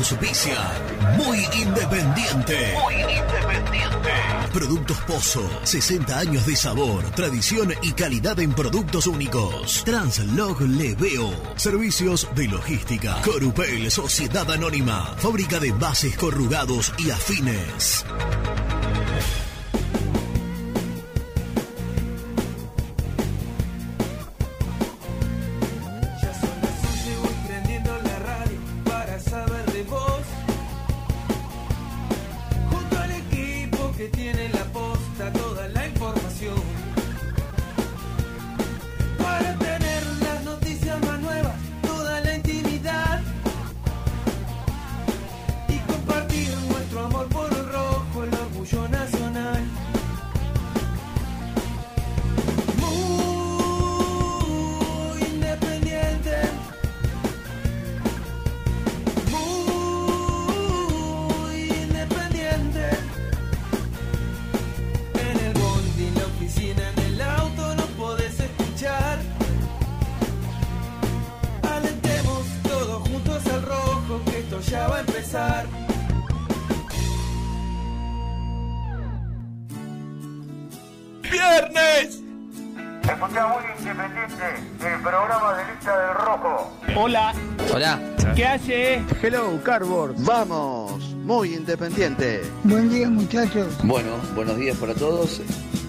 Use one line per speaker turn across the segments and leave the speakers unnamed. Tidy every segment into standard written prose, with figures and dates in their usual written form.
Auspician Muy Independiente. Muy Independiente. Productos Pozo, 60 años de sabor, tradición y calidad en productos únicos. Translog Leveo, servicios de logística. Corupel, Sociedad Anónima, fábrica de envases corrugados y afines.
¡Viernes! Escuchá Muy Independiente, el programa de Lista del Rojo.
Hola.
Hola.
¿Qué hace?
Hello, Cardboard. Vamos, Muy Independiente.
Buen día, muchachos.
Bueno, buenos días para todos.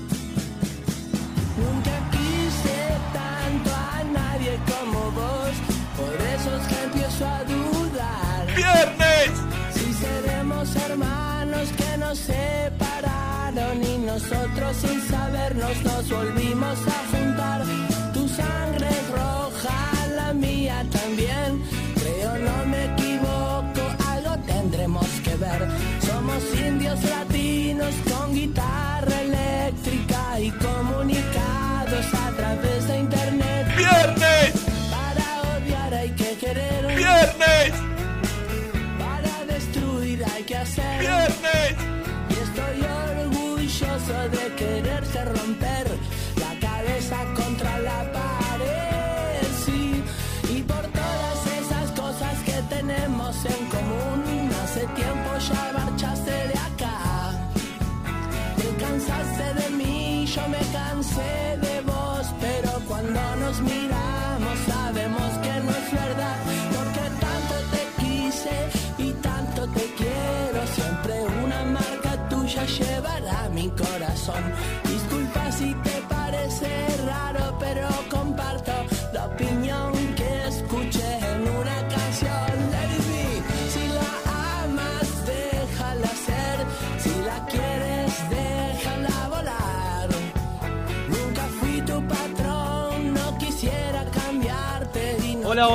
Nunca quise tanto a nadie como vos, por eso es que empiezo a dudar.
¡Viernes!
Si seremos hermanos que nos separaron y nosotros sin sabernos nos volvimos a juntar. Tu sangre es roja, la mía también. Creo no me equivoco, algo tendremos que ver. Somos indios latinos con guitarra eléctrica y comunicados a través de internet.
¡Viernes!
Para odiar hay que querer.
¡Viernes!
Para destruir hay que hacer.
¡Viernes!
Y estoy orgulloso de quererte romper la cabeza contra la pared, sí. Y por todas esas cosas que tenemos en común, hace tiempo ya marchaste de acá. Te cansaste de mí, yo me cansé de vos, pero cuando nos miramos sabemos que no es verdad, porque tanto te quise y tanto te quiero, siempre una marca tuya llevará mi corazón. Disculpa si te parece raro, pero comparto la opinión que escuché en una canción. Lady, si la amas, déjala ser, si la quieres, déjala volar. Nunca fui tu patrón, no quisiera cambiarte y no.
Hola.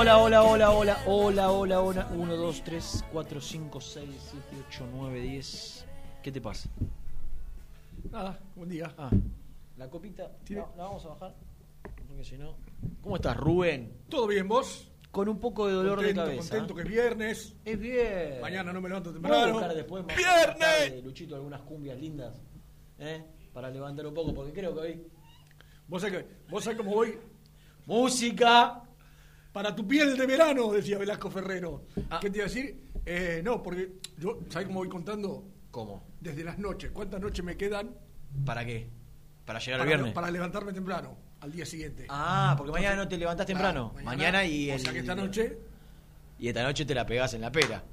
1, 2, 3, 4, 5, 6, 7, 8, 9, 10. ¿Qué te pasa?
Nada, buen día.
La copita, la vamos a bajar, porque si no... ¿Cómo estás, Rubén?
¿Todo bien, vos?
Con un poco de dolor de cabeza.
Contento que es viernes.
Es bien.
Mañana no me levanto
Vamos a
temprano.
buscar después más
¡Viernes!
tarde, Luchito, algunas cumbias lindas, para levantar un poco, porque creo que hoy...
¿Vos sabés cómo voy?
¡Música!
Para tu piel de verano, decía Velasco Ferrero. ¿Qué te iba a decir? No, porque yo, ¿sabés cómo voy contando?
¿Cómo?
Desde las noches. ¿Cuántas noches me quedan?
¿Para qué? ¿Para llegar al viernes?
Para levantarme temprano, al día siguiente.
Porque mañana no te levantás temprano. Mañana y
o sea que esta noche...
Y esta noche te la pegás en la pera.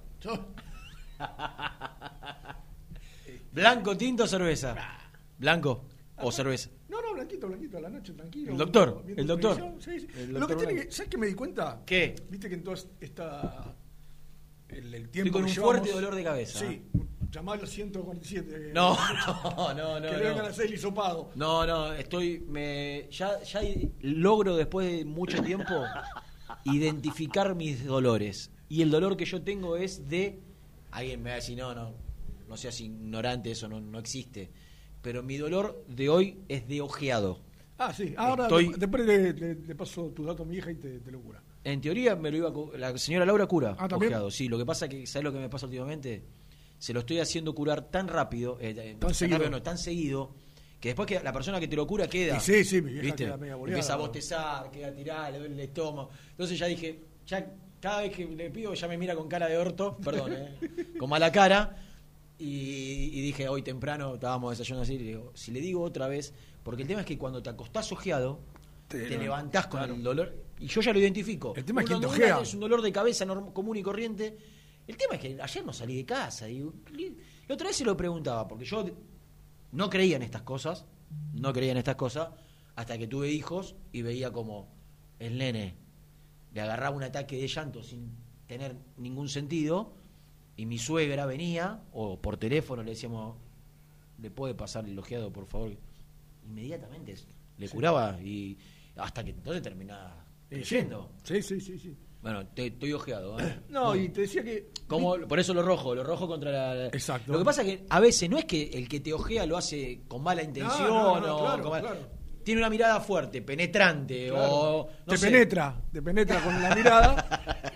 ¿Blanco, tinto o cerveza? ¿Blanco o cerveza?
No, blanquito, a la noche, tranquilo.
¿El doctor?
Viendo
¿El doctor?
televisión, sí.
El
Lo
doctor
que tiene
Blanco.
que... ¿Sabes qué me di cuenta?
¿Qué?
Viste que en toda esta... El tiempo
Estoy con
que
un
llevamos,
fuerte dolor de cabeza.
Sí, llamá a los 147.
No.
Que le vengan a hacer el hisopado.
No, ya logro después de mucho tiempo identificar mis dolores. Y el dolor que yo tengo es de... Alguien me va a decir, no seas ignorante, eso no existe. Pero mi dolor de hoy es de ojeado.
Sí, ahora después le paso tus datos a mi hija y te lo cura.
En teoría me lo iba la señora Laura cura
¿también?
ojeado. Sí, lo que pasa es que, ¿sabes lo que me pasa últimamente? Se lo estoy haciendo curar tan rápido, tan seguido, que después que la persona que te lo cura queda.
Sí, mi vieja
¿viste?
queda media boleada.
Empieza a bostezar, queda tirada, le duele el estómago. Entonces ya dije, ya cada vez que le pido ya me mira con cara de orto, perdón, con mala cara. Y dije, hoy temprano estábamos desayunando así, y digo, si le digo otra vez, porque el tema es que cuando te acostás ojeado, te levantás con el dolor, y yo ya lo identifico.
El tema es que te ojea.
Es un dolor de cabeza común y corriente. El tema es que ayer no salí de casa. Y la otra vez se lo preguntaba, porque yo no creía en estas cosas, hasta que tuve hijos y veía como el nene le agarraba un ataque de llanto sin tener ningún sentido, y mi suegra venía, o por teléfono le decíamos, ¿le puede pasar el ojeado, por favor? Inmediatamente le curaba, y hasta que entonces terminaba creyendo.
Sí.
Bueno, estoy ojeado.
No, y te decía que...
Por eso lo rojo contra la...
Exacto.
Lo que pasa es que a veces no es que el que te ojea lo hace con mala intención,
claro.
Tiene una mirada fuerte, penetrante,
claro.
o...
Te penetra con la mirada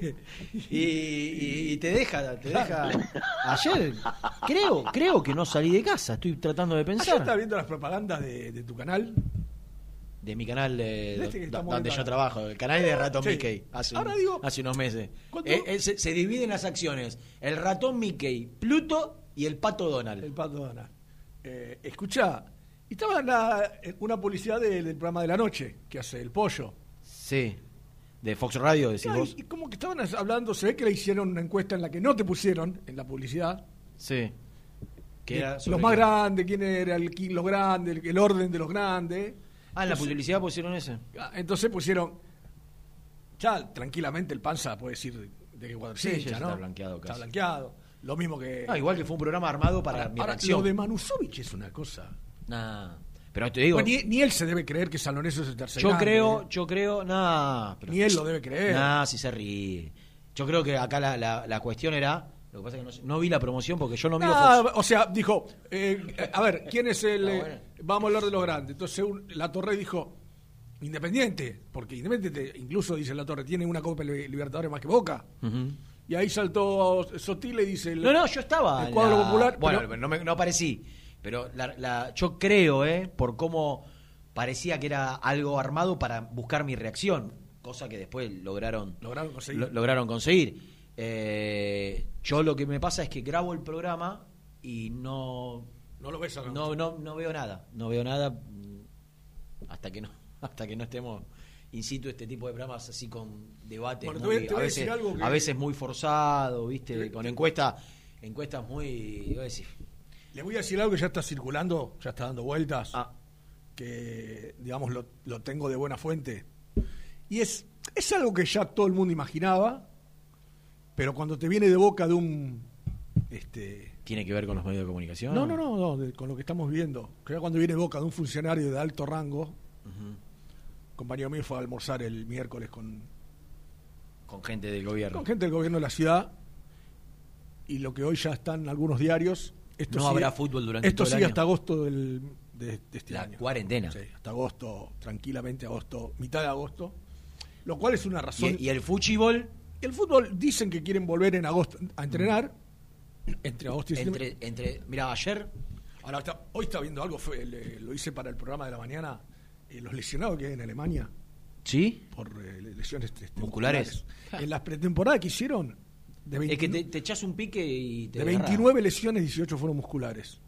y te deja... Ayer creo que no salí de casa, estoy tratando de pensar.
Ayer estaba viendo las propagandas de tu canal.
De mi canal donde yo
ahora.
trabajo, el canal de Ratón
Sí.
Mickey, hace unos meses. Se dividen las acciones, el ratón Mickey, Pluto y el pato Donald.
El pato Donald. Escuchá, estaba una publicidad del programa de la noche que hace el Pollo.
Sí, de Fox Radio, decís vos.
Y como que estaban hablando, se ve que le hicieron una encuesta en la que no te pusieron en la publicidad.
Sí.
Los más grandes, quién era los grandes, el orden de los grandes.
En la publicidad pusieron ese.
Entonces pusieron, ya tranquilamente el Panza puede decir de qué cuadrilla,
sí, ya
¿no?
está blanqueado casi.
Está blanqueado. Lo mismo que...
igual que fue un programa armado para mi reacción.
Lo de Manusovich es una cosa...
Nah, pero te digo...
Pues ni él se debe creer que San Lorenzo es el tercer
Yo
grande,
creo, pero
ni él lo debe creer.
Si se ríe. Yo creo que acá la cuestión era... Lo que pasa es que no vi la promoción porque yo no miro Fox.
O sea, dijo, a ver, ¿quién es el...?
Bueno.
Vamos a hablar de los grandes. Entonces La Torre dijo, Independiente, porque Independiente, incluso dice La Torre, tiene una Copa Libertadores más que Boca.
Uh-huh.
Y ahí saltó Sotile y dice...
No, yo estaba...
El cuadro popular...
Bueno, pero no aparecí. Pero yo creo, por cómo parecía que era algo armado para buscar mi reacción, cosa que después lograron conseguir. Yo lo que me pasa es que grabo el programa y no
lo ves acá.
No veo nada hasta que no estemos in situ este tipo de programas así con debates a veces muy forzado, ¿viste? Con encuestas muy...
Le voy a decir algo que ya está circulando, ya está dando vueltas, que digamos lo tengo de buena fuente. Y es algo que ya todo el mundo imaginaba, pero cuando te viene de boca de un...
¿Tiene que ver con los medios de comunicación?
No, con lo que estamos viendo. Que ya cuando viene de boca de un funcionario de alto rango, compañero mío fue a almorzar el miércoles con
gente del gobierno.
Con gente del gobierno de la ciudad, y lo que hoy ya están algunos diarios...
habrá fútbol durante todo el año.
Esto sigue hasta agosto de este año.
La cuarentena.
Sí, hasta agosto, tranquilamente agosto, mitad de agosto. Lo cual es una razón...
¿Y el fútbol?
El fútbol dicen que quieren volver en agosto a entrenar. Entre agosto y septiembre.
Mira, ayer...
Ahora hoy está viendo algo, lo hice para el programa de la mañana, los lesionados que hay en Alemania.
¿Sí?
Por lesiones
musculares.
En las pretemporadas que hicieron...
es que te echás un pique y te...
De 29 lesiones, 18 fueron musculares.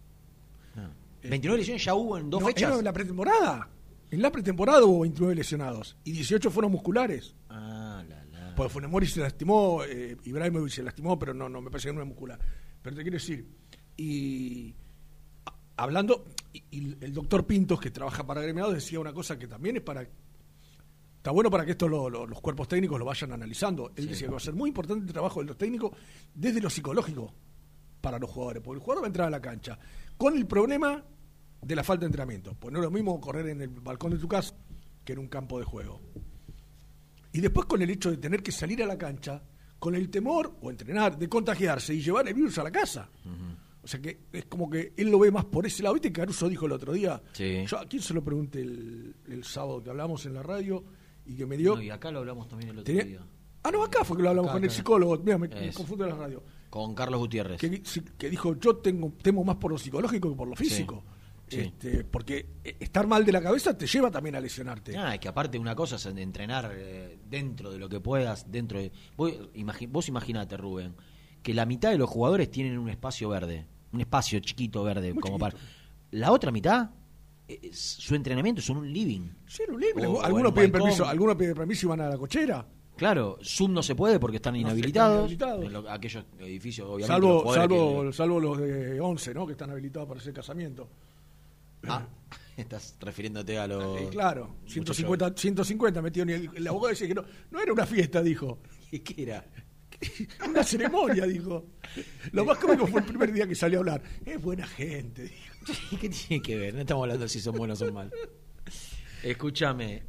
29 lesiones ya hubo en dos fechas.
En la pretemporada. En la pretemporada hubo 29 lesionados y 18 fueron musculares. Pues Funemori se lastimó, Ibrahimovic se lastimó, pero no me parece que no es muscular. Pero te quiero decir, y hablando, y el doctor Pintos, que trabaja para Gremiados, decía una cosa que también está bueno para que esto los cuerpos técnicos lo vayan analizando. Él decía que va a ser muy importante el trabajo de los técnicos desde lo psicológico para los jugadores, porque el jugador va a entrar a la cancha con el problema de la falta de entrenamiento, pues no es lo mismo correr en el balcón de tu casa que en un campo de juego. Y después con el hecho de tener que salir a la cancha con el temor, o entrenar, de contagiarse y llevar el virus a la casa. O sea que es como que él lo ve más por ese lado. ¿Viste que Caruso dijo el otro día?
Sí.
Yo a quién se lo pregunté el sábado que hablamos en la radio y que me dio...
No, y acá lo hablamos también el otro día.
Acá fue que lo hablamos con el psicólogo. Mira, me confundo en la radio.
Con Carlos Gutiérrez.
Que dijo, yo temo más por lo psicológico que por lo físico.
Sí.
Porque estar mal de la cabeza te lleva también a lesionarte.
Es que aparte una cosa es entrenar dentro de lo que puedas, vos imaginate, Rubén, que la mitad de los jugadores tienen un espacio verde, un espacio chiquito verde,
Muy
como
chiquito.
para la otra mitad. Su entrenamiento es en un living.
Sí, era un libre.
O
Algunos
en
piden
balcón.
permiso, algunos piden permiso y van a la cochera.
Claro, Zoom no se puede porque están
No sé,
inhabilitados.
están inhabilitados.
En aquellos edificios, obviamente. los jugadores
Salvo los de 11, ¿no? Que están habilitados para hacer casamiento.
Estás refiriéndote a los...
Claro,
muchachos.
150 metió. El abogado decía que no era una fiesta, dijo.
¿Qué era?
Una ceremonia, dijo. Lo más cómico fue el primer día que salió a hablar. Es buena gente, dijo.
¿Qué tiene que ver? No estamos hablando de si son buenos o son malos. Escúchame.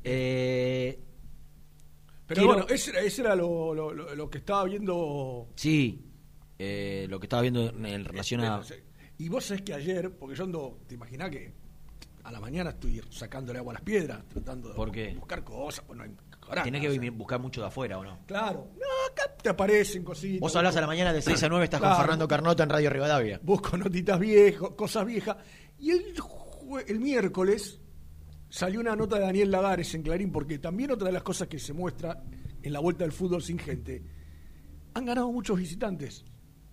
Pero bueno, ese era lo que estaba viendo.
Sí, lo que estaba viendo en relación a...
Y vos sabés que ayer, porque yo ando, te imaginás que a la mañana estoy sacándole agua a las piedras, tratando
¿Por
de
qué?
buscar cosas. Pues no hay carajo,
Tenés que
o sea.
buscar mucho de afuera, ¿o no?
Claro, no, acá te aparecen cositas.
Vos hablás a la mañana de 6 a 9, estás
Claro.
con Fernando Carnota en Radio Rivadavia.
Busco notitas viejas, cosas viejas. Y el miércoles salió una nota de Daniel Lagares en Clarín, porque también otra de las cosas que se muestra en la vuelta del fútbol sin gente, han ganado muchos visitantes.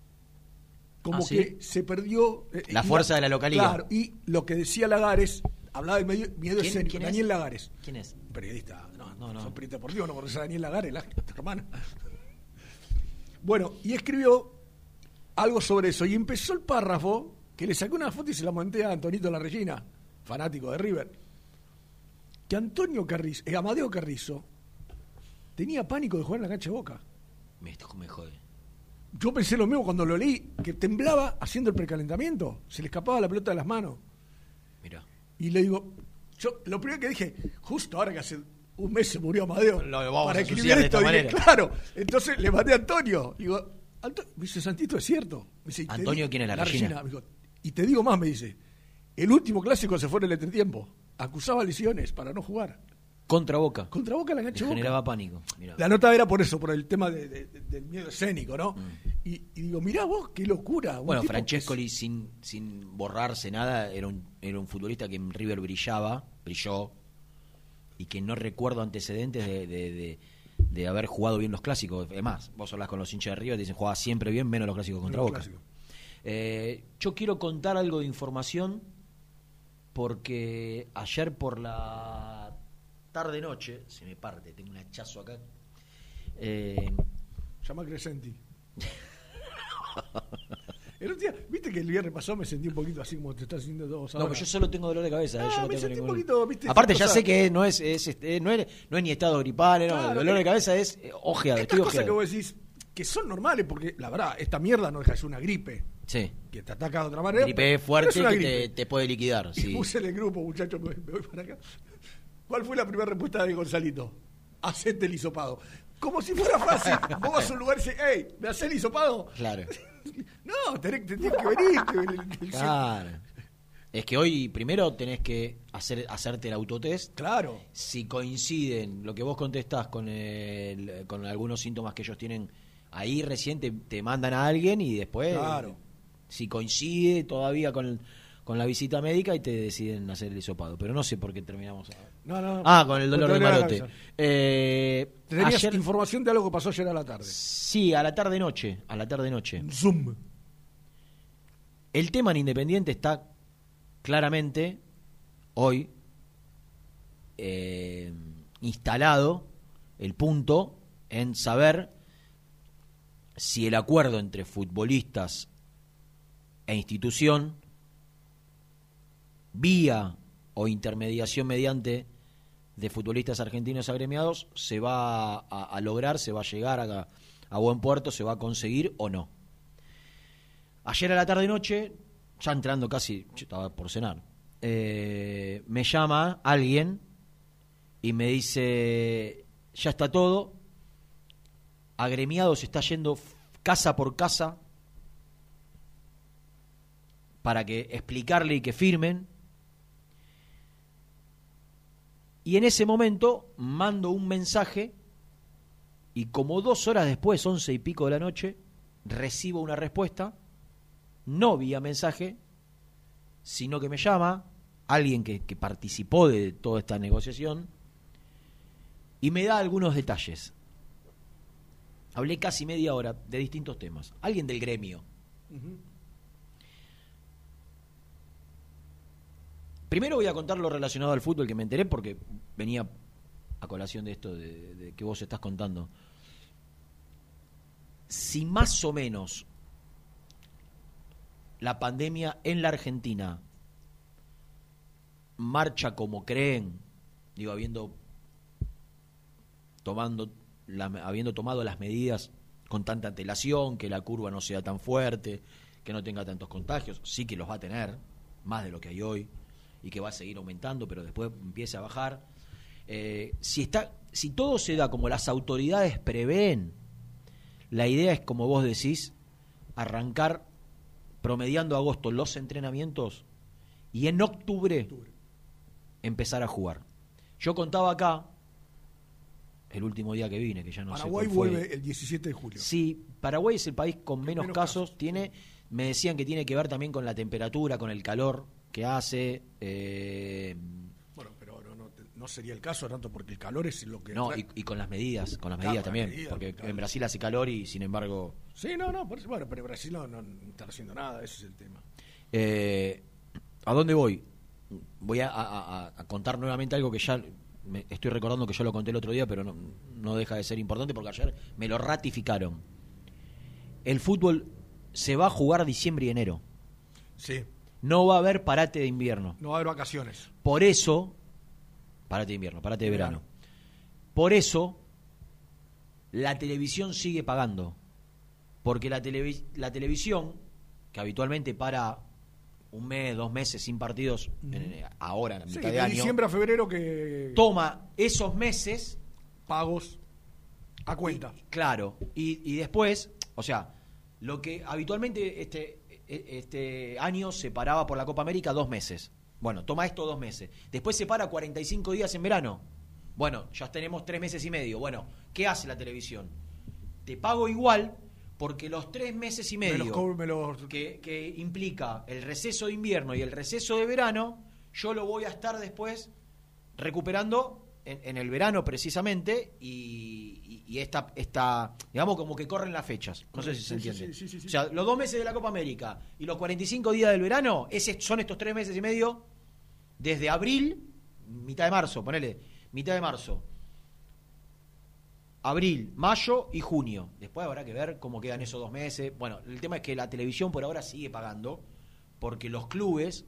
Como
¿sí?
que se perdió...
La fuerza de la localidad.
Claro, y lo que decía Lagares, hablaba del miedo escénico.
¿Quién es?
Daniel Lagares.
¿Quién es?
Periodista, no,
No.
son periodista deportivo, no conoces a Daniel Lagares, la hermana. Bueno, y escribió algo sobre eso, y empezó el párrafo, que le saqué una foto y se la monté a Antonito La Regina, fanático de River, que Amadeo Carrizo, tenía pánico de jugar en la cancha de Boca.
Me jode.
Yo pensé lo mismo cuando lo leí, que temblaba haciendo el precalentamiento, se le escapaba la pelota de las manos.
Mirá.
Y le digo, yo lo primero que dije, justo ahora que hace un mes se murió Amadeo,
Lo vamos
para
a
escribir
asociar de
esto,
esta
dije,
manera.
claro. Entonces le mandé a Antonio. Digo, me dice, Santito, es cierto. Me dice,
¿Antonio quién es? La Regina?
Me dijo, y te digo más, me dice, el último clásico se fue en el entretiempo. Acusaba lesiones para no jugar.
Contra Boca.
Contra Boca la cancha de Boca.
Generaba pánico. Mirá.
La nota era por eso, por el tema del miedo escénico, ¿no? Y digo, mirá vos, qué locura. Un
Bueno,
tipo
Francescoli sin borrarse nada, era un futbolista que en River brilló, y que no recuerdo antecedentes de haber jugado bien los clásicos. Además, vos hablás con los hinchas de River, te dicen jugaba siempre bien, menos los clásicos contra Boca.
clásico.
Yo quiero contar algo de información, porque ayer por la tarde-noche, se me parte, tengo un hachazo acá.
Llama a Crescenti. El otro día, viste que el viernes pasado me sentí un poquito así como te estás haciendo todos ahora.
No, pero yo solo tengo dolor de cabeza. Yo no
me
tengo
sentí un
ningún...
poquito, viste.
Aparte
esa
ya
cosa-
sé que no es ni estado gripal, no,
Claro,
el dolor de cabeza es ojeado,
Estas
estoy
cosas que
ojeado.
vos decís que son normales, porque la verdad, esta mierda no deja de ser una gripe,
Sí,
que te ataca de otra manera.
gripe
pero
fuerte
es una
que
gripe.
te puede liquidar.
Y
Sí.
puse en el grupo, muchachos, me voy para acá. ¿Cuál fue la primera respuesta de Gonzalito? Hacete el hisopado. Como si fuera fácil. Vos vas a un lugar y dices, hey, ¿me hacés el hisopado?
Claro.
No, te tienes que venir.
Claro. Es que hoy primero tenés que hacerte el autotest.
Claro.
Si coinciden lo que vos contestás con algunos síntomas que ellos tienen ahí, recién te mandan a alguien y después,
Claro.
si coincide todavía con la visita médica, y te deciden hacer el hisopado. Pero no sé por qué terminamos.
No.
Con el dolor de malote.
¿Tenías
Ayer,
información de algo que pasó ayer a la tarde?
sí, a la tarde-noche.
Zoom.
El tema en Independiente está claramente hoy instalado, el punto en saber si el acuerdo entre futbolistas e institución, vía o intermediación mediante de futbolistas argentinos agremiados, se va a lograr, se va a llegar a buen puerto, se va a conseguir o no. Ayer a la tarde-noche, ya entrando casi, yo estaba por cenar, me llama alguien y me dice, ya está todo, Agremiados está yendo casa por casa para que explicarle y que firmen. Y en ese momento mando un mensaje y como 2 horas después, 11 y pico de la noche, recibo una respuesta, no vía mensaje, sino que me llama alguien que participó de toda esta negociación y me da algunos detalles. Hablé casi media hora de distintos temas. Alguien del gremio. Primero voy a contar lo relacionado al fútbol que me enteré porque venía a colación de esto de que vos estás contando. Si más o menos la pandemia en la Argentina marcha como creen, digo, habiendo tomado las medidas con tanta antelación, que la curva no sea tan fuerte, que no tenga tantos contagios, sí que los va a tener, más de lo que hay hoy, y que va a seguir aumentando, pero después empieza a bajar. Si todo se da como las autoridades prevén, la idea es, como vos decís, arrancar promediando agosto los entrenamientos y en octubre empezar a jugar. Yo contaba acá, el último día que vine, que ya no
Paraguay
sé cuál fue.
vuelve el 17 de julio.
Sí, Paraguay es el país con menos casos. Me decían que tiene que ver también con la temperatura, con el calor que hace.
Bueno, pero no sería el caso tanto porque el calor es lo que...
No, y con las medidas, también, porque en Brasil hace calor y sin embargo...
Sí, por eso, bueno, pero Brasil no está haciendo nada, ese es el tema.
¿A dónde voy? Voy a contar nuevamente algo que ya estoy recordando que yo lo conté el otro día, pero no deja de ser importante porque ayer me lo ratificaron. El fútbol se va a jugar diciembre y enero.
Sí.
No va a haber parate de invierno.
No va a haber vacaciones.
Por eso, parate de invierno, parate de verano. Por eso, la televisión sigue pagando. Porque la televisión, que habitualmente para un mes, 2 meses sin partidos, ahora, en la mitad de año,
diciembre a febrero que...
toma esos meses...
Pagos a cuenta.
Claro, y después, o sea, lo que habitualmente este año se paraba por la Copa América 2 meses. Bueno, toma esto 2 meses. Después se para 45 días en verano. Bueno, ya tenemos 3 meses y medio. Bueno, ¿qué hace la televisión? Te pago igual porque los 3 meses y medio que implica el receso de invierno y el receso de verano, yo lo voy a estar después recuperando en el verano precisamente y esta digamos como que corren las fechas, no sé si se entiende.
Sí.
O sea, los 2 meses de la Copa América y los 45 días del verano son estos 3 meses y medio desde abril, mitad de marzo, abril, mayo y junio. Después habrá que ver cómo quedan esos 2 meses. Bueno, el tema es que la televisión por ahora sigue pagando porque los clubes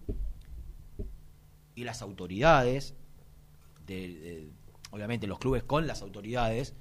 y las autoridades obviamente los clubes con las autoridades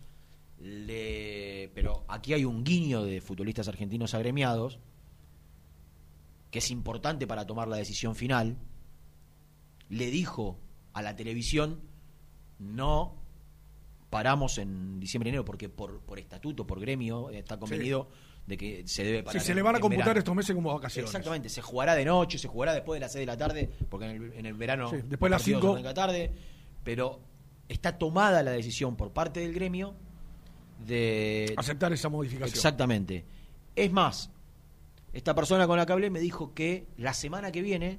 pero aquí hay un guiño de futbolistas argentinos agremiados que es importante para tomar la decisión final. Le dijo a la televisión: no paramos en diciembre y enero porque por estatuto, por gremio está convenido de que se debe parar.
Sí, se le van a computar
verano.
Estos meses como vacaciones.
Exactamente, se jugará de noche, se jugará después de las 6 de la tarde, porque en el verano
después de las 5
de la tarde, pero está tomada la decisión por parte del gremio de
aceptar esa modificación.
Exactamente. Es más, esta persona con la que hablé me dijo que la semana que viene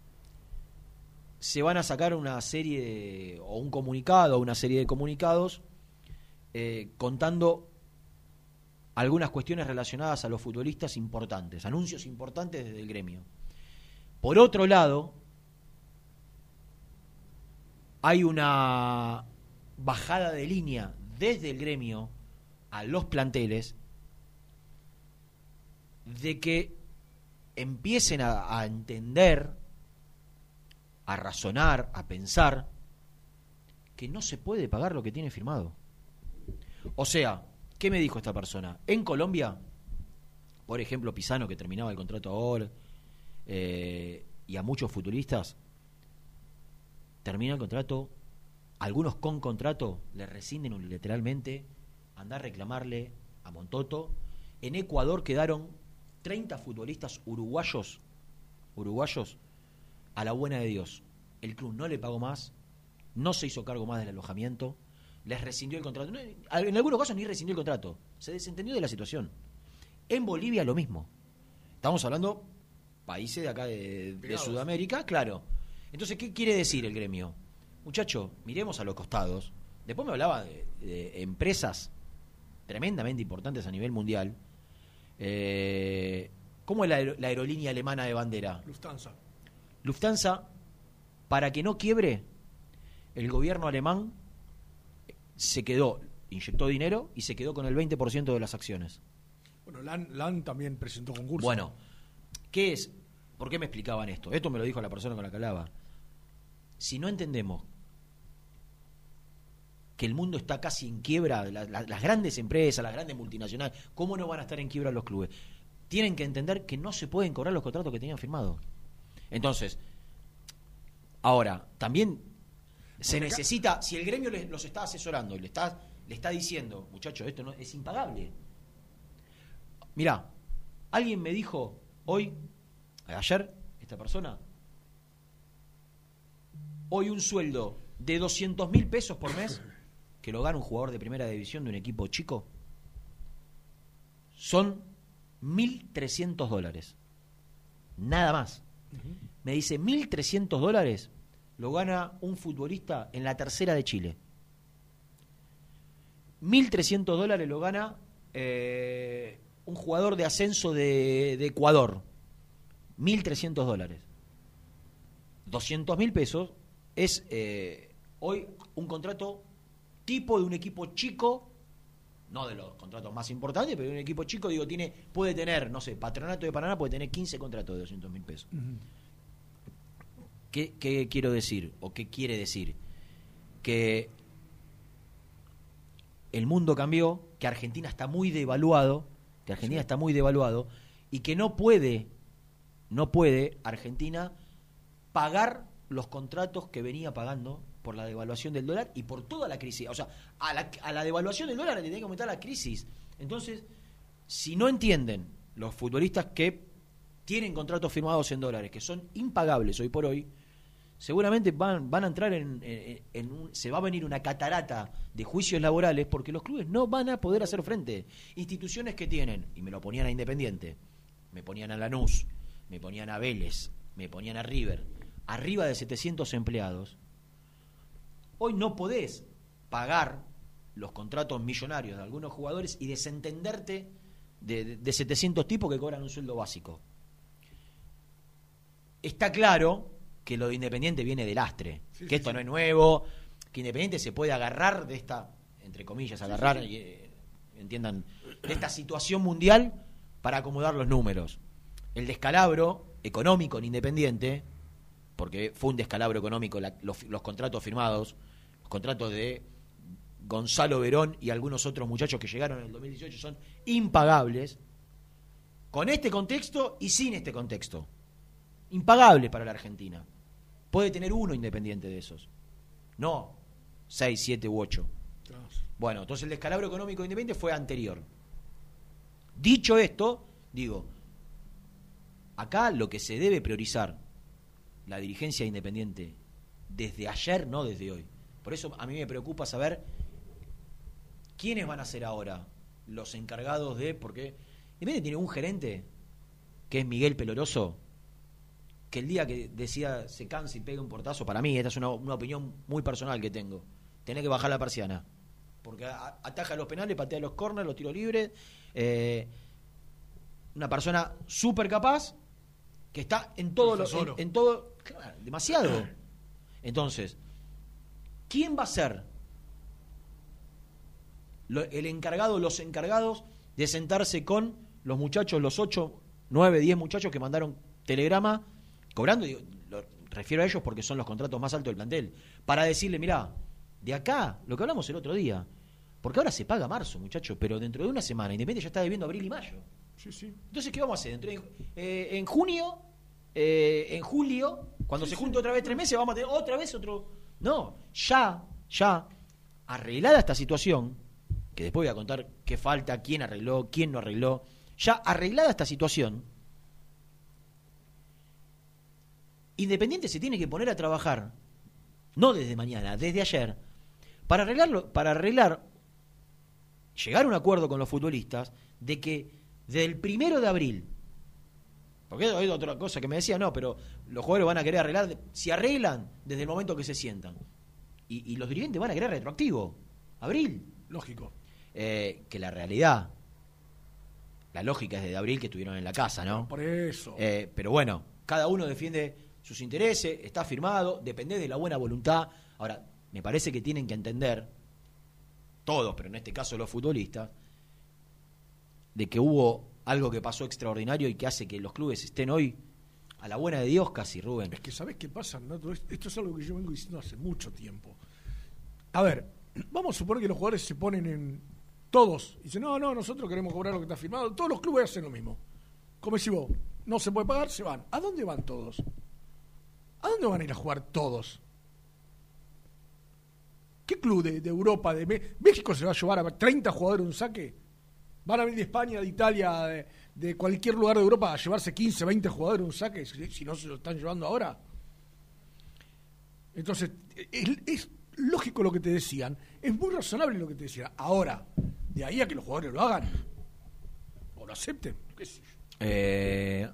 se van a sacar una serie o un comunicado, una serie de comunicados contando algunas cuestiones relacionadas a los futbolistas importantes, anuncios importantes desde el gremio. Por otro lado, hay una bajada de línea desde el gremio a los planteles de que empiecen a entender, a razonar, a pensar que no se puede pagar lo que tiene firmado. O sea, ¿qué me dijo esta persona? En Colombia, por ejemplo, Pisano, que terminaba el contrato ahora, y a muchos futbolistas termina el contrato, algunos con contrato le rescinden unilateralmente, andar a reclamarle a Montoto. En Ecuador quedaron 30 futbolistas uruguayos a la buena de Dios. El club no le pagó más, no se hizo cargo más del alojamiento, les rescindió el contrato. En algunos casos ni rescindió el contrato, se desentendió de la situación. En Bolivia lo mismo. Estamos hablando países de acá de Sudamérica, claro. Entonces, ¿qué quiere decir el gremio? Muchacho, miremos a los costados. Después me hablaba de empresas tremendamente importantes a nivel mundial. ¿Cómo es la aerolínea alemana de bandera? Lufthansa, para que no quiebre, el gobierno alemán inyectó dinero y se quedó con el 20% de las acciones.
Bueno, LAN también presentó concurso.
Bueno, ¿qué es? ¿Por qué me explicaban esto? Esto me lo dijo la persona con la que hablaba. Si no entendemos que el mundo está casi en quiebra, las grandes empresas, las grandes multinacionales, ¿cómo no van a estar en quiebra los clubes? Tienen que entender que no se pueden cobrar los contratos que tenían firmados. Entonces, ahora, también se necesita, si el gremio los está asesorando, le está diciendo, muchachos, esto no es impagable. Mirá, alguien me dijo ayer, esta persona, hoy un sueldo de 200.000 pesos por mes, que lo gana un jugador de primera división de un equipo chico, son $1.300. Nada más. Me dice, $1.300 lo gana un futbolista en la tercera de Chile. $1.300 lo gana un jugador de ascenso de Ecuador. $1.300. 200.000 pesos es hoy un contrato tipo de un equipo chico, no de los contratos más importantes, pero de un equipo chico, digo, puede tener, no sé, Patronato de Paraná puede tener 15 contratos de 200.000 pesos. ¿Qué quiero decir? ¿O qué quiere decir? Que el mundo cambió, que Argentina está muy devaluado, y que no puede Argentina pagar los contratos que venía pagando por la devaluación del dólar y por toda la crisis. O sea, a la devaluación del dólar le tiene que aumentar la crisis. Entonces, si no entienden los futbolistas que tienen contratos firmados en dólares, que son impagables hoy por hoy, seguramente van a entrar se va a venir una catarata de juicios laborales porque los clubes no van a poder hacer frente. Instituciones que tienen, y me lo ponían a Independiente, me ponían a Lanús, me ponían a Vélez, me ponían a River, arriba de 700 empleados, hoy no podés pagar los contratos millonarios de algunos jugadores y desentenderte de 700 tipos que cobran un sueldo básico. Está claro que lo de Independiente viene de lastre, que esto no es nuevo, que Independiente se puede agarrar de esta, entre comillas, entiendan, de esta situación mundial para acomodar los números. El descalabro económico en Independiente, porque fue un descalabro económico los contratos firmados, los contratos de Gonzalo Verón y algunos otros muchachos que llegaron en el 2018 son impagables, con este contexto y sin este contexto. Impagables para la Argentina. Puede tener uno Independiente de esos, no 6, 7 u 8. Bueno, entonces el descalabro económico de Independiente fue anterior. Dicho esto, digo, acá lo que se debe priorizar la dirigencia Independiente desde ayer, no desde hoy. Por eso a mí me preocupa saber quiénes van a ser ahora los encargados porque Independiente tiene un gerente que es Miguel Peloroso, que el día que decida se canse y pegue un portazo, para mí, esta es una opinión muy personal que tengo, tenés que bajar la persiana, porque ataja los penales, patea los córneres, los tiros libres, una persona súper capaz que está en todo en todo, claro, demasiado. Entonces, ¿quién va a ser el encargado, los encargados de sentarse con los muchachos, los 8, 9, 10 muchachos que mandaron telegrama cobrando? Refiero a ellos porque son los contratos más altos del plantel, para decirle, mirá, de acá, lo que hablamos el otro día, porque ahora se paga marzo, muchachos, pero dentro de una semana Independiente ya está debiendo abril y mayo. Entonces, ¿qué vamos a hacer? En junio, en julio, cuando se junte otra vez 3 meses, vamos a tener otra vez otro. No, ya arreglada esta situación, que después voy a contar qué falta, quién arregló, quién no arregló, ya arreglada esta situación, Independiente se tiene que poner a trabajar, no desde mañana, desde ayer, para llegar a un acuerdo con los futbolistas de que del 1 de abril Porque hay otra cosa que me decía, no, pero los jugadores van a querer arreglar, si arreglan desde el momento que se sientan. Y los dirigentes van a querer retroactivo. Abril.
Lógico.
Que la realidad, la lógica es de abril que estuvieron en la casa, ¿no?
Por eso.
Pero bueno, cada uno defiende sus intereses, está firmado, depende de la buena voluntad. Ahora, me parece que tienen que entender, todos, pero en este caso los futbolistas, de que hubo algo que pasó extraordinario y que hace que los clubes estén hoy a la buena de Dios casi, Rubén.
Es que ¿sabés qué pasa, Nato? Esto es algo que yo vengo diciendo hace mucho tiempo. A ver, vamos a suponer que los jugadores se ponen en todos y dicen, no, nosotros queremos cobrar lo que está firmado. Todos los clubes hacen lo mismo. Como si vos, no se puede pagar, se van. ¿A dónde van todos? ¿A dónde van a ir a jugar todos? ¿Qué club de Europa, de México se va a llevar a 30 jugadores en un saque? ¿Van a venir de España, de Italia, de cualquier lugar de Europa a llevarse 15, 20 jugadores en un saque si no se lo están llevando ahora? Entonces, es lógico lo que te decían, es muy razonable lo que te decían. Ahora, de ahí a que los jugadores lo hagan o lo acepten, qué sé yo.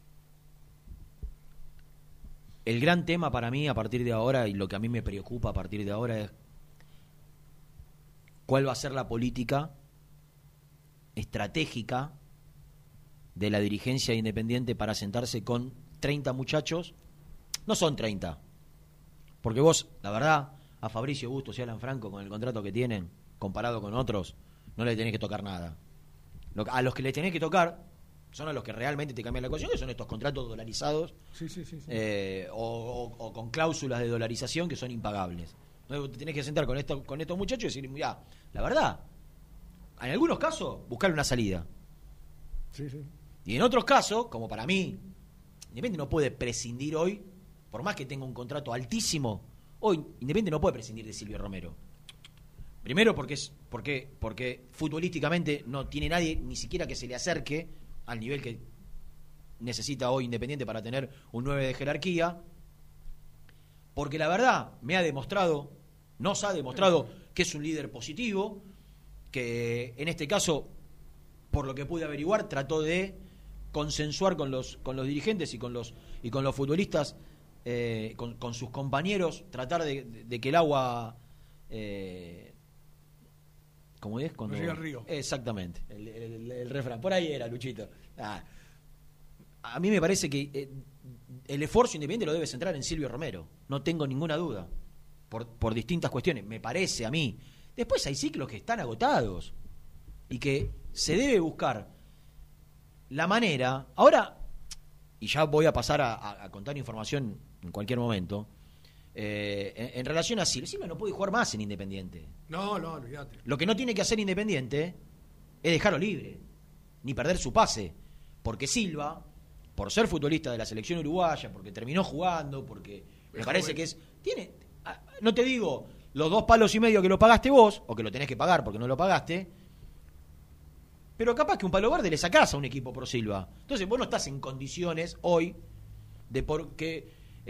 El gran tema para mí a partir de ahora, y lo que a mí me preocupa a partir de ahora, es cuál va a ser la política estratégica de la dirigencia Independiente para sentarse con 30 muchachos. No son 30, porque vos, la verdad, a Fabricio Bustos y a Alan Franco, con el contrato que tienen, comparado con otros, no le tenés que tocar nada. A los que le tenés que tocar son a los que realmente te cambian la ecuación, que son estos contratos dolarizados.
Sí.
O con cláusulas de dolarización que son impagables. Entonces te tenés que sentar con estos muchachos y decir, mirá, la verdad, en algunos casos, buscar una salida.
Sí.
Y en otros casos, como para mí, Independiente no puede prescindir hoy, por más que tenga un contrato altísimo, hoy Independiente no puede prescindir de Silvio Romero. Primero porque futbolísticamente no tiene nadie ni siquiera que se le acerque al nivel que necesita hoy Independiente para tener un 9 de jerarquía. Porque la verdad nos ha demostrado que es un líder positivo, que en este caso, por lo que pude averiguar, trató de consensuar con los dirigentes y con los futbolistas, con sus compañeros, tratar de que el agua ¿cómo es? Cuando
llega al río.
Exactamente, el refrán, por ahí era, Luchito. A mí me parece que el esfuerzo Independiente lo debe centrar en Silvio Romero, no tengo ninguna duda, por distintas cuestiones, me parece a mí. Después hay ciclos que están agotados y que se debe buscar la manera. Ahora, y ya voy a pasar a contar información en cualquier momento, en relación a Silva no puede jugar más en Independiente.
No, olvídate.
Lo que no tiene que hacer Independiente es dejarlo libre, ni perder su pase, porque Silva, por ser futbolista de la selección uruguaya, porque terminó jugando, porque me parece que no te digo los 2,5 palos que lo pagaste vos, o que lo tenés que pagar porque no lo pagaste, pero capaz que un palo verde le sacás a un equipo por Silva. Entonces vos no estás en condiciones hoy de porque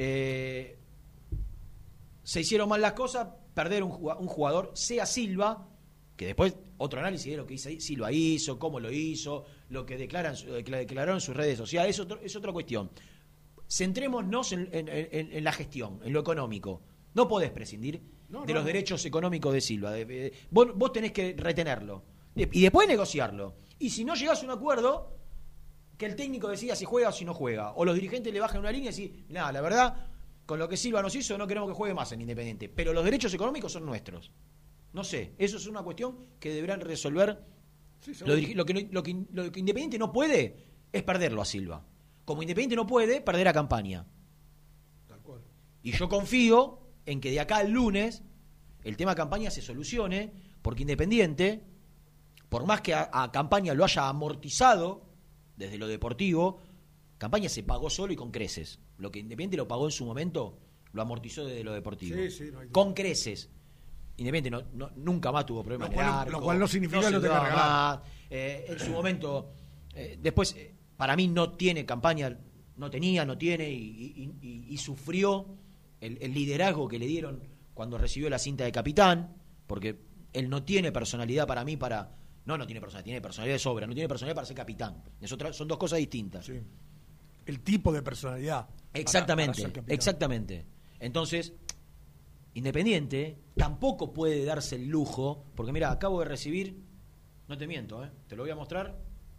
se hicieron mal las cosas, perder un jugador, sea Silva, que después otro análisis de lo que Silva hizo, cómo lo hizo, lo que declararon en sus redes sociales, es otra cuestión. Centrémonos en la gestión, en lo económico. No podés prescindir de los derechos económicos de Silva. Vos tenés que retenerlo y después negociarlo. Y si no llegás a un acuerdo, que el técnico decida si juega o si no juega, o los dirigentes le bajan una línea y decir, nada, la verdad, con lo que Silva nos hizo no queremos que juegue más en Independiente, pero los derechos económicos son nuestros. No sé, eso es una cuestión que deberán resolver. Sí, lo que Independiente no puede es perderlo a Silva, como Independiente no puede perder a Campaña.
Tal cual.
Y yo confío en que de acá al lunes el tema Campaña se solucione, porque Independiente, por más que a Campaña lo haya amortizado desde lo deportivo, Campaña se pagó solo y con creces. Lo que Independiente lo pagó en su momento, lo amortizó desde lo deportivo.
Sí, no hay
con creces. Independiente nunca más tuvo problemas en el arco.
Lo cual no significa lo tenga regalado.
En su momento, después, para mí no tiene Campaña, no tiene y sufrió el liderazgo que le dieron cuando recibió la cinta de capitán, porque él no tiene personalidad para mí no tiene personalidad, tiene personalidad de sobra, no tiene personalidad para ser capitán. Son dos cosas distintas.
Sí. el tipo de personalidad.
Exactamente,
para ser capitán.
exactamente. Entonces, Independiente tampoco puede darse el lujo, porque mira, acabo de recibir, no te miento, te lo voy a mostrar.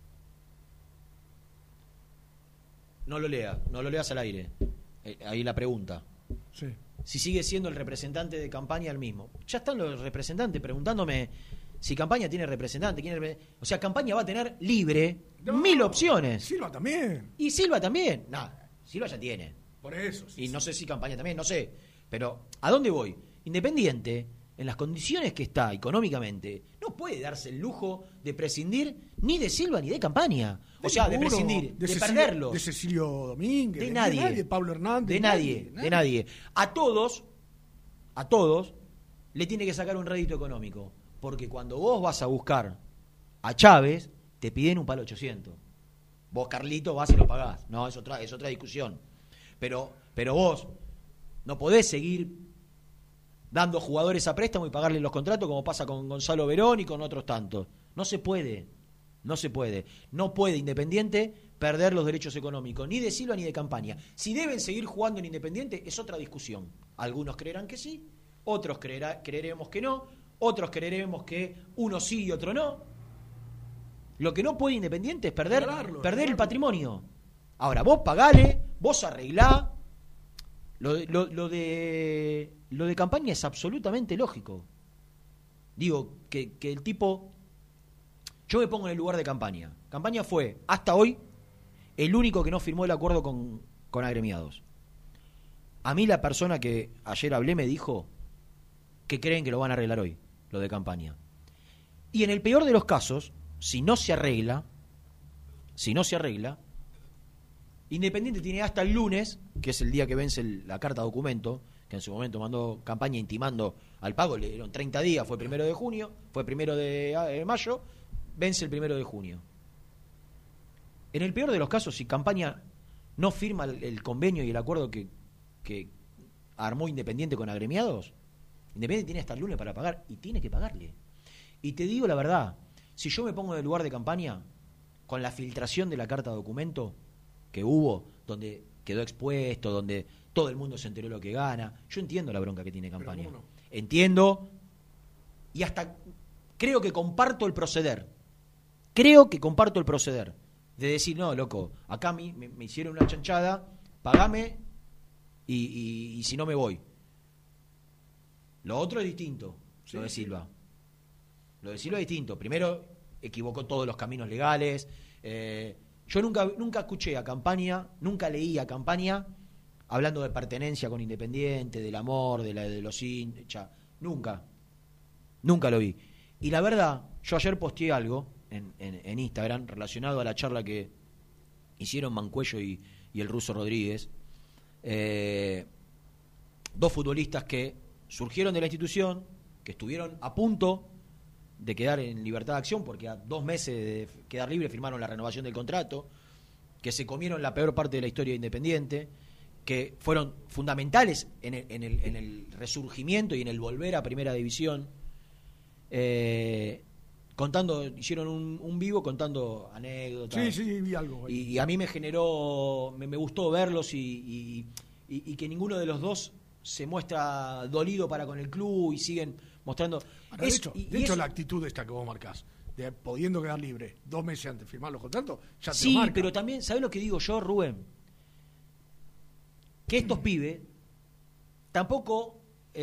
No lo leas al aire. Ahí la pregunta.
Sí.
Si sigue siendo el representante de Campaña el mismo. Ya están los representantes preguntándome si Campaña tiene representante. O sea, Campaña va a tener libre 1000 opciones.
Silva también.
Y Silva también. Nada, Silva ya tiene.
Por eso.
Y no sé si Campaña también, no sé. Pero, ¿a dónde voy? Independiente, en las condiciones que está económicamente, no puede darse el lujo de prescindir ni de Silva ni de Campaña. O sea, de prescindir, de perderlos.
De Cecilio Domínguez.
De nadie.
De Pablo Hernández.
De nadie. A todos le tiene que sacar un rédito económico. Porque cuando vos vas a buscar a Chávez, te piden un palo 800. Vos, Carlito, vas y lo pagás. No, es otra discusión. Pero vos no podés seguir dando jugadores a préstamo y pagarles los contratos como pasa con Gonzalo Verón y con otros tantos. No se puede. No puede Independiente perder los derechos económicos, ni de Silva ni de Campaña. Si deben seguir jugando en Independiente es otra discusión. Algunos creerán que sí, otros creeremos que no, otros creeremos que uno sí y otro no. Lo que no puede Independiente es perder el patrimonio. Ahora, vos pagale, vos arreglá. Lo de Campaña es absolutamente lógico. Digo, que el tipo... Yo me pongo en el lugar de Campaña. Campaña fue, hasta hoy, el único que no firmó el acuerdo con agremiados. A mí la persona que ayer hablé me dijo que creen que lo van a arreglar hoy, lo de Campaña. Y en el peor de los casos, si no se arregla, Independiente tiene hasta el lunes, que es el día que vence la carta documento, que en su momento mandó Campaña intimando al pago, le dieron 30 días, fue 1 de junio, fue 1 de mayo, vence el 1 de junio. En el peor de los casos, si Campaña no firma el convenio y el acuerdo que armó Independiente con agremiados, Independiente tiene hasta el lunes para pagar, y tiene que pagarle. Y te digo la verdad, si yo me pongo en el lugar de Campaña, con la filtración de la carta documento que hubo, donde quedó expuesto, donde todo el mundo se enteró lo que gana, yo entiendo la bronca que tiene Campaña. No. Entiendo, y hasta creo que comparto el proceder. De decir, no, loco, acá me hicieron una chanchada, pagame y si no me voy. Lo otro es distinto, sí, lo de Silva. Lo de Silva es distinto. Primero, equivocó todos los caminos legales. Yo nunca escuché a Campaña, nunca leí a Campaña hablando de pertenencia con Independiente, del amor, de los hinchas. Nunca lo vi. Y la verdad, yo ayer posteé algo en Instagram relacionado a la charla que hicieron Mancuello y el Ruso Rodríguez. 2 futbolistas que surgieron de la institución, que estuvieron a punto de quedar en libertad de acción, porque a 2 meses de quedar libre firmaron la renovación del contrato, que se comieron la peor parte de la historia de Independiente, que fueron fundamentales en el resurgimiento y en el volver a Primera División. Hicieron un vivo contando anécdotas.
Sí, vi algo.
Y a mí me generó, me gustó verlos y que ninguno de los dos se muestra dolido para con el club y siguen mostrando.
Ahora, de hecho, la actitud esta que vos marcás, de pudiendo quedar libre 2 meses antes de firmar los contratos, ya te lo marca.
Sí, pero también, ¿sabés lo que digo yo, Rubén? Que estos pibes tampoco...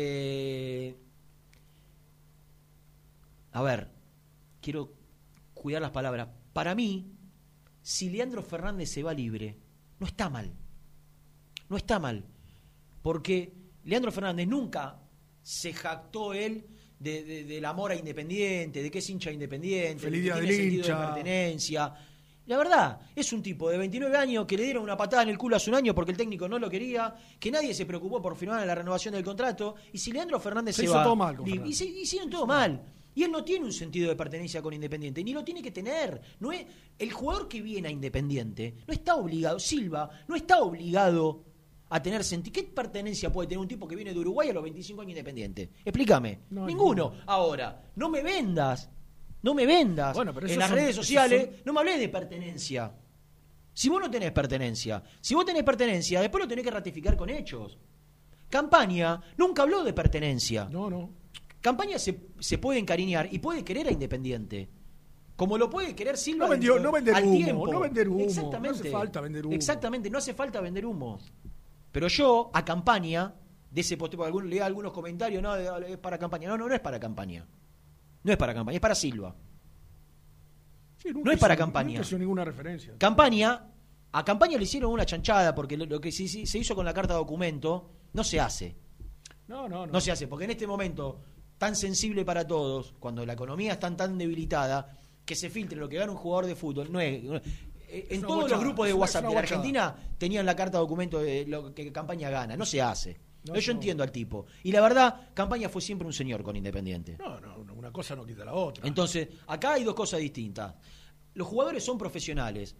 a ver, quiero cuidar las palabras. Para mí, si Leandro Fernández se va libre, no está mal. No está mal. Porque Leandro Fernández nunca se jactó él del amor a Independiente, de que es hincha Independiente,
feliz
de que
tiene
sentido de pertenencia. La verdad, es un tipo de 29 años que le dieron una patada en el culo hace un año porque el técnico no lo quería, que nadie se preocupó por firmar la renovación del contrato, y si Leandro Fernández se va...
Todo mal
hicieron todo mal. Y él no tiene un sentido de pertenencia con Independiente, ni lo tiene que tener. No es, el jugador que viene a Independiente no está obligado, Silva no está obligado a tener sentido. ¿Qué pertenencia puede tener un tipo que viene de Uruguay a los 25 años Independiente? Explícame. No, ninguno. Ahora, no me vendas
bueno, pero
en las redes sociales, no me hablé de pertenencia. Si vos no tenés pertenencia, después lo tenés que ratificar con hechos. Campaña nunca habló de pertenencia.
No.
Campaña se puede encariñar y puede querer a Independiente. Como lo puede querer Silva
no vender
al
humo,
tiempo.
No vender humo.
Exactamente.
No hace falta vender humo.
Exactamente, no hace falta vender humo. Pero yo, a Campaña, de ese posteo, leía algunos comentarios, no, es para Campaña. No es para Campaña. No es para Campaña, es para Silva.
Sí,
no es para Campaña.
Nunca hizo ninguna referencia.
A Campaña le hicieron una chanchada, porque lo que se hizo con la carta documento no se hace. No se hace, porque en este momento tan sensible para todos, cuando la economía está tan debilitada, que se filtre lo que gana un jugador de fútbol, en todos los grupos de WhatsApp de la Argentina tenían la carta documento de lo que Campaña gana, no se hace. Yo entiendo al tipo. Y la verdad, Campaña fue siempre un señor con Independiente.
Una cosa no quita la otra.
Entonces, acá hay dos cosas distintas. Los jugadores son profesionales.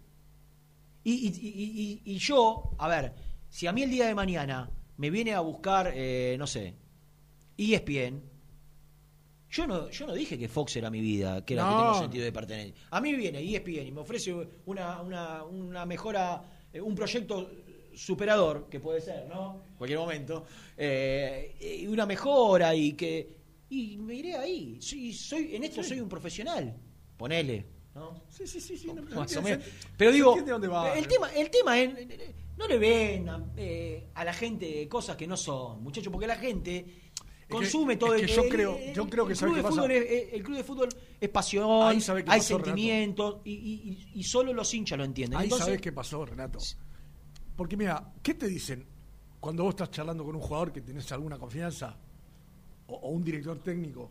Y yo, a ver, si a mí el día de mañana me viene a buscar, no sé, ESPN, yo no dije que Fox era mi vida, que era que tengo sentido de pertenencia. A mí viene ESPN y me ofrece una mejora, un proyecto superador, que puede ser, ¿no? En cualquier momento, una mejora y me iré ahí. Soy un profesional. Ponele, ¿no?
Sí.
Más o menos. Pero digo,
dónde va,
el tema es, no le ven a la gente cosas que no son, muchachos, porque la gente consume todo el
yo creo que
el club de fútbol es pasión, hay
pasó,
sentimientos y solo los hinchas lo entienden.
Ahí
entonces,
sabés qué pasó, Renato. Porque mira, ¿qué te dicen cuando vos estás charlando con un jugador que tenés alguna confianza o un director técnico?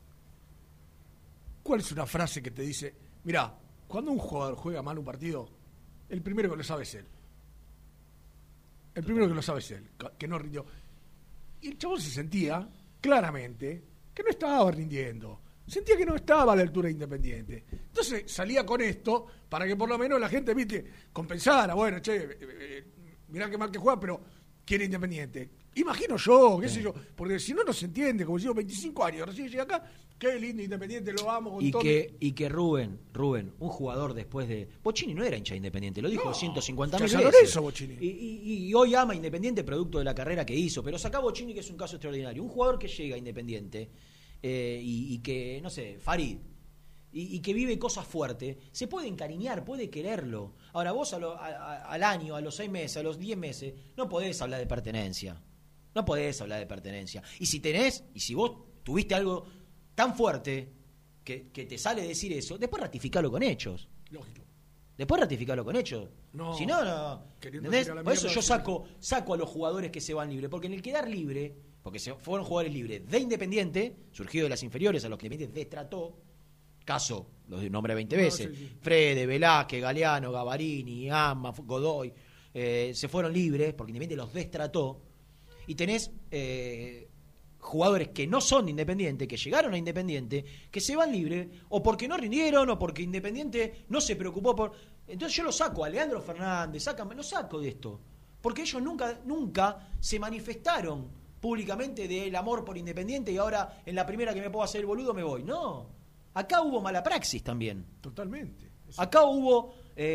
¿Cuál es una frase que te dice, mira, cuando un jugador juega mal un partido, el primero que lo sabe es él? El primero que lo sabe es él, que no rindió. Y el chabón se sentía claramente que no estaba rindiendo. Sentía que no estaba a la altura de Independiente. Entonces salía con esto para que por lo menos la gente, compensara. Bueno, mirá qué mal que juega, pero quiere Independiente. Imagino yo, qué sé yo, porque si no se entiende, como si yo 25 años, recién llegué acá, qué lindo Independiente, lo amo con todo.
Y que Rubén, un jugador después de... Bocini no era hincha de Independiente, lo dijo 150.000 veces.
Lorenzo, Bocini.
Y hoy ama a Independiente producto de la carrera que hizo, pero saca Bocini, que es un caso extraordinario. Un jugador que llega a Independiente y que, no sé, Farid, y que vive cosas fuertes, se puede encariñar, puede quererlo. Ahora vos al año, a los 6 meses, a los 10 meses, no podés hablar de pertenencia. No podés hablar de pertenencia. Y si vos tuviste algo tan fuerte que te sale decir eso, después ratificalo con hechos.
Lógico.
Después ratificalo con hechos. Si no. ¿Entendés? Por eso yo saco a los jugadores que se van libres. Porque en el quedar libre, porque fueron jugadores libres de Independiente, surgido de las inferiores a los que Independiente destrató, caso, los nombré 20 veces, Frede, Velázquez, Galeano, Gavarini, Ama, Godoy, se fueron libres porque Independiente los destrató. Y tenés jugadores que no son de Independiente, que llegaron a Independiente, que se van libres, o porque no rindieron, o porque Independiente no se preocupó por... Entonces yo lo saco, a Leandro Fernández, lo saco de esto. Porque ellos nunca se manifestaron públicamente del amor por Independiente y ahora en la primera que me puedo hacer el boludo me voy. No, acá hubo mala praxis también.
Totalmente.
Acá hubo...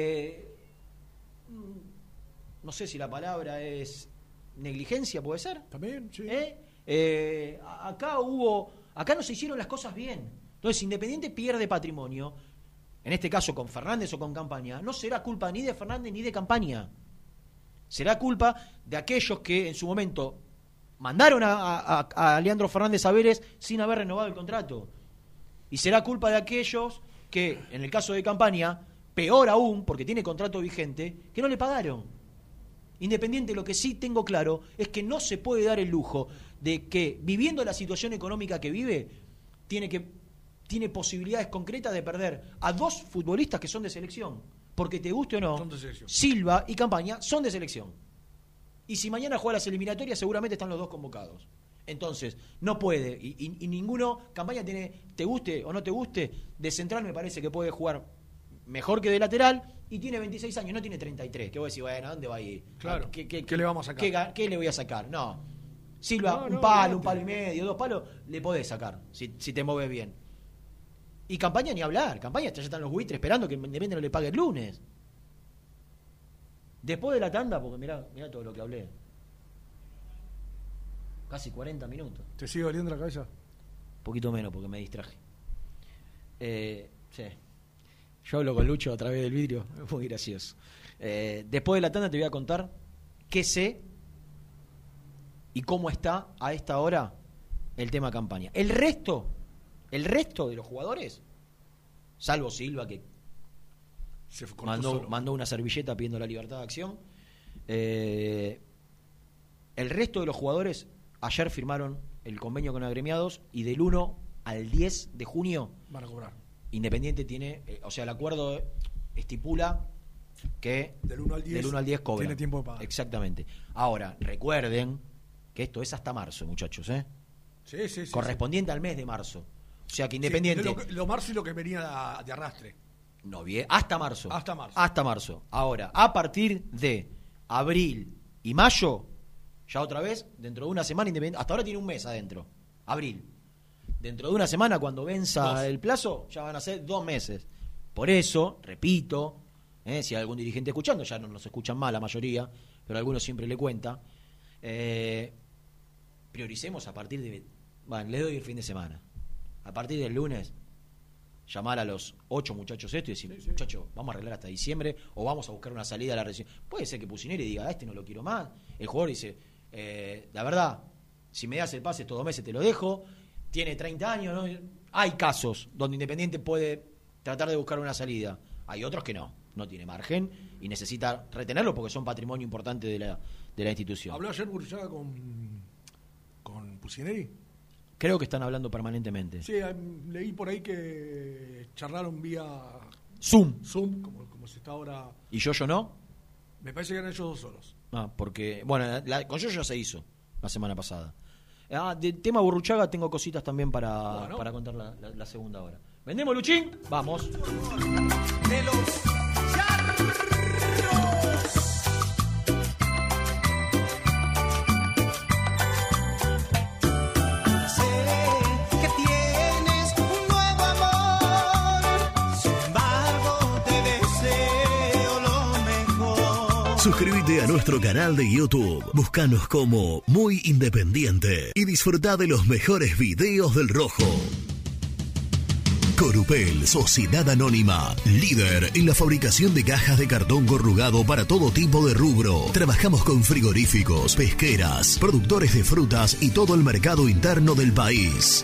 no sé si la palabra es... negligencia, ¿puede ser?
También, sí.
Acá no se hicieron las cosas bien. Entonces, Independiente pierde patrimonio, en este caso con Fernández o con Campaña, no será culpa ni de Fernández ni de Campaña. Será culpa de aquellos que en su momento mandaron a Leandro Fernández a Vélez sin haber renovado el contrato. Y será culpa de aquellos que, en el caso de Campaña, peor aún, porque tiene contrato vigente, que no le pagaron. Independiente, lo que sí tengo claro es que no se puede dar el lujo de que, viviendo la situación económica que vive, tiene posibilidades concretas de perder a 2 futbolistas que son de selección. Porque te guste o no, Silva y Campaña son de selección. Y si mañana juega las eliminatorias, seguramente están los 2 convocados. Entonces, no puede. Y ninguno, Campaña tiene, te guste o no te guste, de central me parece que puede jugar mejor que de lateral, y tiene 26 años, no tiene 33. ¿Qué voy a decir? Bueno, ¿a dónde va a ir?
Claro. ¿Qué le vamos a sacar?
¿Qué le voy a sacar? No. Silva, un palo y medio, 2 palos, le podés sacar, si te mueves bien. Y Campaña ni hablar. Campaña ya están los buitres esperando que Independiente no le pague el lunes. Después de la tanda, porque mirá todo lo que hablé. Casi 40 minutos.
¿Te sigue doliendo la cabeza?
Un poquito menos porque me distraje. Sí. Yo hablo con Lucho a través del vidrio, es muy gracioso. Después de la tanda te voy a contar qué sé y cómo está a esta hora el tema campaña. El resto de los jugadores, salvo Silva, que mandó una servilleta pidiendo la libertad de acción, el resto de los jugadores ayer firmaron el convenio con agremiados y del 1 al 10 de junio
van a cobrar.
Independiente tiene, el acuerdo estipula que
del 1 al 10
cobra.
Tiene tiempo de pagar.
Exactamente. Ahora, recuerden que esto es hasta marzo, muchachos,
Sí.
Correspondiente al mes de marzo. O sea que Independiente...
Sí, lo marzo y lo que venía de arrastre.
No, bien, hasta marzo.
Hasta marzo.
Ahora, a partir de abril y mayo, ya otra vez, dentro de una semana, Independiente... Hasta ahora tiene un mes adentro. Abril. Dentro de una semana, cuando venza el plazo, ya van a ser 2 meses. Por eso, repito, si hay algún dirigente escuchando, ya no nos escuchan mal la mayoría, pero a algunos siempre le cuenta, prioricemos a partir de... Bueno, le doy el fin de semana. A partir del lunes, llamar a los 8 muchachos esto y decir, muchachos, vamos a arreglar hasta diciembre o vamos a buscar una salida a la recién. Puede ser que Pusineri diga, este no lo quiero más. El jugador dice, la verdad, si me das el pase estos 2 meses te lo dejo. Tiene 30 años, ¿no? Hay casos donde Independiente puede tratar de buscar una salida. Hay otros que no tiene margen y necesita retenerlo porque son patrimonio importante de la institución.
¿Habló ayer Burruchaga con Pusineri?
Creo que están hablando permanentemente.
Sí, leí por ahí que charlaron vía
Zoom,
como se está ahora.
¿Y Yoyo no?
Me parece que eran ellos 2 solos.
Porque, bueno, con Yoyo ya se hizo la semana pasada. De tema Burruchaga tengo cositas también para contar la segunda hora. ¿Vendemos, Luchín? Vamos.
De los charros. Sé que tienes un nuevo amor, sin embargo te deseo lo mejor.
Suscríbete a nuestro canal de YouTube. Búscanos como Muy Independiente y disfruta de los mejores videos del Rojo. Corupel, Sociedad Anónima, líder en la fabricación de cajas de cartón corrugado para todo tipo de rubro. Trabajamos con frigoríficos, pesqueras, productores de frutas y todo el mercado interno del país.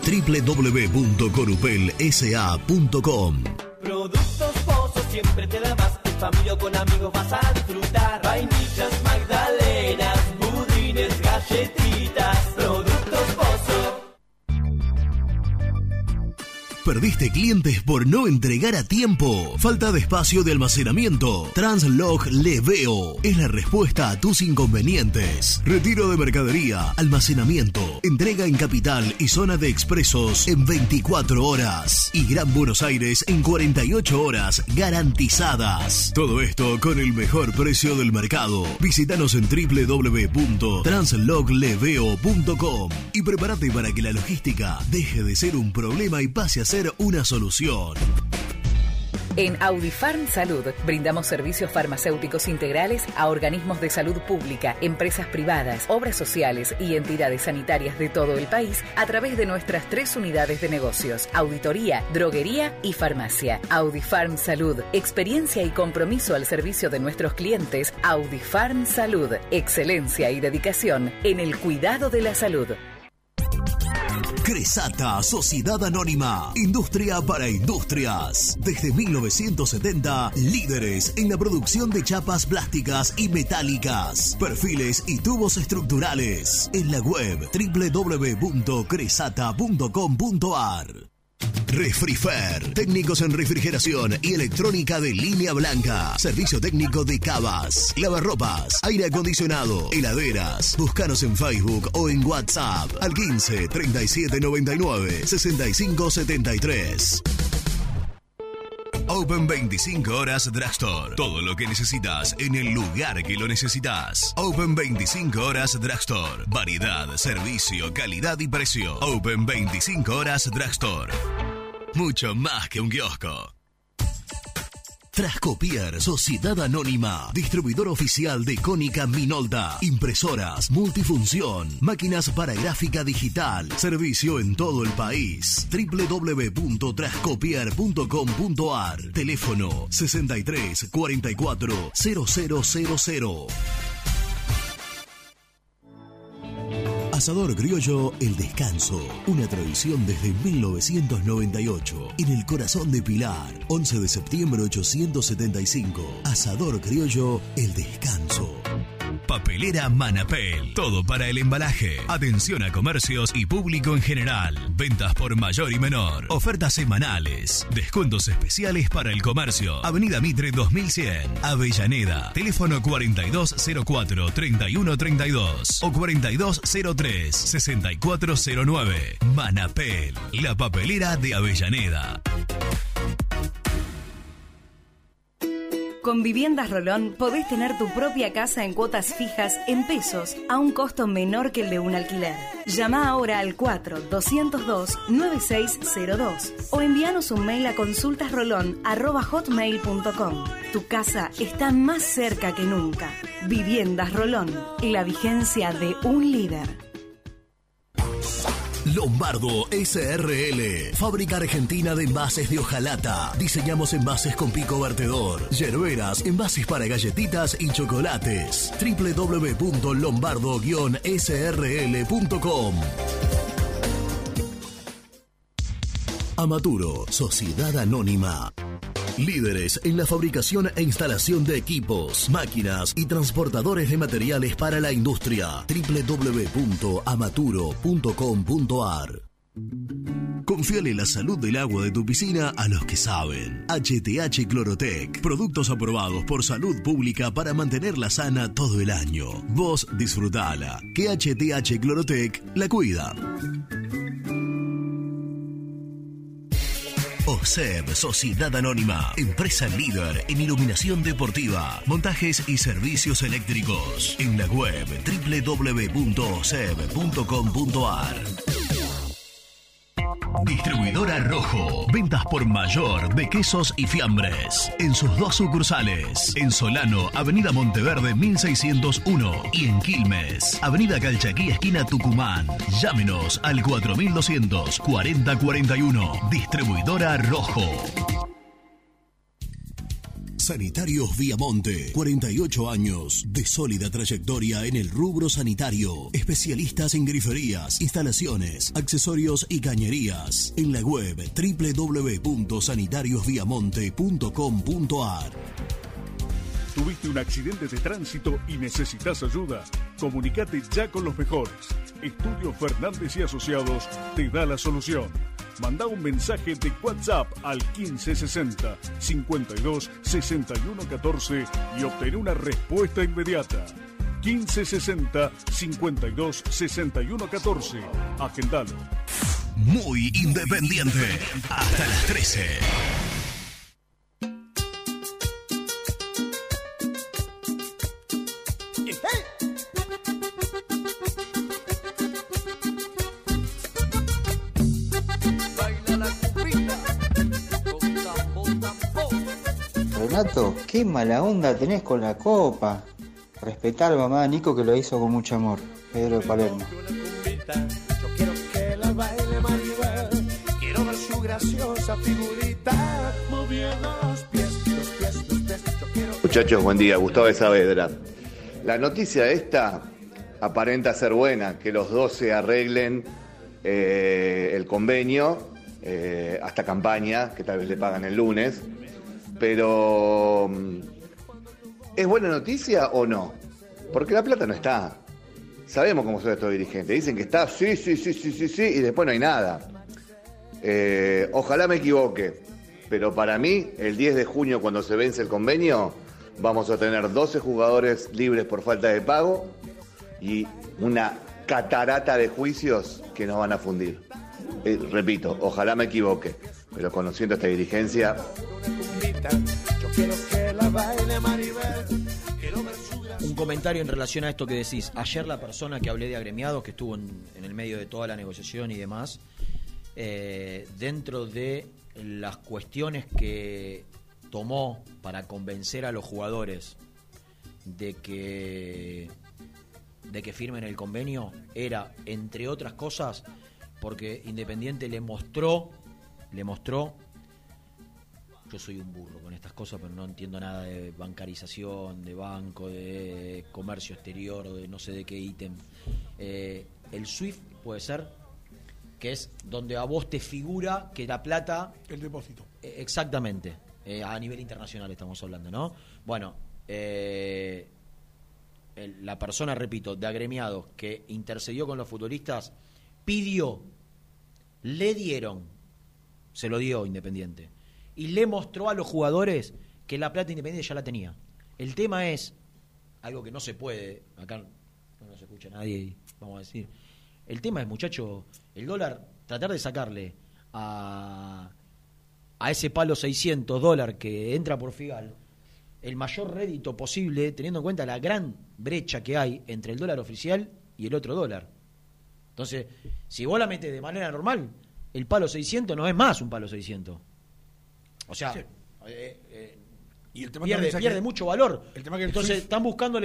www.corupelsa.com.
Productos Pozos siempre te da más. En familia o con amigos vas a disfrutar. Vainillas, magdalenas, budines, galletitas. Productos Pozos.
¿Perdiste clientes por no entregar a tiempo? ¿Falta de espacio de almacenamiento? Translog Leveo es la respuesta a tus inconvenientes. Retiro de mercadería, almacenamiento, entrega en Capital y zona de expresos en 24 horas. Y Gran Buenos Aires en 48 horas garantizadas. Todo esto con el mejor precio del mercado. Visítanos en www.translogleveo.com y prepárate para que la logística deje de ser un problema y pase a ser una solución.
En Audifarm Salud brindamos servicios farmacéuticos integrales a organismos de salud pública, empresas privadas, obras sociales y entidades sanitarias de todo el país a través de nuestras 3 unidades de negocios: auditoría, droguería y farmacia. Audifarm Salud, experiencia y compromiso al servicio de nuestros clientes. Audifarm Salud, excelencia y dedicación en el cuidado de la salud.
Cresata, Sociedad Anónima, industria para industrias. Desde 1970, líderes en la producción de chapas plásticas y metálicas, perfiles y tubos estructurales. En la web www.cresata.com.ar. Refrifer, técnicos en refrigeración y electrónica de línea blanca. Servicio técnico de cavas, lavarropas, aire acondicionado, heladeras. Búscanos en Facebook o en WhatsApp al 15 37 99 65 73. Open 25 horas Drugstore. Todo lo que necesitas en el lugar que lo necesitas. Open 25 horas Drugstore. Variedad, servicio, calidad y precio. Open 25 horas Drugstore. Mucho más que un kiosco. Trascopier, Sociedad Anónima, distribuidor oficial de Cónica Minolta, impresoras, multifunción, máquinas para gráfica digital, servicio en todo el país. www.trascopier.com.ar, teléfono 63 44 0000. Asador Criollo El Descanso, una tradición desde 1998, en el corazón de Pilar, 11 de septiembre 875. Asador Criollo El Descanso. Papelera Manapel, todo para el embalaje. Atención a comercios y público en general. Ventas por mayor y menor. Ofertas semanales. Descuentos especiales para el comercio. Avenida Mitre 2100, Avellaneda. Teléfono 4204-3132 o 4203-6409. Manapel, la papelera de Avellaneda.
Con Viviendas Rolón podés tener tu propia casa en cuotas fijas en pesos a un costo menor que el de un alquiler. Llama ahora al 4-202-9602 o envíanos un mail a consultasrolón@hotmail.com. Tu casa está más cerca que nunca. Viviendas Rolón, la vigencia de un líder.
Lombardo SRL, fábrica argentina de envases de hojalata. Diseñamos envases con pico vertedor, yerberas, envases para galletitas y chocolates. www.lombardo-srl.com. Amaturo, Sociedad Anónima. Líderes en la fabricación e instalación de equipos, máquinas y transportadores de materiales para la industria. www.amaturo.com.ar. Confíale la salud del agua de tu piscina a los que saben. HTH Clorotec. Productos aprobados por Salud Pública para mantenerla sana todo el año. Vos disfrutala, que HTH Clorotec la cuida. OSEB, Sociedad Anónima, empresa líder en iluminación deportiva, montajes y servicios eléctricos. En la web www.oseb.com.ar. Distribuidora Rojo. Ventas por mayor de quesos y fiambres. En sus dos sucursales. En Solano, Avenida Monteverde 1601. Y en Quilmes, Avenida Calchaquí, esquina Tucumán. Llámenos al 4200 4041. Distribuidora Rojo. Sanitarios Viamonte, 48 años de sólida trayectoria en el rubro sanitario. Especialistas en griferías, instalaciones, accesorios y cañerías. En la web www.sanitariosviamonte.com.ar.
¿Tuviste un accidente de tránsito y necesitas ayuda? Comunicate ya con los mejores. Estudio Fernández y Asociados te da la solución. Manda un mensaje de WhatsApp al 1560 52 61 14 y obtén una respuesta inmediata. 1560 52 61 14. Agendalo.
Muy independiente. Hasta las 13.
Renato, qué mala onda tenés con la copa. Respetá a la mamá de Nico que lo hizo con mucho amor. Pedro de Palermo.
Yo quiero que la baile Maribel. Quiero ver su graciosa figurita moviendo los pies, los pies, los pies. Yo quiero...
Muchachos, buen día. Gustavo de Saavedra. La noticia esta aparenta ser buena, que los dos se arreglen el convenio hasta campaña, que tal vez le pagan el lunes. Pero, ¿es buena noticia o no? Porque la plata no está. Sabemos cómo son estos dirigentes. Dicen que está, sí, y después no hay nada. Ojalá me equivoque. Pero para mí, el 10 de junio, cuando se vence el convenio, vamos a tener 12 jugadores libres por falta de pago y una catarata de juicios que nos van a fundir. Repito, ojalá me equivoque. Pero conociendo esta dirigencia...
Yo quiero que la baile Maribel.
Un comentario en relación a esto que decís. Ayer la persona que hablé de agremiados, que estuvo en el medio de toda la negociación y demás, dentro de las cuestiones que tomó para convencer a los jugadores de que firmen el convenio era, entre otras cosas, porque Independiente le mostró, yo soy un burro con estas cosas, pero no entiendo nada de bancarización, de banco, de comercio exterior, de no sé de qué ítem. El SWIFT puede ser, que es donde a vos te figura que la plata...
El depósito.
Exactamente. A nivel internacional estamos hablando, ¿no? Bueno, la persona, repito, de agremiados que intercedió con los futbolistas, pidió, le dieron, se lo dio Independiente, y le mostró a los jugadores que la plata Independiente ya la tenía. El tema es, algo que no se puede, acá no nos escucha nadie, vamos a decir, el tema es, muchacho, el dólar, tratar de sacarle a ese palo $600 que entra por Figal el mayor rédito posible, teniendo en cuenta la gran brecha que hay entre el dólar oficial y el otro dólar. Entonces, si vos la metés de manera normal, el palo 600 no es más un palo 600. O sea, sí. Y el tema pierde mucho valor. El tema que entonces estaban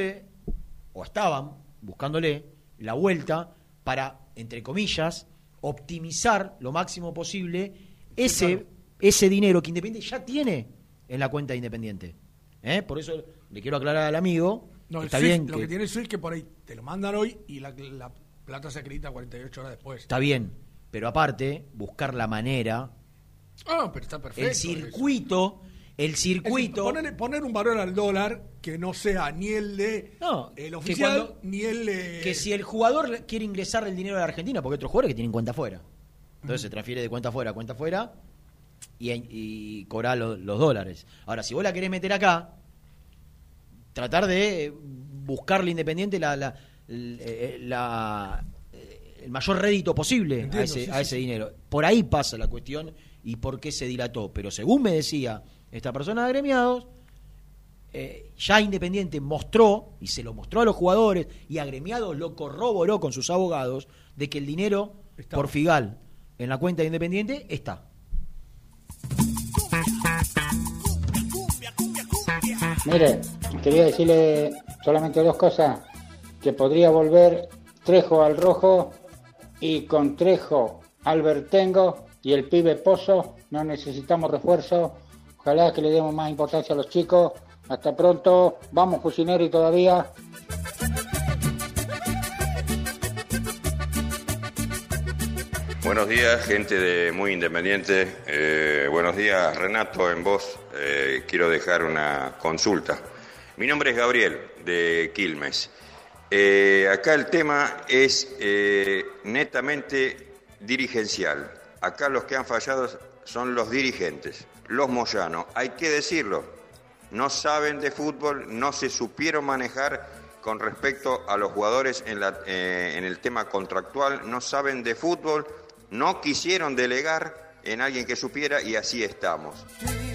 buscándole la vuelta para, entre comillas, optimizar lo máximo posible ese dinero que Independiente ya tiene en la cuenta de Independiente. Por eso le quiero aclarar al amigo.
No,
está
SWIFT,
bien
lo que tiene SWIFT es que por ahí te lo mandan hoy y la plata se acredita 48 horas después.
Está bien, pero aparte, buscar la manera.
Pero está perfecto.
El circuito.
Poner un valor al dólar que no sea ni el de el oficial ni el de...
Que si el jugador quiere ingresar el dinero de la Argentina, porque hay otros jugadores que tienen cuenta afuera. Entonces se transfiere de cuenta afuera a cuenta afuera y cobrar los dólares. Ahora, si vos la querés meter acá, tratar de buscarle Independiente el mayor rédito posible. Entiendo, a ese dinero. Por ahí pasa la cuestión y por qué se dilató. Pero según me decía esta persona de agremiados, ya Independiente mostró, y se lo mostró a los jugadores, y agremiados lo corroboró con sus abogados, de que el dinero por Figal en la cuenta de Independiente está.
Mire, quería decirle solamente dos cosas, que podría volver Trejo al rojo y con Trejo al Bertengo y el pibe Pozo, no necesitamos refuerzo, ojalá que le demos más importancia a los chicos, hasta pronto, vamos Cucineri todavía.
Buenos días, gente de Muy Independiente. Buenos días, Renato, en voz. Quiero dejar una consulta. Mi nombre es Gabriel, de Quilmes. Acá el tema es netamente dirigencial. Acá los que han fallado son los dirigentes, los Moyanos. Hay que decirlo, no saben de fútbol, no se supieron manejar con respecto a los jugadores en el tema contractual, no saben de fútbol, no quisieron delegar en alguien que supiera y así estamos.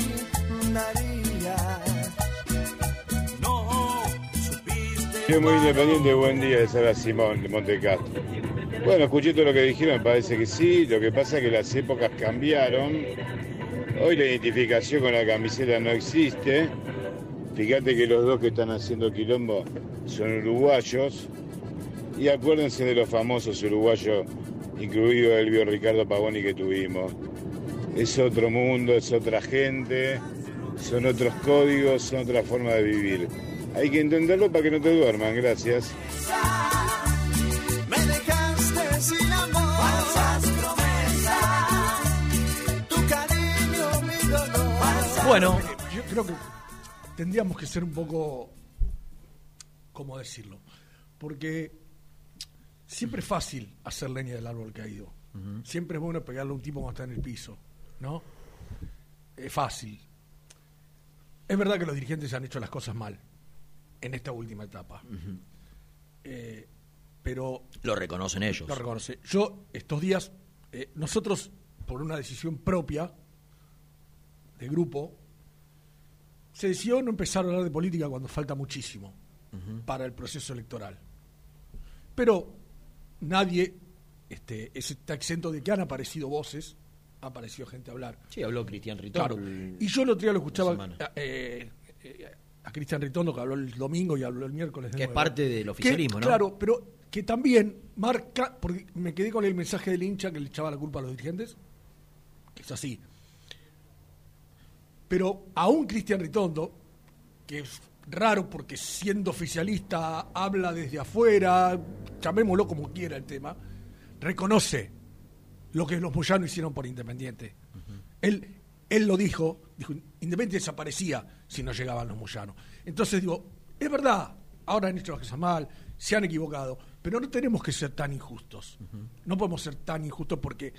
Yo Muy Independiente, buen día, de Sara Simón de Montecastro. Bueno, escuché todo lo que dijeron, me parece que sí, lo que pasa es que las épocas cambiaron, hoy la identificación con la camiseta no existe, fíjate que los dos que están haciendo quilombo son uruguayos, y acuérdense de los famosos uruguayos, incluido el bio Ricardo Pavoni que tuvimos. Es otro mundo, es otra gente, son otros códigos, son otra forma de vivir. Hay que entenderlo para que no te duerman, gracias.
Me dejaste sin amor, falsas promesas, tu cariño, mi dolor.
Bueno,
yo creo que tendríamos que ser un poco, ¿cómo decirlo? Porque siempre es fácil hacer leña del árbol caído. Uh-huh. Siempre es bueno pegarle a un tipo cuando está en el piso, ¿no? Es fácil. Es verdad que los dirigentes han hecho las cosas mal en esta última etapa. Uh-huh. Pero
lo reconocen ellos.
Lo reconocen. Yo, estos días, nosotros, por una decisión propia de grupo, se decidió no empezar a hablar de política cuando falta muchísimo para el proceso electoral. Pero nadie está exento de que han aparecido voces ha aparecido gente a hablar.
Sí, habló Cristian Ritondo.
Claro. Y yo el otro día lo escuchaba a Cristian Ritondo, que habló el domingo y habló el miércoles.
Que es parte del oficialismo, ¿no?
Claro, pero que también marca, porque me quedé con el mensaje del hincha que le echaba la culpa a los dirigentes, que es así. Pero aún Cristian Ritondo, que es raro porque siendo oficialista habla desde afuera, llamémoslo como quiera el tema, reconoce lo que los moyanos hicieron por Independiente. Él lo dijo, Independiente desaparecía si no llegaban los moyanos. Entonces digo, es verdad, ahora han hecho las cosas mal, se han equivocado, pero no tenemos que ser tan injustos. No podemos ser tan injustos porque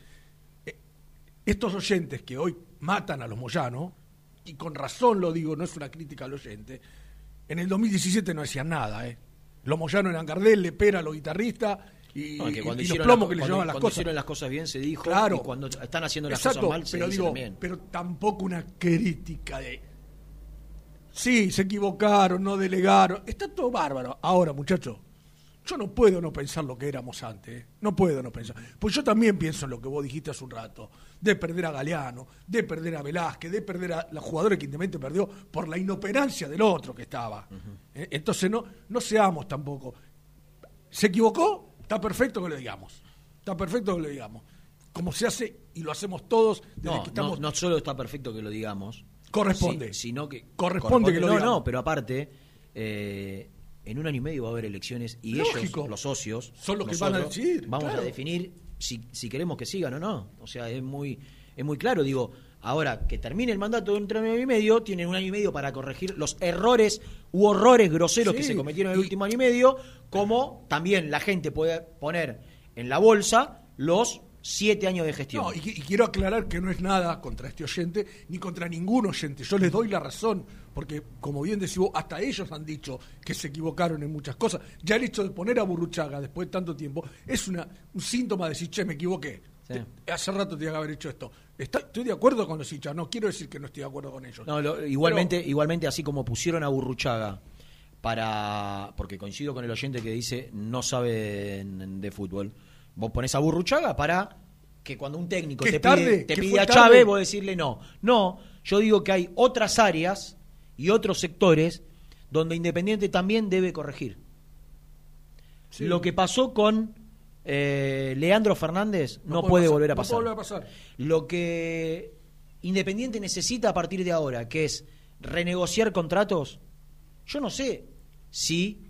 estos oyentes que hoy matan a los moyanos, y con razón lo digo, no es una crítica al oyente, en el 2017 no decían nada, Los moyanos eran Gardel, Lepera, los guitarristas y los plomos que le llevaban las cosas.
Cuando hicieron las cosas bien se dijo,
claro,
y cuando están haciendo las
exacto,
cosas mal se
pero
dice también.
Pero tampoco una crítica de... Sí, se equivocaron, no delegaron, está todo bárbaro. Ahora, muchachos, yo no puedo no pensar lo que éramos antes, no puedo no pensar. Pues yo también pienso en lo que vos dijiste hace un rato, de perder a Galeano, de perder a Velázquez, de perder a los jugadores que Independiente perdió por la inoperancia del otro que estaba. Entonces no seamos tampoco. ¿Se equivocó? Está perfecto que lo digamos. Está perfecto que lo digamos. Como se hace y lo hacemos todos desde que estamos...
No solo está perfecto que lo digamos.
Corresponde.
Sino que...
Corresponde que lo digamos.
No, pero aparte... en un año y medio va a haber elecciones y
lógico,
ellos, los socios,
son los que van a decidir.
Vamos a definir si queremos que sigan o no. O sea, es muy claro. Digo, ahora que termine el mandato de un año y medio, tienen un año y medio para corregir los errores u horrores groseros que se cometieron en el último año y medio, como también la gente puede poner en la bolsa los 7 años de gestión.
No, y quiero aclarar que no es nada contra este oyente, ni contra ningún oyente. Yo les doy la razón, porque, como bien decís vos, hasta ellos han dicho que se equivocaron en muchas cosas. Ya el hecho de poner a Burruchaga después de tanto tiempo es un síntoma de decir, che, me equivoqué. Sí. Hace rato tenía que haber hecho esto. Estoy de acuerdo con los hinchas, no quiero decir que no estoy de acuerdo con ellos.
No, igualmente, así como pusieron a Burruchaga porque coincido con el oyente que dice no sabe de fútbol, vos ponés a Burruchaga para que cuando un técnico te pide a Chávez, vos decirle no. No, yo digo que hay otras áreas y otros sectores donde Independiente también debe corregir. Sí. Lo que pasó con Leandro Fernández no puede volver a pasar.
No puede volver a pasar.
Lo que Independiente necesita a partir de ahora, que es renegociar contratos, yo no sé si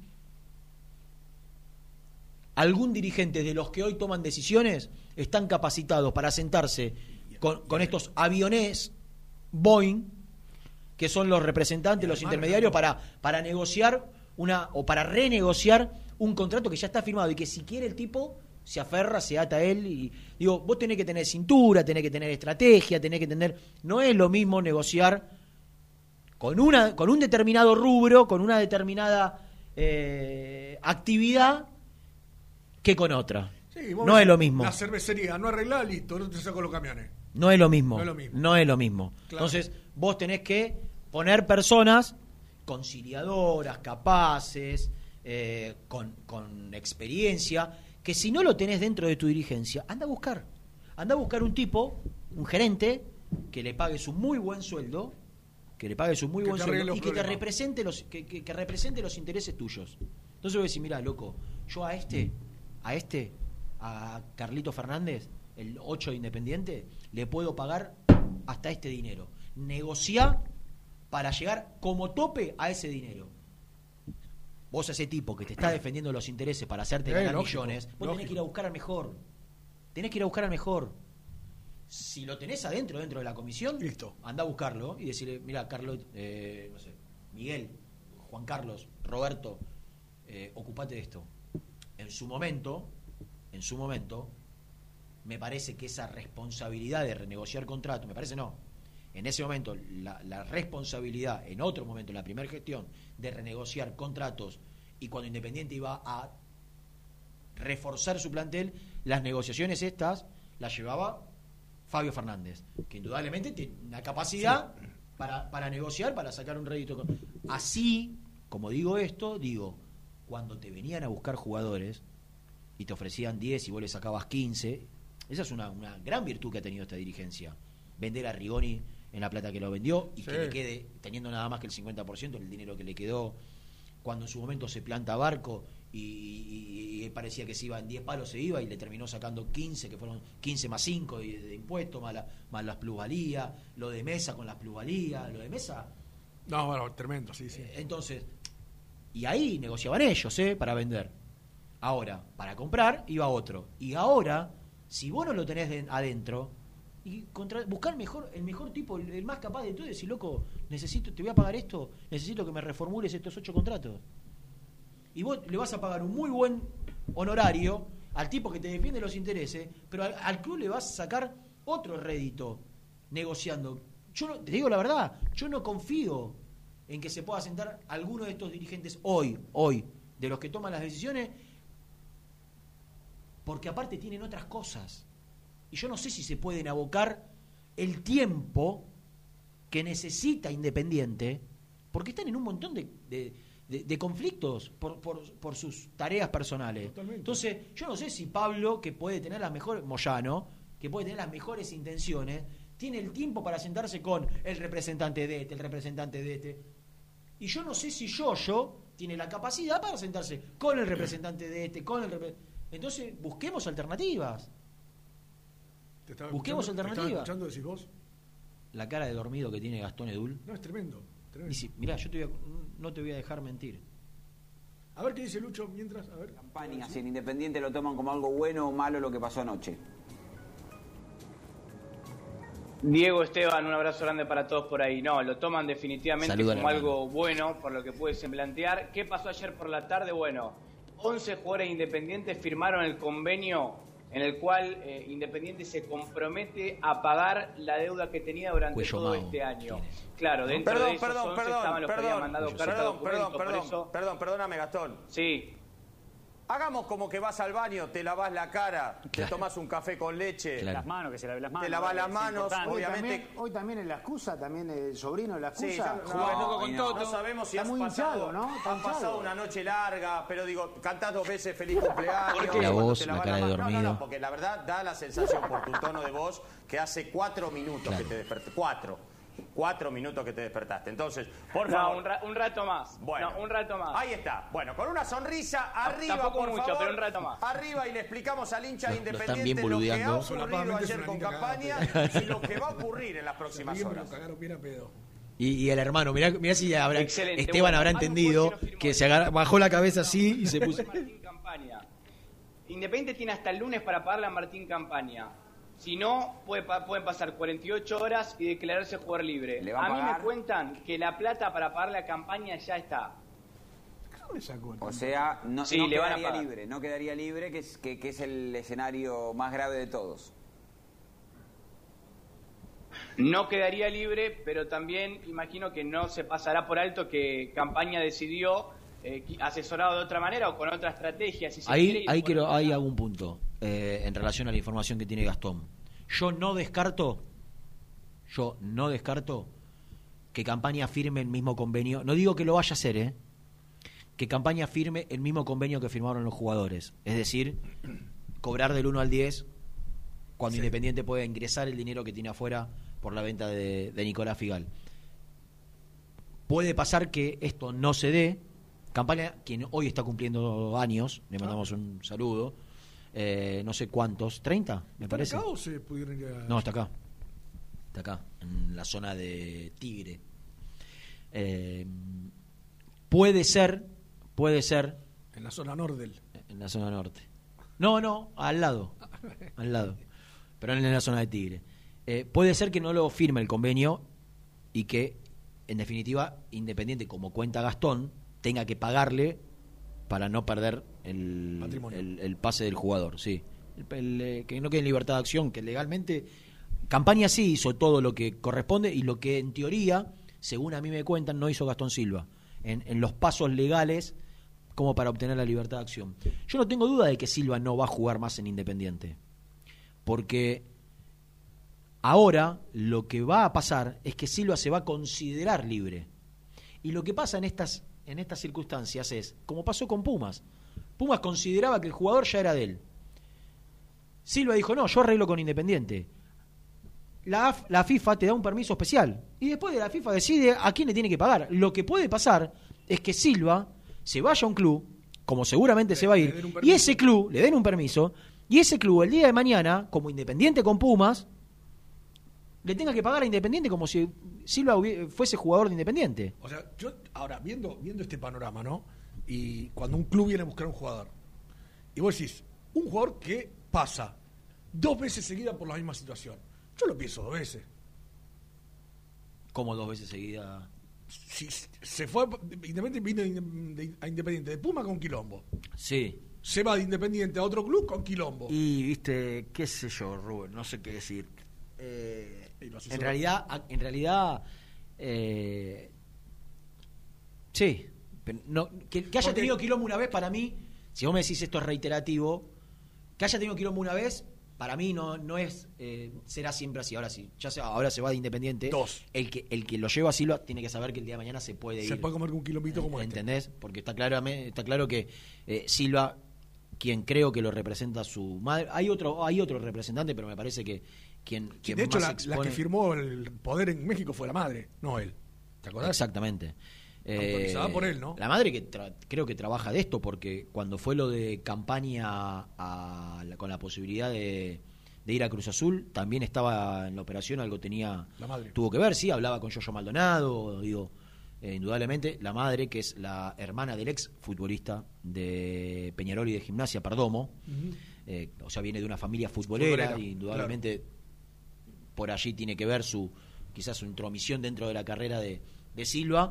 algún dirigente de los que hoy toman decisiones están capacitados para sentarse con estos aviones Boeing, que son los representantes, los intermediarios, para negociar o para renegociar un contrato que ya está firmado y que si quiere el tipo se aferra, se ata a él. Y digo, vos tenés que tener cintura, tenés que tener estrategia, tenés que tener... No es lo mismo negociar con un determinado rubro, con una determinada actividad, que con otra.
Sí,
no es lo mismo.
La cervecería no arregla, listo, no te saco los camiones.
No es lo mismo.
No es lo
mismo.
Claro.
Entonces, vos tenés que poner personas conciliadoras, capaces, con experiencia, que si no lo tenés dentro de tu dirigencia, anda a buscar un tipo, un gerente, que le pagues un muy buen sueldo, y que te represente que represente los intereses tuyos. Entonces vos decís, mirá, loco, yo a Carlito Fernández, el 8 de Independiente, le puedo pagar hasta este dinero. Negociá para llegar como tope a ese dinero. Vos a ese tipo que te está defendiendo los intereses para hacerte ganar millones, vos tenés que ir a buscar al mejor. Si lo tenés dentro de la comisión,
listo,
anda a buscarlo y decirle, mira, Carlos, no sé, Miguel, Juan Carlos, Roberto, ocupate de esto. En su momento, me parece que esa responsabilidad de renegociar contrato, en ese momento la responsabilidad, en otro momento, en la primera gestión, de renegociar contratos, y cuando Independiente iba a reforzar su plantel, las negociaciones estas las llevaba Fabio Fernández, que indudablemente tiene una capacidad para negociar, para sacar un rédito. Así, como digo esto, cuando te venían a buscar jugadores y te ofrecían 10 y vos le sacabas 15, Esa es una gran virtud que ha tenido esta dirigencia. Vender a Rigoni en la plata que lo vendió y que le quede, teniendo nada más que el 50% del dinero que le quedó, cuando en su momento se planta Barco y parecía que se iba en 10 palos, se iba y le terminó sacando 15, que fueron 15 más 5 de impuestos, más las plusvalías, lo de Mesa con las plusvalías, lo de Mesa.
No, bueno, tremendo, sí.
Entonces, y ahí negociaban ellos, para vender. Ahora, para comprar, iba otro. Y ahora, si vos no lo tenés adentro, y buscar el mejor tipo, el más capaz de todo, y decir, loco, te voy a pagar esto, necesito que me reformules estos 8 contratos. Y vos le vas a pagar un muy buen honorario al tipo que te defiende los intereses, pero al club le vas a sacar otro rédito negociando. Te digo la verdad, yo no confío en que se pueda sentar alguno de estos dirigentes hoy, de los que toman las decisiones, porque aparte tienen otras cosas. Y yo no sé si se pueden abocar el tiempo que necesita Independiente, porque están en un montón de conflictos por sus tareas personales. Totalmente. Entonces, yo no sé si Pablo, que puede tener las mejores, Moyano, que puede tener las mejores intenciones, tiene el tiempo para sentarse con el representante de el representante de este. Y yo no sé si Yoyo tiene la capacidad para sentarse con el representante de este, Entonces, busquemos alternativas. Busquemos alternativas.
¿Te estás escuchando, decís vos?
La cara de dormido que tiene Gastón Edul.
No, es tremendo.
Dice, mirá, yo no te voy a dejar mentir.
A ver qué dice Lucho mientras. A ver.
Campaña, si en Independiente lo toman como algo bueno o malo lo que pasó anoche.
Diego, Esteban, un abrazo grande para todos por ahí. No, lo toman definitivamente como algo bueno, por lo que pudiesen plantear. ¿Qué pasó ayer por la tarde? Bueno, 11 jugadores independientes firmaron el convenio en el cual Independiente se compromete a pagar la deuda que tenía durante todo este año. Claro, dentro de esos 11 estaban los que habían mandado carta documento.
Perdóname, Gastón.
Sí.
Hagamos como que vas al baño, te lavas la cara, te tomás un café con leche.
Las manos, que se lave las manos.
Te lavas las manos, obviamente.
Hoy también en la excusa, también el sobrino de la excusa.
Sí, no sabemos si has pasado una noche larga, pero digo, cantás 2 veces feliz cumpleaños.
La voz, la cara de dormido.
No, porque la verdad da la sensación por tu tono de voz que hace 4 minutos que te despertaste. 4 minutos que te despertaste. Entonces, por favor.
Un rato más.
Bueno,
un rato más.
Ahí está. Bueno, con una sonrisa arriba,
tampoco
por
mucho,
favor.
Pero un rato más.
Arriba y le explicamos al hincha Independiente
lo
que ha ocurrido ayer con Campaña y lo que va a ocurrir en las próximas horas.
Y el hermano, mirá si Esteban habrá entendido que se bajó la cabeza así y se puso.
Martín Campaña. Independiente tiene hasta el lunes para pagarle a Martín Campaña. Si no, pueden pasar 48 horas y declararse jugador libre. A mí me cuentan que la plata para pagarle a Campaña ya está.
O sea, no quedaría libre. No quedaría libre, que es el escenario más grave de todos.
No quedaría libre, pero también imagino que no se pasará por alto que Campaña decidió, asesorado de otra manera o con otra estrategia. Si
ahí hago un punto en relación a la información que tiene Gastón. Yo no descarto que Campaña firme el mismo convenio. No digo que lo vaya a hacer, que Campaña firme el mismo convenio que firmaron los jugadores. Es decir, cobrar del 1 al 10 cuando Independiente pueda ingresar el dinero que tiene afuera por la venta de Nicolás Figal. Puede pasar que esto no se dé. Campaña, quien hoy está cumpliendo años, le mandamos un saludo. No sé cuántos, 30, me parece.
¿Está acá o se pudieron ir a...?
No, está acá. Está acá, en la zona de Tigre. Puede ser.
En la zona norte.
En la zona norte. No, al lado. Pero en la zona de Tigre. Puede ser que no lo firme el convenio y que, en definitiva, Independiente, como cuenta Gastón, tenga que pagarle para no perder el pase del jugador, sí. Que no quede en libertad de acción, que legalmente Campaña sí hizo todo lo que corresponde y lo que en teoría, según a mí me cuentan, no hizo Gastón Silva en los pasos legales como para obtener la libertad de acción. Yo no tengo duda de que Silva no va a jugar más en Independiente, porque ahora lo que va a pasar es que Silva se va a considerar libre, y lo que pasa en estas circunstancias es, como pasó con Pumas, Pumas consideraba que el jugador ya era de él. Silva dijo, no, yo arreglo con Independiente. La FIFA te da un permiso especial. Y después de la FIFA decide a quién le tiene que pagar. Lo que puede pasar es que Silva se vaya a un club, como seguramente se va a ir, y ese club, le den un permiso, y ese club el día de mañana, como Independiente con Pumas, le tenga que pagar a Independiente como si Silva fuese jugador de Independiente.
O sea, yo ahora, viendo este panorama, ¿no? Y cuando un club viene a buscar un jugador, y vos decís, un jugador que pasa 2 veces seguidas por la misma situación, yo lo pienso 2 veces.
¿Cómo 2 veces seguidas?
Si se fue Independiente, vino a Independiente de Puma con quilombo.
Sí.
Se va de Independiente a otro club con quilombo.
Y, viste, qué sé yo, Rubén, no sé qué decir. En realidad, sí. Pero no, que haya tenido quilombo una vez, para mí, si vos me decís esto es reiterativo, que haya tenido quilombo una vez, para mí no es será siempre así. Ahora sí, ahora se va de Independiente.
2.
El que lo lleva a Silva tiene que saber que el día de mañana se puede ir.
Se puede comer con un quilombito como
¿entendés? Porque está claro que Silva, quien creo que lo representa su madre, hay otro representante, pero me parece que quien
de hecho
más
la que firmó el poder en México fue la madre, no él. ¿Te acordás?
Exactamente.
Autorizada por él, ¿no?
La madre que creo que trabaja de esto, porque cuando fue lo de campaña con la posibilidad de ir a Cruz Azul, también estaba en la operación, algo tuvo que ver, sí, hablaba con Yoyo Maldonado, indudablemente, la madre, que es la hermana del ex futbolista de Peñarol y de Gimnasia, Perdomo, o sea, viene de una familia futbolera, y indudablemente por allí tiene que ver quizás su intromisión dentro de la carrera de Silva.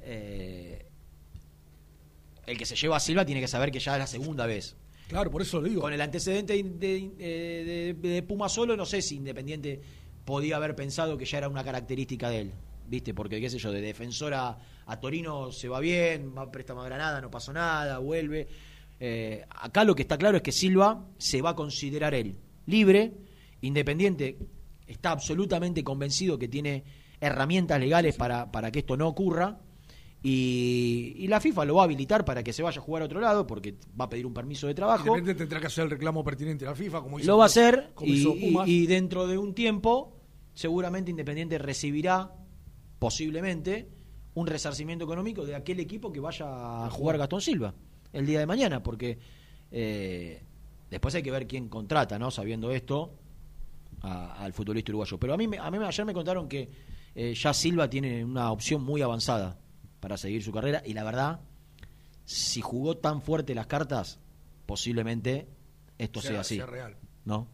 El que se lleva a Silva tiene que saber que ya es la segunda vez.
Claro, por eso lo digo.
Con el antecedente de Puma solo, no sé si Independiente podía haber pensado que ya era una característica de él, ¿viste? Porque, qué sé yo, de defensor a Torino se va bien, va a préstamo a Granada, no pasó nada, vuelve. Acá lo que está claro es que Silva se va a considerar él libre. Independiente está absolutamente convencido que tiene herramientas legales para que esto no ocurra, y la FIFA lo va a habilitar para que se vaya a jugar a otro lado, porque va a pedir un permiso de trabajo.
Independiente tendrá que hacer el reclamo pertinente a la FIFA, como hizo,
lo va a hacer,
Pumas.
Y dentro de un tiempo seguramente Independiente recibirá posiblemente un resarcimiento económico de aquel equipo que vaya a jugar Gastón Silva el día de mañana, porque después hay que ver quién contrata, ¿no? Sabiendo esto al futbolista uruguayo. Pero a mí ayer me contaron que ya Silva tiene una opción muy avanzada para seguir su carrera, y la verdad, si jugó tan fuerte las cartas, posiblemente esto sea así,
sea real,
¿no?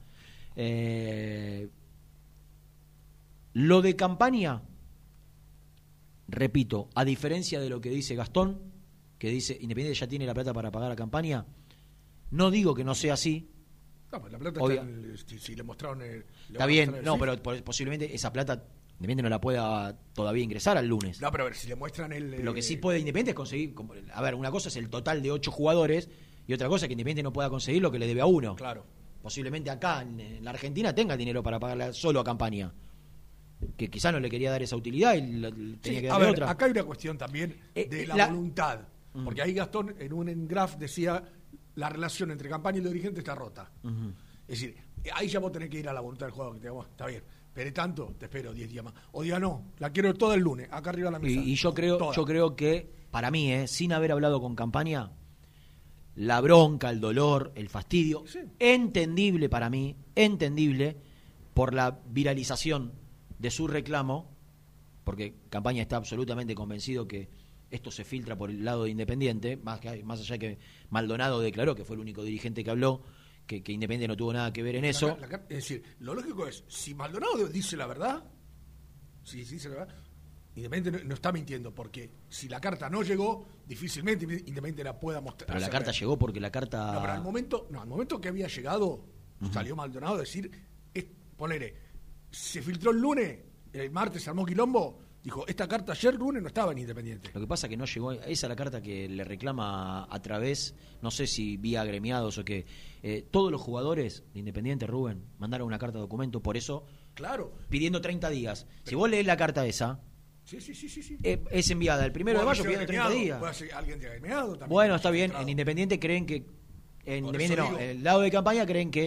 Lo de campaña, repito, a diferencia de lo que dice Gastón, que dice Independiente ya tiene la plata para pagar la campaña, no digo que no sea así.
No, pues la plata si le mostraron
está bien, no, pero posiblemente esa plata Independiente no la pueda todavía ingresar al lunes.
No, pero a ver, si le muestran
lo que sí puede Independiente es conseguir, a ver, una cosa es el total de 8 jugadores y otra cosa es que Independiente no pueda conseguir lo que le debe a uno.
Claro.
Posiblemente acá en la Argentina tenga dinero para pagarla solo a campaña, que quizás no le quería dar esa utilidad y tenía que darle otra.
Acá hay una cuestión también de la voluntad, porque ahí Gastón en un graph decía la relación entre campaña y los dirigentes está rota. Es decir, ahí ya vos tenés que ir a la voluntad del jugador, que te diga, está bien, esperé tanto, te espero 10 días más. O diga, no, la quiero todo el lunes, acá arriba de la mesa.
Y yo creo que, para mí, sin haber hablado con campaña, la bronca, el dolor, el fastidio, entendible para mí, entendible por la viralización de su reclamo, porque campaña está absolutamente convencido que esto se filtra por el lado de Independiente, más allá que Maldonado declaró que fue el único dirigente que habló, que Independiente no tuvo nada que ver en eso.
Es decir, lo lógico es, si Maldonado dice la verdad, Independiente no está mintiendo, porque si la carta no llegó, difícilmente Independiente la pueda mostrar.
Pero la carta llegó porque la carta...
No, pero al momento que había llegado, salió Maldonado a decir, ponele, se filtró el lunes, el martes se armó quilombo, dijo, esta carta ayer lunes no estaba en Independiente.
Lo que pasa es que no llegó, esa es la carta que le reclama a través, no sé si vía agremiados o qué, todos los jugadores de Independiente, Rubén, mandaron una carta de documento, por eso,
claro,
pidiendo 30 días. Si vos lees la carta esa,
sí.
Es enviada el 1 de mayo pidiendo 30 días.
Puede ser alguien de agremiado también.
Bueno, está bien, en Independiente creen que, en el lado de campaña creen que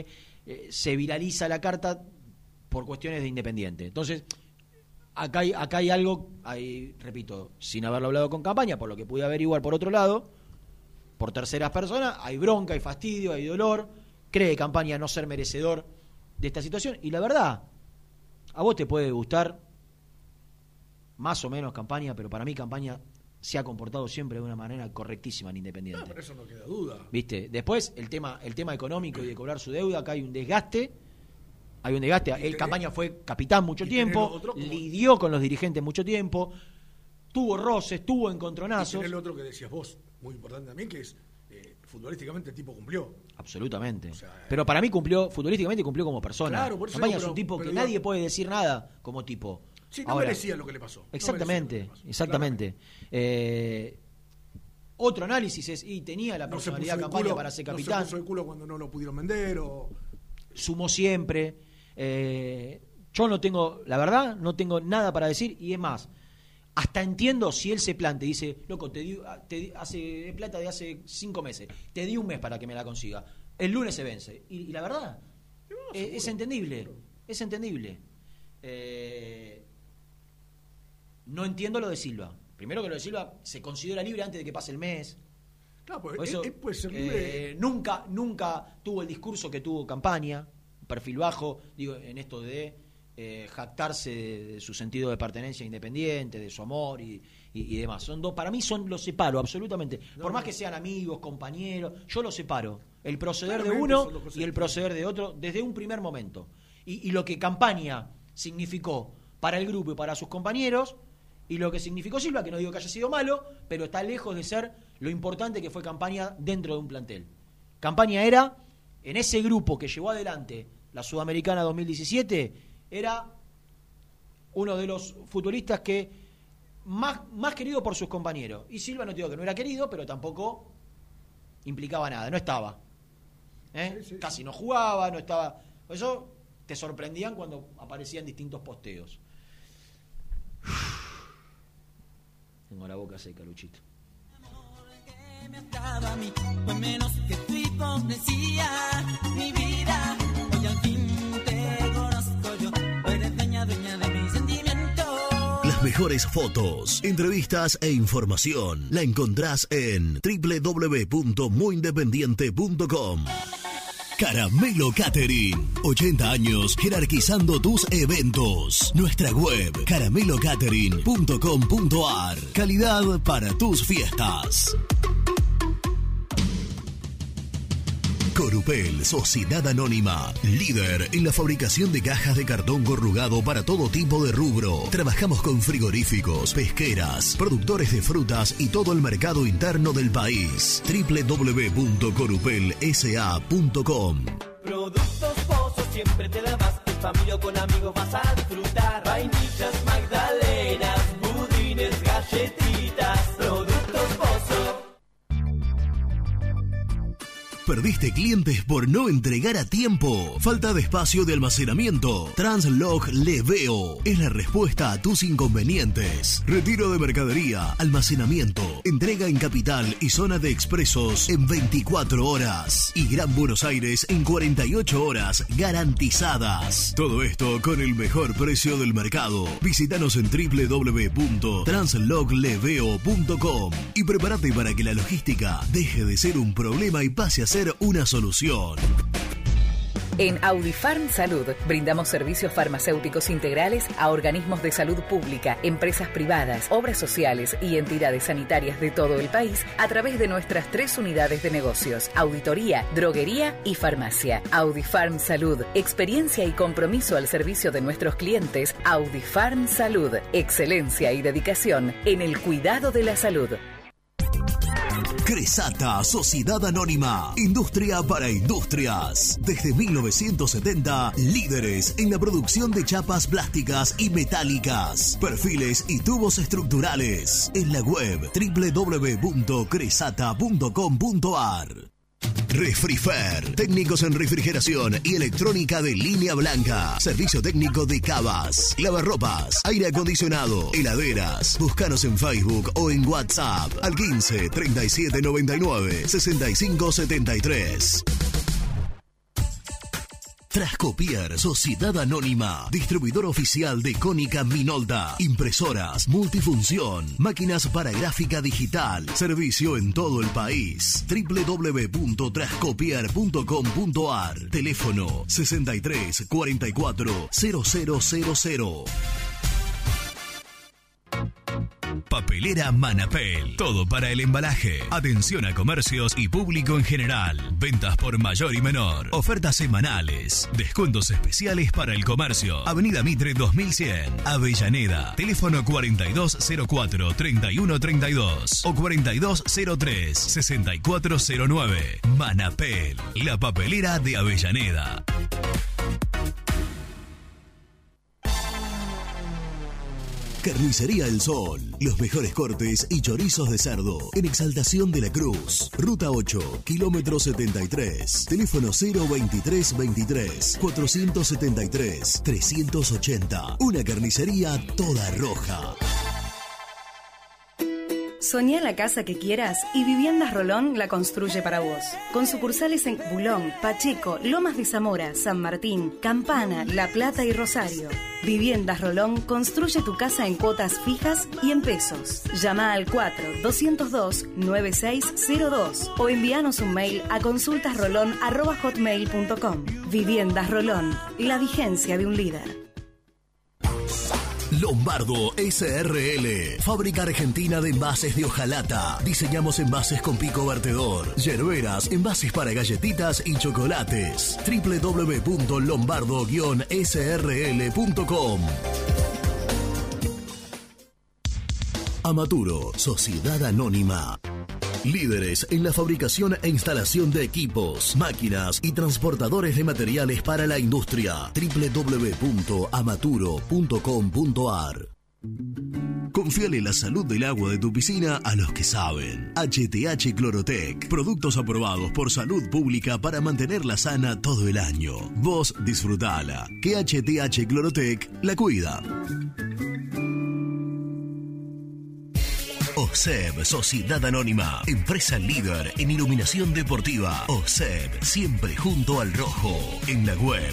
se viraliza la carta por cuestiones de Independiente. Entonces, acá hay algo, repito, sin haberlo hablado con Campaña, por lo que pude averiguar por otro lado, por terceras personas, hay bronca, hay fastidio, hay dolor, cree Campaña no ser merecedor de esta situación, y la verdad, a vos te puede gustar más o menos Campaña, pero para mí Campaña se ha comportado siempre de una manera correctísima en Independiente.
No, pero eso no queda duda.
¿Viste? Después, el tema económico y de cobrar su deuda, acá hay un desgaste. El Campaña fue capitán mucho tiempo, lidió con los dirigentes mucho tiempo, tuvo roces, tuvo encontronazos.
Y el otro que decías vos, muy importante también, que es futbolísticamente el tipo cumplió.
Absolutamente. O sea, pero para mí futbolísticamente cumplió como persona.
Claro, por eso
Campaña es un tipo que nadie puede decir nada como tipo.
Sí, no merecía lo que le pasó.
Exactamente, exactamente. Otro análisis es, tenía la personalidad Campaña para ser capitán.
No se puso el culo cuando no lo pudieron vender
sumó siempre. Yo no tengo, la verdad, no tengo nada para decir, y es más, hasta entiendo si él se plantea y dice, loco, hace plata de hace 5 meses, te di un mes para que me la consiga, el lunes se vence, y la verdad, es entendible, es entendible. No entiendo lo de Silva. Primero que lo de Silva se considera libre antes de que pase el mes.
Claro, pues él puede ser libre.
Nunca tuvo el discurso que tuvo Campaña, perfil bajo, digo, en esto de jactarse de su sentido de pertenencia Independiente, de su amor y demás. Son dos, para mí los separo absolutamente. Por más que sean amigos, compañeros, yo los separo. El proceder de uno y el proceder de otro desde un primer momento. Y lo que Campaña significó para el grupo y para sus compañeros, y lo que significó Silva, que no digo que haya sido malo, pero está lejos de ser lo importante que fue Campaña dentro de un plantel. Campaña era, en ese grupo que llevó adelante la Sudamericana 2017, era uno de los futbolistas que más querido por sus compañeros. Y Silva, no te digo que no era querido, pero tampoco implicaba nada, no estaba. Sí. Casi no jugaba, no estaba. Por eso te sorprendían cuando aparecían distintos posteos. Tengo la boca seca, Luchito.
Me ataba a mí, fue menos que tu hipocresía, mi vida. Hoy al fin te conozco yo, eres dueña de mis sentimientos.
Las mejores fotos, entrevistas e información la encontrás en www.muyindependiente.com. Caramelo Catering, 80 años jerarquizando tus eventos. Nuestra web, caramelocatering.com.ar. Calidad para tus fiestas. Corupel, Sociedad Anónima, líder en la fabricación de cajas de cartón corrugado para todo tipo de rubro. Trabajamos con frigoríficos, pesqueras, productores de frutas y todo el mercado interno del país. www.corupelsa.com.
Productos Pozos, siempre te da más. En familia o con amigos vas a disfrutar. Vainillas, magdalenas, budines, galletitas. Productos Pozos.
¿Perdiste clientes por no entregar a tiempo? ¿Falta de espacio de almacenamiento? Translog Leveo es la respuesta a tus inconvenientes. Retiro de mercadería, almacenamiento, entrega en Capital y zona de expresos en 24 horas. Y Gran Buenos Aires en 48 horas garantizadas. Todo esto con el mejor precio del mercado. Visítanos en www.translogleveo.com y prepárate para que la logística deje de ser un problema y pase a ser una solución.
En Audifarm Salud brindamos servicios farmacéuticos integrales a organismos de salud pública, empresas privadas, obras sociales y entidades sanitarias de todo el país a través de nuestras 3 unidades de negocios: auditoría, droguería y farmacia. Audifarm Salud, experiencia y compromiso al servicio de nuestros clientes. Audifarm Salud, excelencia y dedicación en el cuidado de la salud.
Cresata, Sociedad Anónima, industria para industrias. Desde 1970, líderes en la producción de chapas plásticas y metálicas, perfiles y tubos estructurales. En la web www.cresata.com.ar. Refrifer, técnicos en refrigeración y electrónica de línea blanca. Servicio técnico de cavas, lavarropas, aire acondicionado, heladeras. Búscanos en Facebook o en WhatsApp al 15 37 99 65 73. Trascopier, Sociedad Anónima, distribuidor oficial de Cónica Minolta, impresoras, multifunción, máquinas para gráfica digital, servicio en todo el país. www.trascopier.com.ar, teléfono 63 44 0000. Papelera Manapel. Todo para el embalaje. Atención a comercios y público en general. Ventas por mayor y menor. Ofertas semanales. Descuentos especiales para el comercio. Avenida Mitre 2100. Avellaneda. Teléfono 4204-3132 o 4203-6409. Manapel. La papelera de Avellaneda. Carnicería El Sol, los mejores cortes y chorizos de cerdo en Exaltación de la Cruz, Ruta 8, kilómetro 73, teléfono 02323 473 380. Una carnicería toda roja.
Soñá la casa que quieras y Viviendas Rolón la construye para vos. Con sucursales en Bulón, Pacheco, Lomas de Zamora, San Martín, Campana, La Plata y Rosario. Viviendas Rolón construye tu casa en cuotas fijas y en pesos. Llama al 4-202-9602 o envíanos un mail a consultasrolón@hotmail.com. Viviendas Rolón, la vigencia de un líder.
Lombardo SRL, fábrica argentina de envases de hojalata. Diseñamos envases con pico vertedor, yerberas, envases para galletitas y chocolates. www.lombardo-srl.com. Amaturo, Sociedad Anónima. Líderes en la fabricación e instalación de equipos, máquinas y transportadores de materiales para la industria. www.amaturo.com.ar. Confíale la salud del agua de tu piscina a los que saben. HTH Clorotec. Productos aprobados por Salud Pública para mantenerla sana todo el año. Vos disfrutala, que HTH Clorotec la cuida. OSEB, Sociedad Anónima, empresa líder en iluminación deportiva. OSEB, siempre junto al rojo. En la web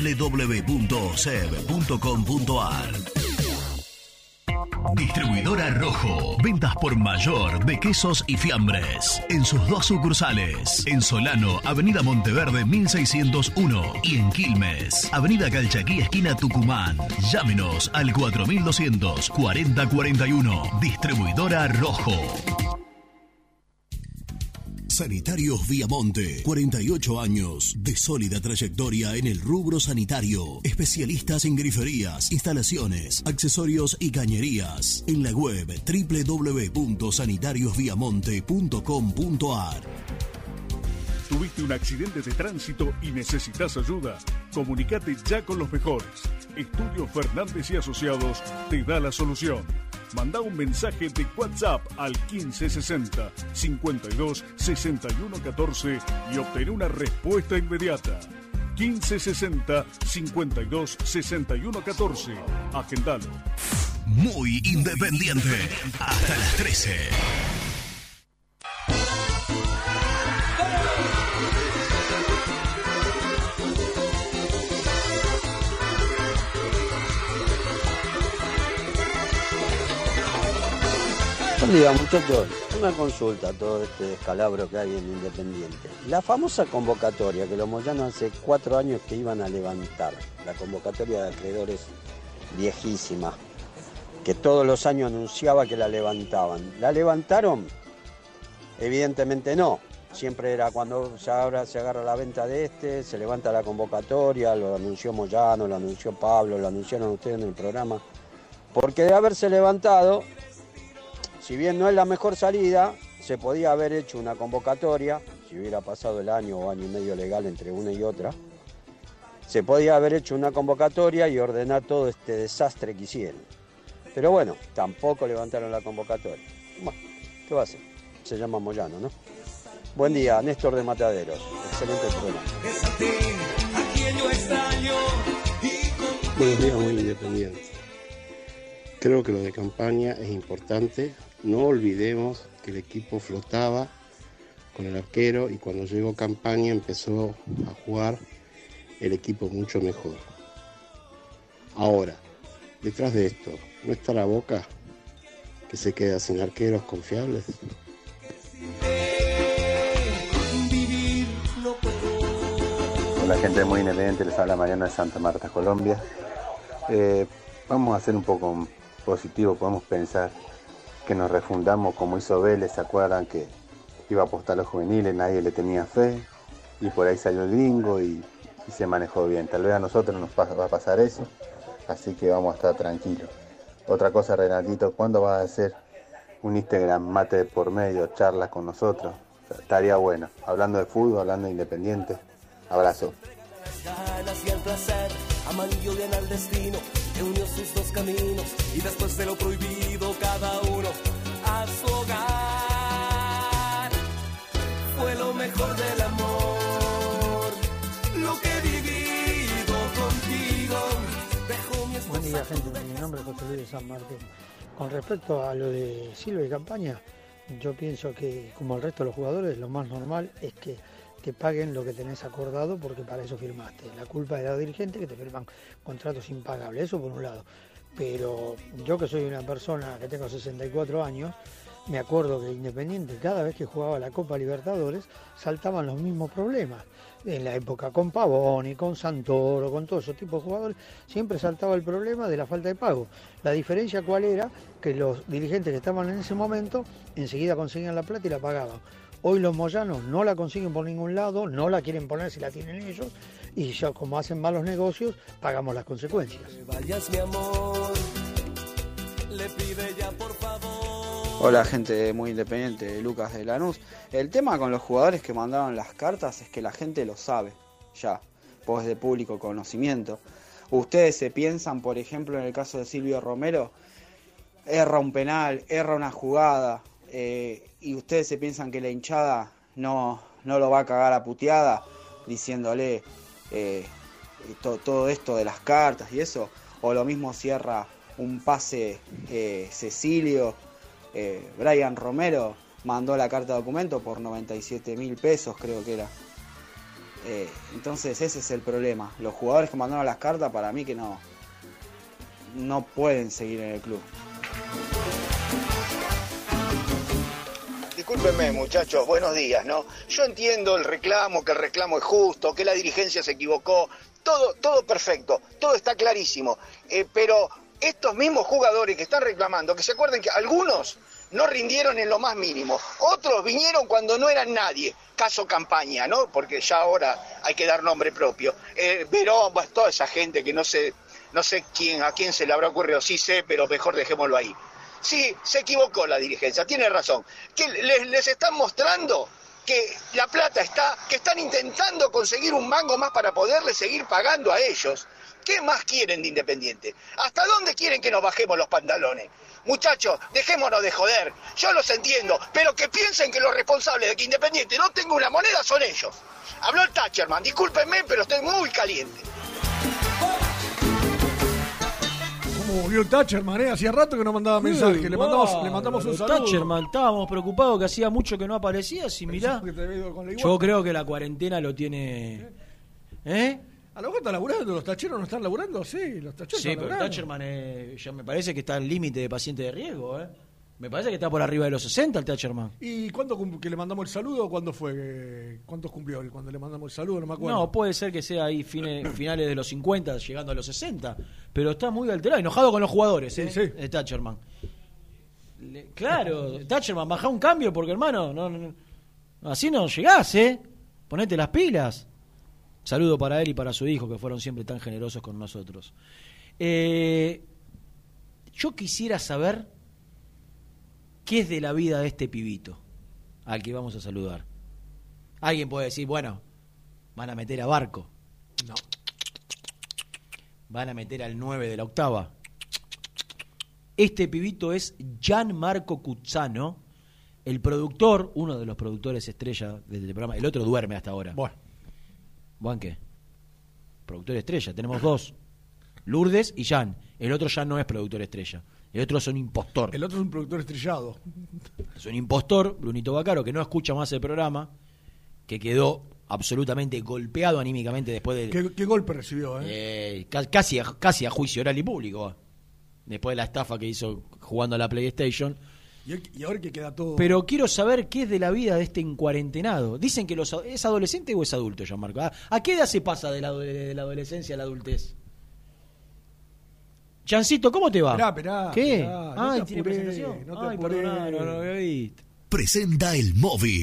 www.oseb.com.ar. Distribuidora Rojo. Ventas por mayor de quesos y fiambres. En sus dos sucursales. En Solano, Avenida Monteverde 1601. Y en Quilmes, Avenida Calchaquí, esquina Tucumán. Llámenos al 4200 4041. Distribuidora Rojo. Sanitarios Viamonte, 48 años de sólida trayectoria en el rubro sanitario. Especialistas en griferías, instalaciones, accesorios y cañerías. En la web www.sanitariosviamonte.com.ar.
¿Tuviste un accidente de tránsito y necesitas ayuda? Comunicate ya con los mejores. Estudio Fernández y Asociados te da la solución. Manda un mensaje de WhatsApp al 1560 52 61 14 y obtén una respuesta inmediata. 1560 52 61 14. Agendalo.
Muy independiente. Hasta las 13.
Buen día, muchachos. Una consulta a todo este descalabro que hay en Independiente. La famosa convocatoria que los moyanos hace 4 años que iban a levantar, la convocatoria de acreedores viejísima, que todos los años anunciaba que la levantaban. ¿La levantaron? Evidentemente no. Siempre era cuando ahora se agarra la venta de se levanta la convocatoria, lo anunció Moyano, lo anunció Pablo, lo anunciaron ustedes en el programa. Porque de haberse levantado, si bien no es la mejor salida, se podía haber hecho una convocatoria, si hubiera pasado el año o año y medio legal entre una y otra, se podía haber hecho una convocatoria y ordenar todo este desastre que hicieron. Pero bueno, tampoco levantaron la convocatoria. Bueno, ¿qué va a hacer? Se llama Moyano, ¿no? Buen día, Néstor de Mataderos. Excelente programa.
Buenos días, muy independiente. Creo que lo de campaña es importante. No olvidemos que el equipo flotaba con el arquero y cuando llegó Campaña empezó a jugar el equipo mucho mejor. Ahora, detrás de esto, ¿no está la Boca que se queda sin arqueros confiables?
Hola gente muy independiente, les habla Mariano de Santa Marta, Colombia. Vamos a ser un poco positivo, podemos pensar que nos refundamos como hizo Vélez, ¿se acuerdan que iba a apostar a los juveniles, nadie le tenía fe y por ahí salió el gringo y se manejó bien? Tal vez a nosotros nos va a pasar eso, así que vamos a estar tranquilos. Otra cosa, Renatito, ¿cuándo vas a hacer un Instagram mate de por medio, charlas con nosotros? O sea, estaría bueno, hablando de fútbol, hablando de Independiente. Abrazo.
Ganas y el placer, amarillo bien al destino, que unió sus dos caminos y después de lo prohibido cada uno a su hogar. Fue lo mejor del amor, lo que he vivido contigo. Dejó mi
Buen día, gente. Mi nombre es José Luis de San Martín. Con respecto a lo de Silva y Campaña, yo pienso que, como el resto de los jugadores, lo más normal es que te paguen lo que tenés acordado, porque para eso firmaste. La culpa es de los dirigentes que te firman contratos impagables, eso por un lado. Pero yo, que soy una persona que tengo 64 años, me acuerdo que Independiente, cada vez que jugaba la Copa Libertadores, saltaban los mismos problemas. En la época con Pavoni, con Santoro, con todos esos tipos de jugadores, siempre saltaba el problema de la falta de pago. La diferencia, ¿cuál era? Que los dirigentes que estaban en ese momento enseguida conseguían la plata y la pagaban. Hoy los moyanos no la consiguen por ningún lado, no la quieren poner si la tienen ellos, y ya como hacen malos negocios, pagamos las consecuencias.
Vayas, mi amor, le pide ya por favor.
Hola gente muy independiente, Lucas de Lanús. El tema con los jugadores que mandaban las cartas es que la gente lo sabe, ya, pues de público conocimiento. Ustedes se piensan, por ejemplo, en el caso de Silvio Romero, erra un penal, erra una jugada, y ustedes se piensan que la hinchada no lo va a cagar a puteada diciéndole todo esto de las cartas y eso, o lo mismo cierra un pase Cecilio, Brian Romero mandó la carta de documento por 97.000 pesos, creo que era. Entonces ese es el problema, los jugadores que mandaron las cartas, para mí que no pueden seguir en el club.
Discúlpenme, muchachos, buenos días, ¿no? Yo entiendo el reclamo, que el reclamo es justo, que la dirigencia se equivocó, todo perfecto, todo está clarísimo, pero estos mismos jugadores que están reclamando, que se acuerden que algunos no rindieron en lo más mínimo, otros vinieron cuando no eran nadie, caso Campaña, ¿no? Porque ya ahora hay que dar nombre propio, pero toda esa gente que no sé a quién se le habrá ocurrido, sí sé, pero mejor dejémoslo ahí. Sí, se equivocó la dirigencia, tiene razón. Que les están mostrando que la plata está, que están intentando conseguir un mango más para poderle seguir pagando a ellos. ¿Qué más quieren de Independiente? ¿Hasta dónde quieren que nos bajemos los pantalones? Muchachos, dejémonos de joder. Yo los entiendo, pero que piensen que los responsables de que Independiente no tenga una moneda son ellos. Habló el Thatcherman, discúlpenme, pero estoy muy caliente.
Vio el Thatcherman, hacía rato que no mandaba mensaje. Le mandamos un saludo.
Thatcherman, estábamos preocupados que hacía mucho que no aparecía. Si mirá, yo creo que la cuarentena lo tiene.
¿A lo mejor está laburando? ¿Los tacheros no están laburando? Sí, los tacheros
sí,
están
pero el Thatcherman ya me parece que está al límite de paciente de riesgo. Me parece que está por arriba de los 60 el Thatcherman.
¿Y cuándo que le mandamos el saludo? ¿Cuándo fue? ¿Cuántos cumplió él cuando le mandamos el saludo? No me acuerdo.
No, puede ser que sea ahí finales de los 50, llegando a los 60. Pero está muy alterado, enojado con los jugadores,
sí.
El Thatcherman. Claro, Thatcherman, bajá un cambio porque, hermano, no, así no llegás, Ponete las pilas. Saludo para él y para su hijo, que fueron siempre tan generosos con nosotros. Yo quisiera saber qué es de la vida de este pibito al que vamos a saludar. Alguien puede decir, bueno, van a meter a Barco.
No.
Van a meter al 9 de la octava. Este pibito es Gianmarco Cuzzano, el productor, uno de los productores estrella del programa. El otro duerme hasta ahora. ¿Bueno qué? Productor estrella, tenemos dos. Lourdes y Jan. El otro ya no es productor estrella. El otro es un impostor.
El otro es un productor estrellado.
Es un impostor, Brunito Bacaro, que no escucha más el programa, que quedó absolutamente golpeado anímicamente después del...
¿Qué golpe recibió?
Casi a juicio oral y público. Después de la estafa que hizo jugando a la PlayStation.
Y ahora que queda todo...
Pero quiero saber qué es de la vida de este encuarentenado. Dicen que ¿es adolescente o es adulto, Gianmarco? ¿A qué edad se pasa de la adolescencia a la adultez? Chancito, ¿cómo te va?
Esperá.
¿Qué?
No
¿tiene presentación?
No te apuré.
Perdona, no lo había visto.
Presenta El Móvil.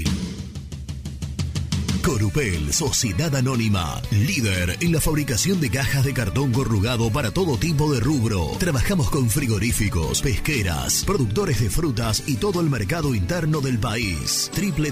Corupel, Sociedad Anónima, líder en la fabricación de cajas de cartón corrugado para todo tipo de rubro. Trabajamos con frigoríficos, pesqueras, productores de frutas y todo el mercado interno del país.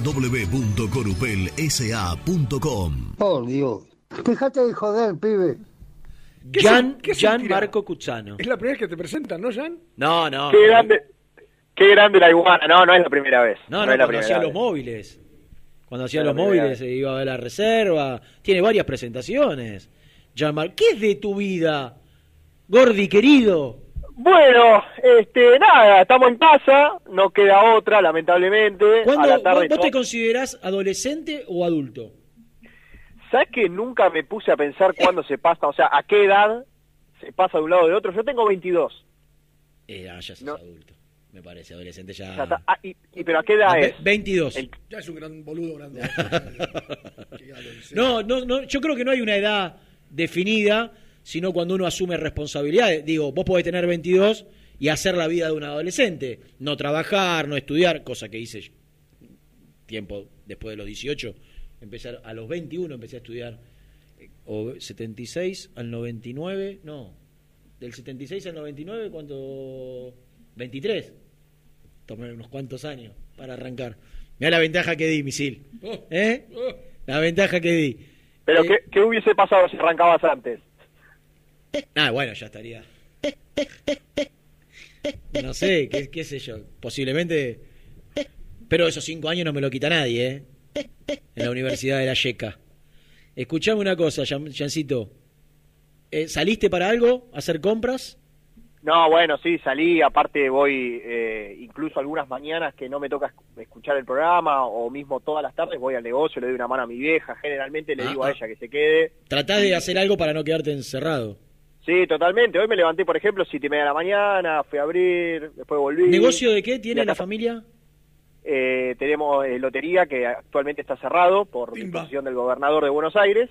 www.corupelsa.com.
Por Dios, fíjate de joder, pibe.
Gianmarco Cuzzano.
Es la primera vez que te presentan, ¿no, Gian?
No.
Qué grande la iguana. No es la primera vez.
No, cuando hacía los móviles. Cuando hacía los móviles se iba a ver la reserva. Tiene varias presentaciones. Gianmarco, ¿qué es de tu vida, Gordi querido?
Bueno, nada, estamos en casa, no queda otra, lamentablemente.
¿Vos te considerás adolescente o adulto?
¿Sabes que nunca me puse a pensar cuándo se pasa, o sea, a qué edad se pasa de un lado o de otro? Yo tengo 22.
Ya sos adulto. Me parece, adolescente ya...
¿Pero a qué edad es?
22.
Ya es un gran boludo grande.
No, yo creo que no hay una edad definida, sino cuando uno asume responsabilidades. Digo, vos podés tener 22 y hacer la vida de un adolescente. No trabajar, no estudiar, cosa que hice tiempo después de los 18. A los 21 empecé a estudiar, o 76 al 99, no, del 76 al 99, ¿cuánto? 23. Tomé unos cuantos años para arrancar. Mirá la ventaja que di, misil. La ventaja que di.
Pero ¿qué hubiese pasado si arrancabas antes?
Bueno, ya estaría. No sé, qué sé yo. Posiblemente. Pero esos 5 años no me lo quita nadie, en la Universidad de la Yeca. Escuchame una cosa, Jancito. ¿Saliste para algo? ¿A hacer compras?
No, bueno, sí, salí, aparte voy incluso algunas mañanas que no me toca escuchar el programa, o mismo todas las tardes voy al negocio, le doy una mano a mi vieja, generalmente le digo a ella que se quede.
Tratás de hacer algo para no quedarte encerrado.
Sí, totalmente. Hoy me levanté, por ejemplo, 7:30 de la mañana, fui a abrir, después volví.
¿Negocio de qué tiene la familia?
Tenemos lotería, que actualmente está cerrado por disposición del gobernador de Buenos Aires,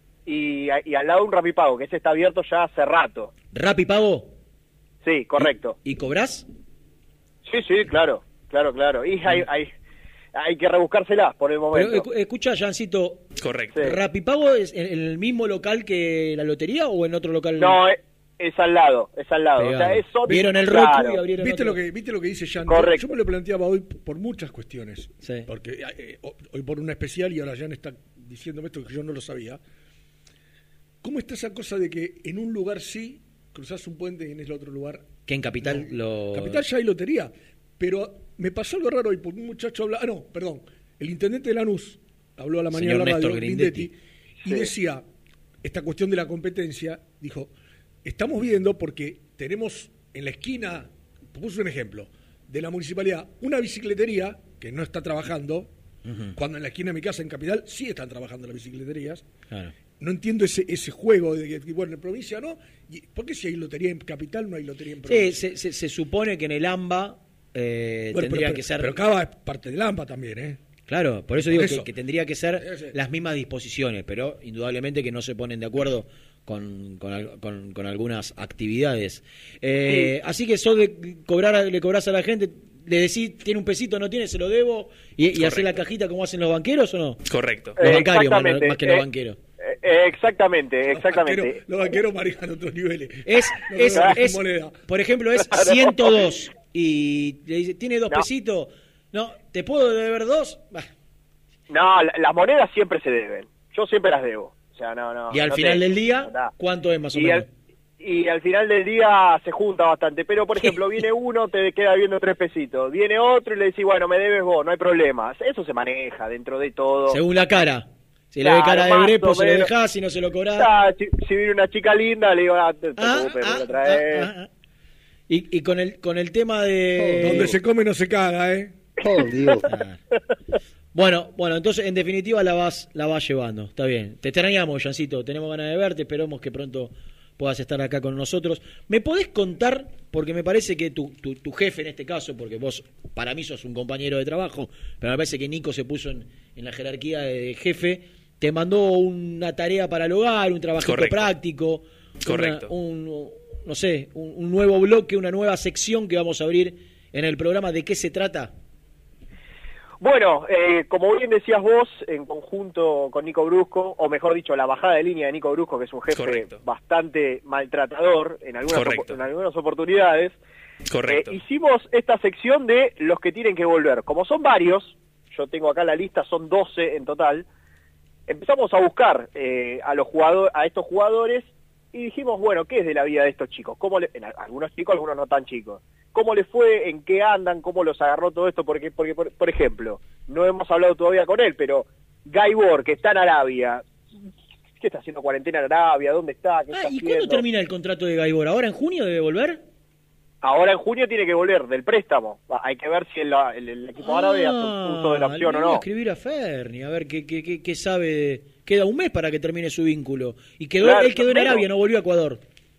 y al lado un Rapipago, que ese está abierto ya hace rato.
¿Rapipago?
Sí, correcto.
¿Y cobrás?
Sí, claro. Y hay que rebuscárselas por el momento.
Pero, escucha, Jancito.
Correcto.
Sí.
¿Rapipago es en el mismo local que la lotería o en otro local?
No, es al lado. O sea, es otro.
Vieron el Roku y abrieron
¿Viste
otro?
¿Viste lo que dice Jan?
Correcto.
Yo me lo planteaba hoy por muchas cuestiones.
Sí.
Porque hoy por una especial, y ahora Jan está diciéndome esto que yo no lo sabía. ¿Cómo está esa cosa de que en un lugar sí cruzás un puente y en el otro lugar?
Que en Capital
Capital ya hay lotería. Pero me pasó algo raro hoy, porque un muchacho habla... el intendente de Lanús habló a la mañana en la radio, Grindetti, y decía, esta cuestión de la competencia, dijo, estamos viendo porque tenemos en la esquina, puso un ejemplo, de la municipalidad, una bicicletería que no está trabajando, cuando en la esquina de mi casa, en Capital, sí están trabajando las bicicleterías. Claro. No entiendo ese juego de que, bueno, en provincia no. ¿Por qué si hay lotería en Capital no hay lotería en provincia?
Sí, se supone que en el AMBA tendría que ser...
Pero Cava es parte del AMBA también, ¿eh?
Claro, por eso digo que tendría que ser las mismas disposiciones, pero indudablemente que no se ponen de acuerdo con algunas actividades. Así que sos de le cobrás a la gente, le decís, tiene un pesito, no tiene, se lo debo, y hacer la cajita como hacen los banqueros, ¿o no?
Correcto.
Los bancarios, más que los banqueros.
Exactamente.
Los banqueros manejan otros niveles.
Por ejemplo, es 102 y le dice, ¿tiene 2 pesitos? No, ¿te puedo deber 2? Bah.
No, las monedas siempre se deben. Yo siempre las debo. O sea, no.
Y al final del día, ¿cuánto es más o menos?
Y al final del día se junta bastante. Pero, por ejemplo, viene uno, te queda viendo 3 pesitos. Viene otro y le decís, bueno, me debes vos, no hay problema. Eso se maneja dentro de todo.
Según la cara. Si le ve cara de brepo, se lo dejás, si no se lo cobrás.
Si viene una chica linda, le digo, te preocupes, me lo traes.
Y con el tema de...
Donde se come no se caga, ¿eh?
Oh, Dios.
Bueno, entonces en definitiva la vas llevando, está bien. Te extrañamos, Jancito, tenemos ganas de verte, esperamos que pronto puedas estar acá con nosotros. ¿Me podés contar, porque me parece que tu jefe en este caso, porque vos para mí sos un compañero de trabajo, pero me parece que Nico se puso en la jerarquía de jefe, te mandó una tarea para el hogar, un trabajito práctico,
Correcto.
un nuevo bloque, una nueva sección que vamos a abrir en el programa? ¿De qué se trata?
Bueno, como bien decías vos, en conjunto con Nico Brusco, o mejor dicho, la bajada de línea de Nico Brusco, que es un jefe bastante maltratador en algunas oportunidades, hicimos esta sección de los que tienen que volver. Como son varios, yo tengo acá la lista, son 12 en total, empezamos a buscar a estos jugadores y dijimos, bueno, ¿qué es de la vida de estos chicos? Algunos chicos, algunos no tan chicos. ¿Cómo les fue? ¿En qué andan? ¿Cómo los agarró todo esto? Porque por ejemplo, no hemos hablado todavía con él, pero Gaibor, que está en Arabia, ¿qué está haciendo cuarentena en Arabia? ¿Dónde está? ¿Qué está
¿Y
haciendo?
cuándo termina el contrato de Gaibor? ¿Ahora en junio debe volver?
Ahora en junio tiene que volver del préstamo. Hay que ver si el equipo árabe hace uso de la opción o no.
Voy a escribir a Ferni, a ver qué sabe. Queda un mes para que termine su vínculo. Y él quedó en Arabia, no volvió a Ecuador.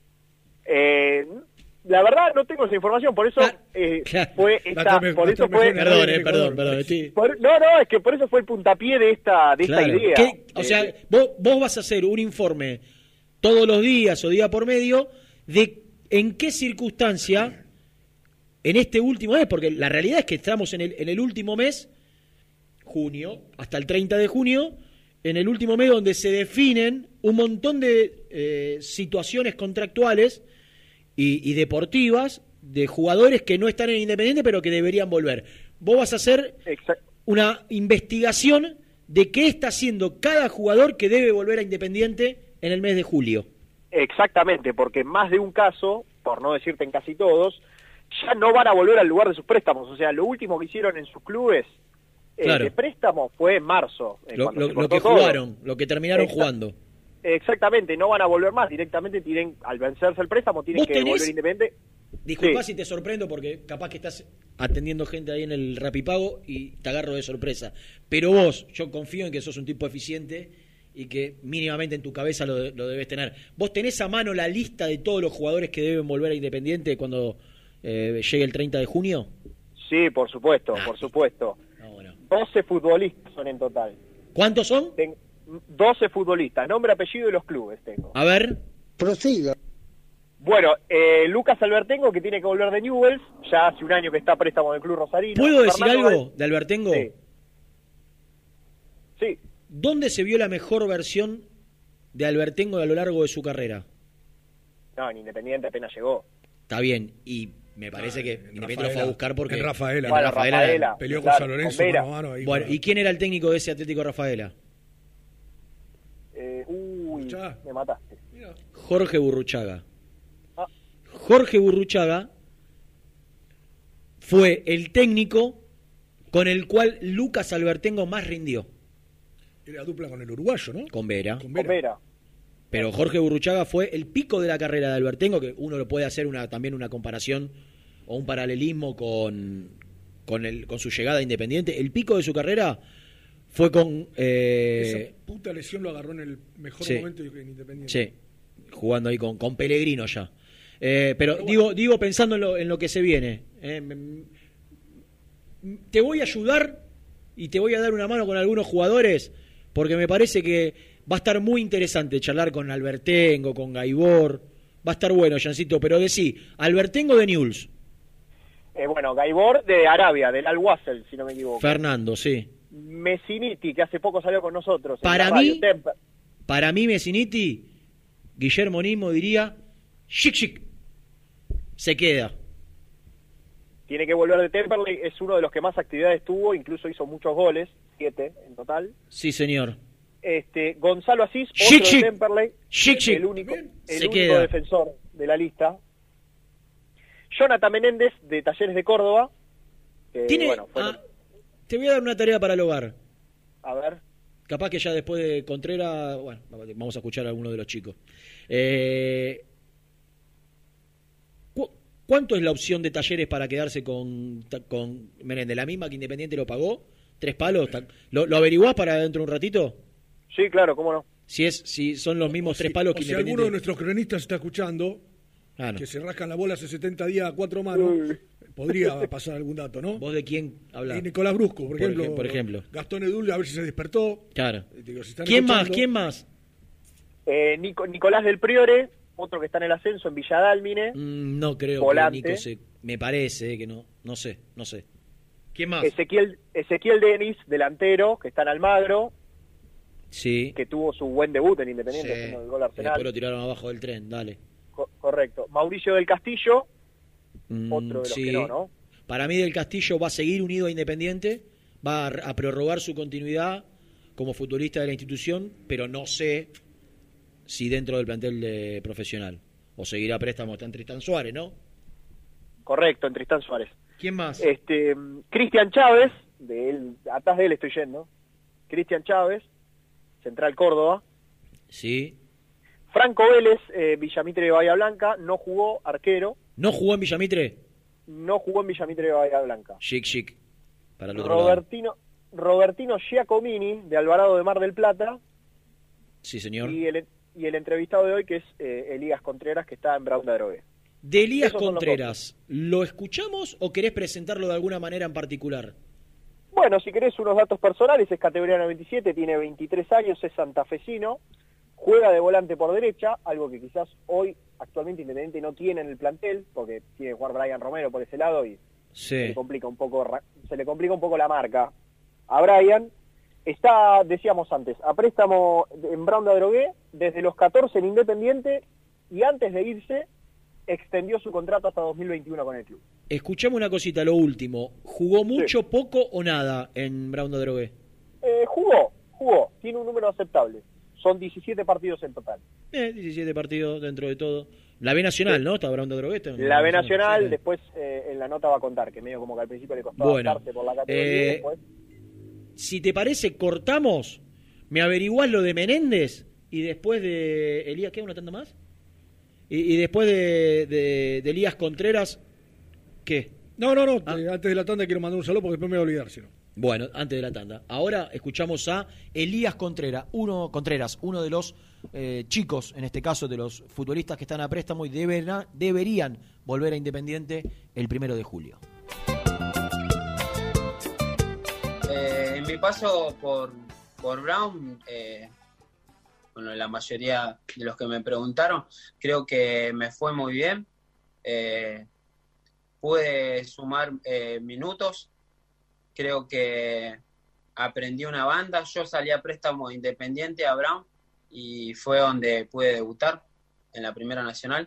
La verdad no tengo esa información, por eso fue esta, por eso fue.
Perdón.
Es que por eso fue el puntapié de esta idea.
O sea, vos vas a hacer un informe todos los días o día por medio de en qué circunstancia en este último mes, porque la realidad es que estamos en el último mes, junio, hasta el 30 de junio, en el último mes donde se definen un montón de situaciones contractuales y deportivas de jugadores que no están en Independiente pero que deberían volver. Vos vas a hacer una investigación de qué está haciendo cada jugador que debe volver a Independiente en el mes de julio.
Exactamente, porque en más de un caso, por no decirte en casi todos, ya no van a volver al lugar de sus préstamos. O sea, lo último que hicieron en sus clubes de préstamo fue en marzo.
Lo que jugaron, lo que terminaron jugando.
Exactamente, no van a volver más, directamente al vencerse el préstamo tienen que volver Independiente.
Disculpa si te sorprendo porque capaz que estás atendiendo gente ahí en el Rapipago y te agarro de sorpresa, pero vos, yo confío en que sos un tipo eficiente y que mínimamente en tu cabeza lo debes tener. ¿Vos tenés a mano la lista de todos los jugadores que deben volver a Independiente cuando llegue el 30 de junio?
Sí, por supuesto, por supuesto. 12 futbolistas son en total.
¿Cuántos son?
12 futbolistas, nombre, apellido y los clubes tengo.
A ver.
Prosiga.
Bueno, Lucas Albertengo, que tiene que volver de Newell's, ya hace un año que está a préstamo del Club Rosarino.
¿Puedo decir algo de Albertengo?
Sí.
¿Dónde se vio la mejor versión de Albertengo a lo largo de su carrera?
No, en Independiente apenas llegó.
Está bien, y me parece que Independiente lo fue a buscar porque...
En Rafaela.
Bueno, Rafaela
peleó con San Lorenzo.
Bueno, ¿y quién era el técnico de ese Atlético Rafaela?
Me mataste.
Jorge Burruchaga. Jorge Burruchaga fue el técnico con el cual Lucas Albertengo más rindió.
Era dupla con el uruguayo, ¿no?
Con Vera.
Vera.
Pero Jorge Burruchaga fue el pico de la carrera de Albertengo, que uno lo puede hacer también una comparación o un paralelismo con su llegada a Independiente. El pico de su carrera fue con...
Esa puta lesión lo agarró en el mejor momento en Independiente.
Sí, jugando ahí con Pellegrino ya. Pero digo pensando en lo que se viene. Te voy a ayudar y te voy a dar una mano con algunos jugadores, porque me parece que va a estar muy interesante charlar con Albertengo, con Gaibor. Va a estar bueno, Jancito, pero Albertengo de Newell's.
Bueno, Gaibor de Arabia, del Al Wassel, si no me equivoco.
Fernando, sí.
Messiniti, que hace poco salió con nosotros.
Para mí Messiniti, Guillermo Nismo diría, chic, se queda.
Tiene que volver de Temperley, es uno de los que más actividades tuvo, incluso hizo muchos goles, 7 en total.
Sí, señor.
Gonzalo Asís, otro de Temperley,
el
único defensor de la lista. Jonathan Menéndez, de Talleres de Córdoba.
Te voy a dar una tarea para el hogar.
A ver.
Capaz que ya después de Contreras, bueno, vamos a escuchar a alguno de los chicos. ¿Cuánto es la opción de Talleres para quedarse con Menéndez? ¿La misma que Independiente lo pagó? 3 palos? ¿Lo averiguás para dentro de un ratito?
Sí, claro, cómo no.
Si son los mismos 3 palos que
si alguno de nuestros cronistas está escuchando, que se rascan la bola hace 70 días a 4 manos, podría pasar algún dato, ¿no?
¿Vos de quién hablas?
Nicolás Brusco, por ejemplo. Gastón Edul, a ver si se despertó.
Claro.
Digo, si
¿Quién más?
Nicolás del Priore, otro que está en el ascenso en Villa Dálmine.
No creo
volante.
que Nico me parece que no. No sé. ¿Quién más?
Ezequiel Denis, delantero, que está en Almagro.
Sí.
Que tuvo su buen debut en Independiente, haciendo el gol Arsenal.
Después lo tiraron abajo del tren, dale.
Correcto. Mauricio del Castillo, otro de los que no.
Para mí del Castillo va a seguir unido a Independiente, va a prorrogar su continuidad como futbolista de la institución, pero no sé si dentro del plantel profesional. O seguirá préstamo, está en Tristán Suárez, ¿no?
Correcto, en Tristán Suárez.
¿Quién más?
Cristian Chávez, atrás de él estoy yendo. Cristian Chávez, Central Córdoba.
Sí.
Franco Vélez, Villamitre de Bahía Blanca, no jugó, arquero.
¿No jugó en Villamitre?
No jugó en Villamitre de Bahía Blanca.
Chic. Para el otro lado.
Robertino Giacomini, de Alvarado de Mar del Plata.
Sí, señor.
Y el entrevistado de hoy, que es Elías Contreras, que está en Brown de Adrogué.
De Elías Contreras, ¿lo escuchamos o querés presentarlo de alguna manera en particular?
Bueno, si querés unos datos personales, es categoría 97, tiene 23 años, es santafesino, juega de volante por derecha, algo que quizás hoy, actualmente Independiente no tiene en el plantel, porque tiene que jugar Brian Romero por ese lado y se le complica un poco la marca a Brian. Está, decíamos antes, a préstamo en Brown de Adrogué, desde los 14 en Independiente, y antes de irse, extendió su contrato hasta 2021 con el club.
Escuchame una cosita, lo último. ¿Jugó mucho, poco o nada en Brown de Adrogué?
Jugó. Tiene un número aceptable. Son 17 partidos en total.
17 partidos dentro de todo. La B Nacional, ¿no? Está Brown de Adrogué.
La B Nacional, después en la nota va a contar, que medio como que al principio le costó adaptarse por la categoría y después...
Si te parece, cortamos, me averiguás lo de Menéndez y después de Elías, ¿qué? ¿Una tanda más? Y después de Elías Contreras, ¿qué?
No, antes de la tanda quiero mandar un saludo porque después me voy a olvidar, si no.
Bueno, antes de la tanda. Ahora escuchamos a Elías Contreras, uno de los chicos, en este caso de los futbolistas que están a préstamo y deberían volver a Independiente el 1 de julio.
En mi paso por Brown, la mayoría de los que me preguntaron, creo que me fue muy bien. Pude sumar minutos, creo que aprendí una banda. Yo salí a préstamo Independiente a Brown y fue donde pude debutar en la Primera Nacional.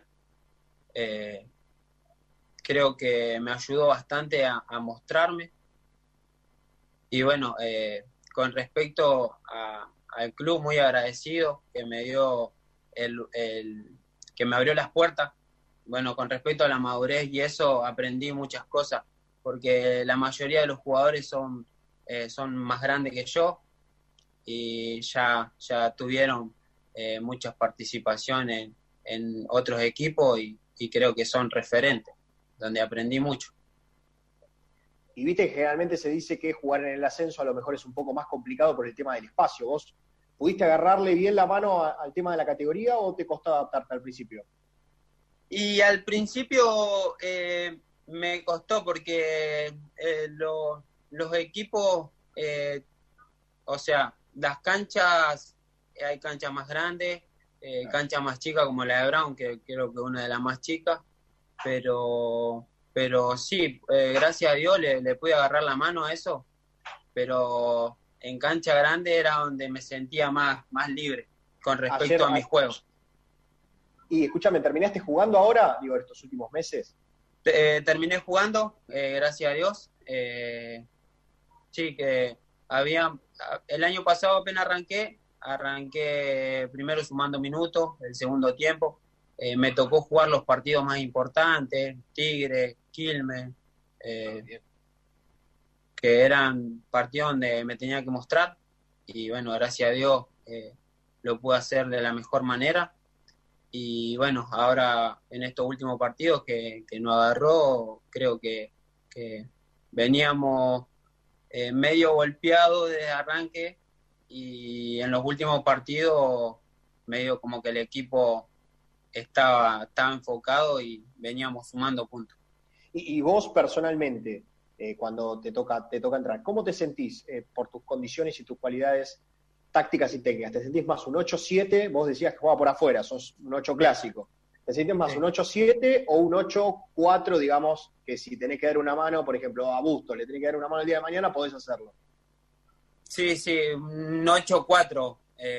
Creo que me ayudó bastante a mostrarme. Y bueno, con respecto al club, muy agradecido que me dio que me abrió las puertas. Bueno, con respecto a la madurez y eso, aprendí muchas cosas, porque la mayoría de los jugadores son más grandes que yo y ya tuvieron muchas participaciones en otros equipos y creo que son referentes, donde aprendí mucho.
Y viste que generalmente se dice que jugar en el ascenso a lo mejor es un poco más complicado por el tema del espacio. ¿Vos pudiste agarrarle bien la mano al tema de la categoría o te costó adaptarte al principio?
Y al principio me costó porque los equipos, o sea, las canchas, hay canchas más grandes, canchas más chicas como la de Brown, que creo que una de las más chicas, pero sí, gracias a Dios le pude agarrar la mano a eso, pero en cancha grande era donde me sentía más libre con respecto a mis juegos.
Y escúchame, ¿terminaste jugando ahora, estos últimos meses?
Terminé jugando, gracias a Dios. Sí, que el año pasado apenas arranqué primero sumando minutos, el segundo tiempo. Me tocó jugar los partidos más importantes, Tigre, Quilmes, que eran partidos donde me tenía que mostrar. Y bueno, gracias a Dios lo pude hacer de la mejor manera. Y bueno, ahora en estos últimos partidos que nos agarró, creo que veníamos medio golpeado desde arranque, y en los últimos partidos medio como que el equipo estaba enfocado y veníamos sumando puntos.
Y vos personalmente, cuando te toca entrar, ¿cómo te sentís por tus condiciones y tus cualidades tácticas y técnicas? ¿Te sentís más un 8-7? Vos decías que jugaba por afuera, sos un 8 clásico. ¿Te sentís más un 8-7 o un 8-4, digamos, que si tenés que dar una mano, por ejemplo, a Busto, le tenés que dar una mano el día de mañana, podés hacerlo?
Sí, un 8-4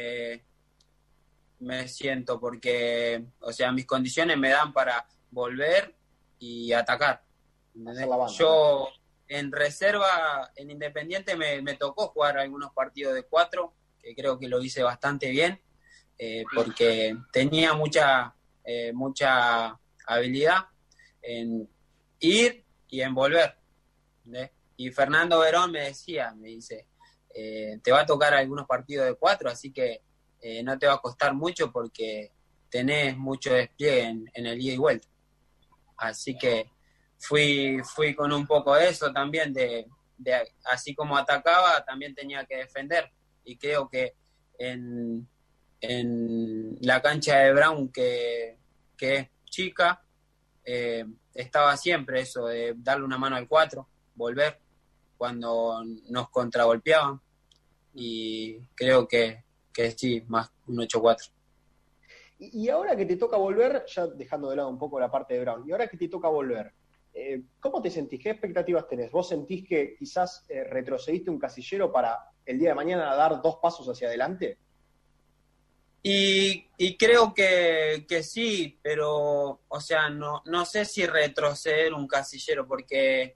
me siento, porque, o sea, mis condiciones me dan para volver y atacar. Yo en reserva, en Independiente, me tocó jugar algunos partidos de 4, que creo que lo hice bastante bien, porque tenía mucha habilidad en ir y en volver, ¿sí? Y Fernando Verón me dice, te va a tocar algunos partidos de 4, así que no te va a costar mucho porque tenés mucho despliegue en el ida y vuelta. Así que fui con un poco de eso también, de así como atacaba, también tenía que defender. Y creo que en la cancha de Brown, que es chica, estaba siempre eso de darle una mano al 4, volver cuando nos contragolpeaban, y creo que sí, más un 8-4.
Y ahora que te toca volver, ya dejando de lado un poco la parte de Brown, y ahora que te toca volver, ¿cómo te sentís? ¿Qué expectativas tenés? ¿Vos sentís que quizás retrocediste un casillero para el día de mañana dar 2 pasos hacia adelante?
Y creo que sí, pero, o sea, no sé si retroceder un casillero, porque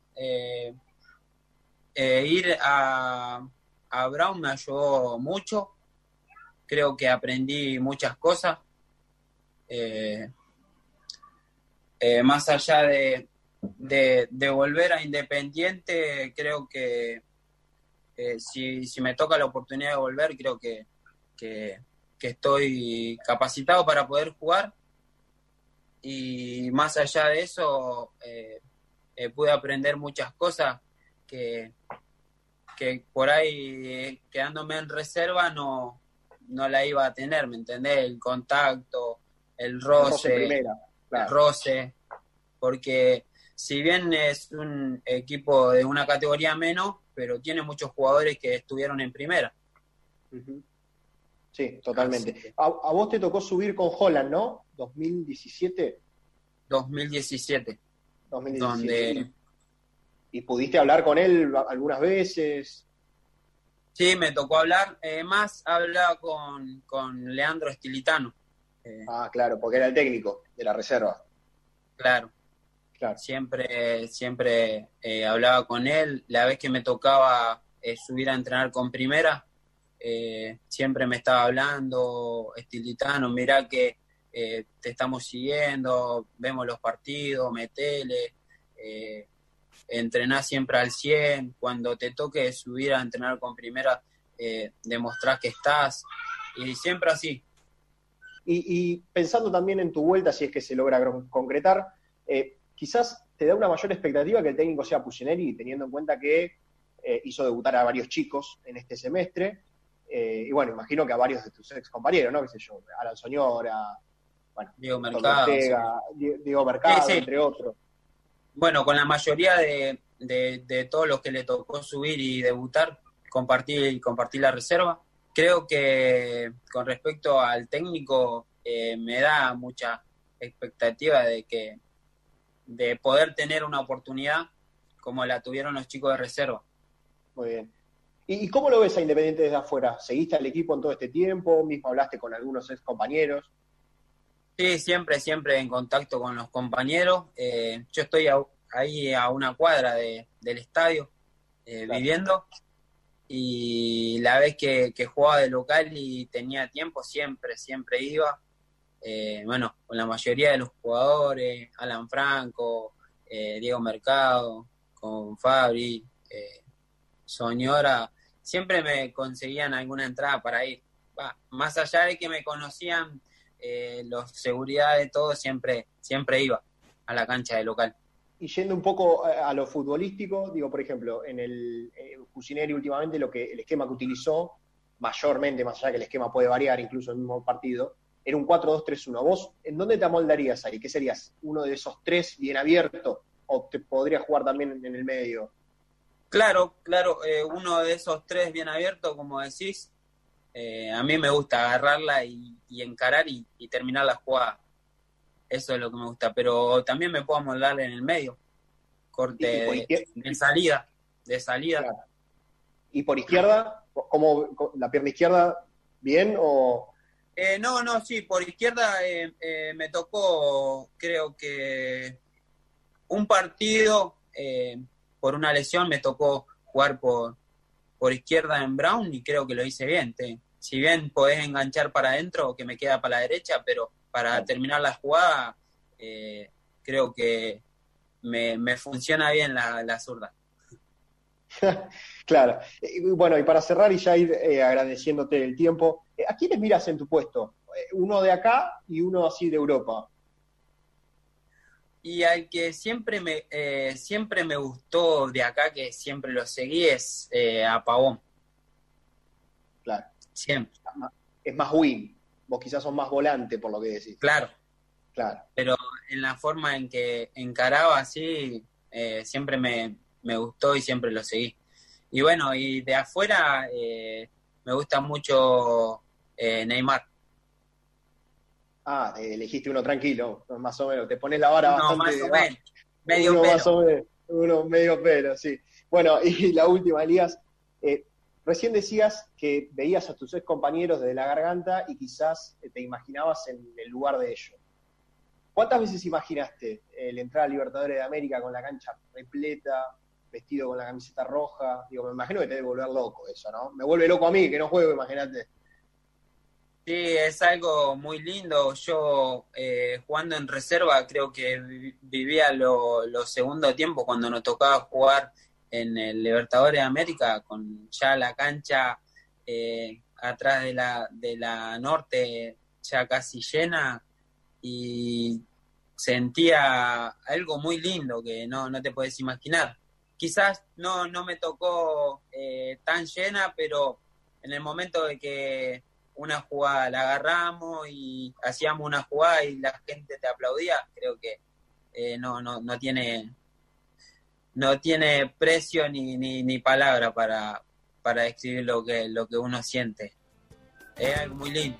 ir a Brown me ayudó mucho. Creo que aprendí muchas cosas. Más allá de volver a Independiente, creo que si me toca la oportunidad de volver, creo que estoy capacitado para poder jugar, y más allá de eso pude aprender muchas cosas que por ahí, quedándome en reserva, no la iba a tener, ¿me entendés? El contacto, el roce
primera, claro.
El roce, porque si bien es un equipo de una categoría menos, pero tiene muchos jugadores que estuvieron en primera.
Uh-huh. Sí, totalmente. A vos te tocó subir con Holland, ¿no? 2017.
2017.
Donde... ¿Y pudiste hablar con él algunas veces?
Sí, me tocó hablar. Más hablaba con Leandro Estilitano.
Claro, porque era el técnico de la reserva.
Claro. Siempre hablaba con él. La vez que me tocaba subir a entrenar con primera, siempre me estaba hablando, Estilitano, mirá que te estamos siguiendo, vemos los partidos, metele, entrenás siempre al 100, cuando te toque subir a entrenar con primera, demostrás que estás, y siempre así.
Y pensando también en tu vuelta, si es que se logra concretar, quizás te da una mayor expectativa que el técnico sea Pucineri, teniendo en cuenta que hizo debutar a varios chicos en este semestre, y bueno, imagino que a varios de tus ex compañeros, ¿no? Qué sé yo, Alan Soñora, bueno,
Diego Mercado,
Ortega, sí. Diego Mercado, sí. Entre otros.
Bueno, con la mayoría de todos los que le tocó subir y debutar, compartí la reserva. Creo que con respecto al técnico, me da mucha expectativa de poder tener una oportunidad como la tuvieron los chicos de reserva.
Muy bien. ¿Y cómo lo ves a Independiente desde afuera? ¿Seguiste al equipo en todo este tiempo? ¿Mismo hablaste con algunos ex compañeros?
Sí, siempre en contacto con los compañeros. Yo estoy ahí a una cuadra del estadio, claro, viviendo, y la vez que jugaba de local y tenía tiempo, siempre iba. Bueno, con la mayoría de los jugadores, Alan Franco, Diego Mercado, con Fabri, Soñora, siempre me conseguían alguna entrada para ir. Más allá de que me conocían los seguridad de todo, siempre iba a la cancha de local.
Y yendo un poco a lo futbolístico, digo, por ejemplo, en el Cucineri últimamente el esquema que utilizó, mayormente, más allá que el esquema puede variar incluso en el mismo partido, era un 4-2-3-1. ¿Vos en dónde te amoldarías ahí? ¿Qué serías? ¿Uno de esos tres bien abierto? ¿O te podrías jugar también en el medio?
Claro, uno de esos tres bien abierto, como decís. A mí me gusta agarrarla y encarar y terminar la jugada. Eso es lo que me gusta, pero también me puedo amoldar en el medio. Corte de salida. Claro.
¿Y por izquierda? ¿Cómo la pierna izquierda bien o...?
Sí, por izquierda me tocó, creo que un partido, por una lesión me tocó jugar por izquierda en Brown y creo que lo hice bien. Si bien podés enganchar para adentro, que me queda para la derecha, pero para terminar la jugada, creo que me funciona bien la zurda.
Claro. Bueno, y para cerrar y ya ir agradeciéndote el tiempo, ¿a quiénes miras en tu puesto? Uno de acá y uno así de Europa.
Y al que siempre me gustó de acá, que siempre lo seguí, es a Pavón.
Claro.
Siempre.
Es más wing. Vos quizás sos más volante, por lo que decís.
Claro.
Claro.
Pero en la forma en que encaraba así, siempre me gustó y siempre lo seguí. Y bueno, y de afuera me gusta mucho Neymar.
Elegiste uno tranquilo, más o menos. Te pones la vara bastante...
Más o menos. Medio pelo.
Más o menos. Uno medio pelo, sí. Bueno, y la última, Elías. Recién decías que veías a tus ex compañeros desde la garganta y quizás te imaginabas en el lugar de ellos. ¿Cuántas veces imaginaste el entrar a Libertadores de América con la cancha repleta, vestido con la camiseta roja? Digo, me imagino que te debe volver loco eso, ¿no? Me vuelve loco a mí, que no juego, imagínate.
Sí, es algo muy lindo. Yo jugando en reserva creo que vivía los segundos tiempos cuando nos tocaba jugar en el Libertadores de América, con ya la cancha atrás de la norte ya casi llena, y sentía algo muy lindo que no te podés imaginar. Quizás no me tocó tan llena, pero en el momento de que una jugada la agarramos y hacíamos una jugada y la gente te aplaudía, creo que no tiene precio ni palabra para describir lo que uno siente. Es algo muy lindo.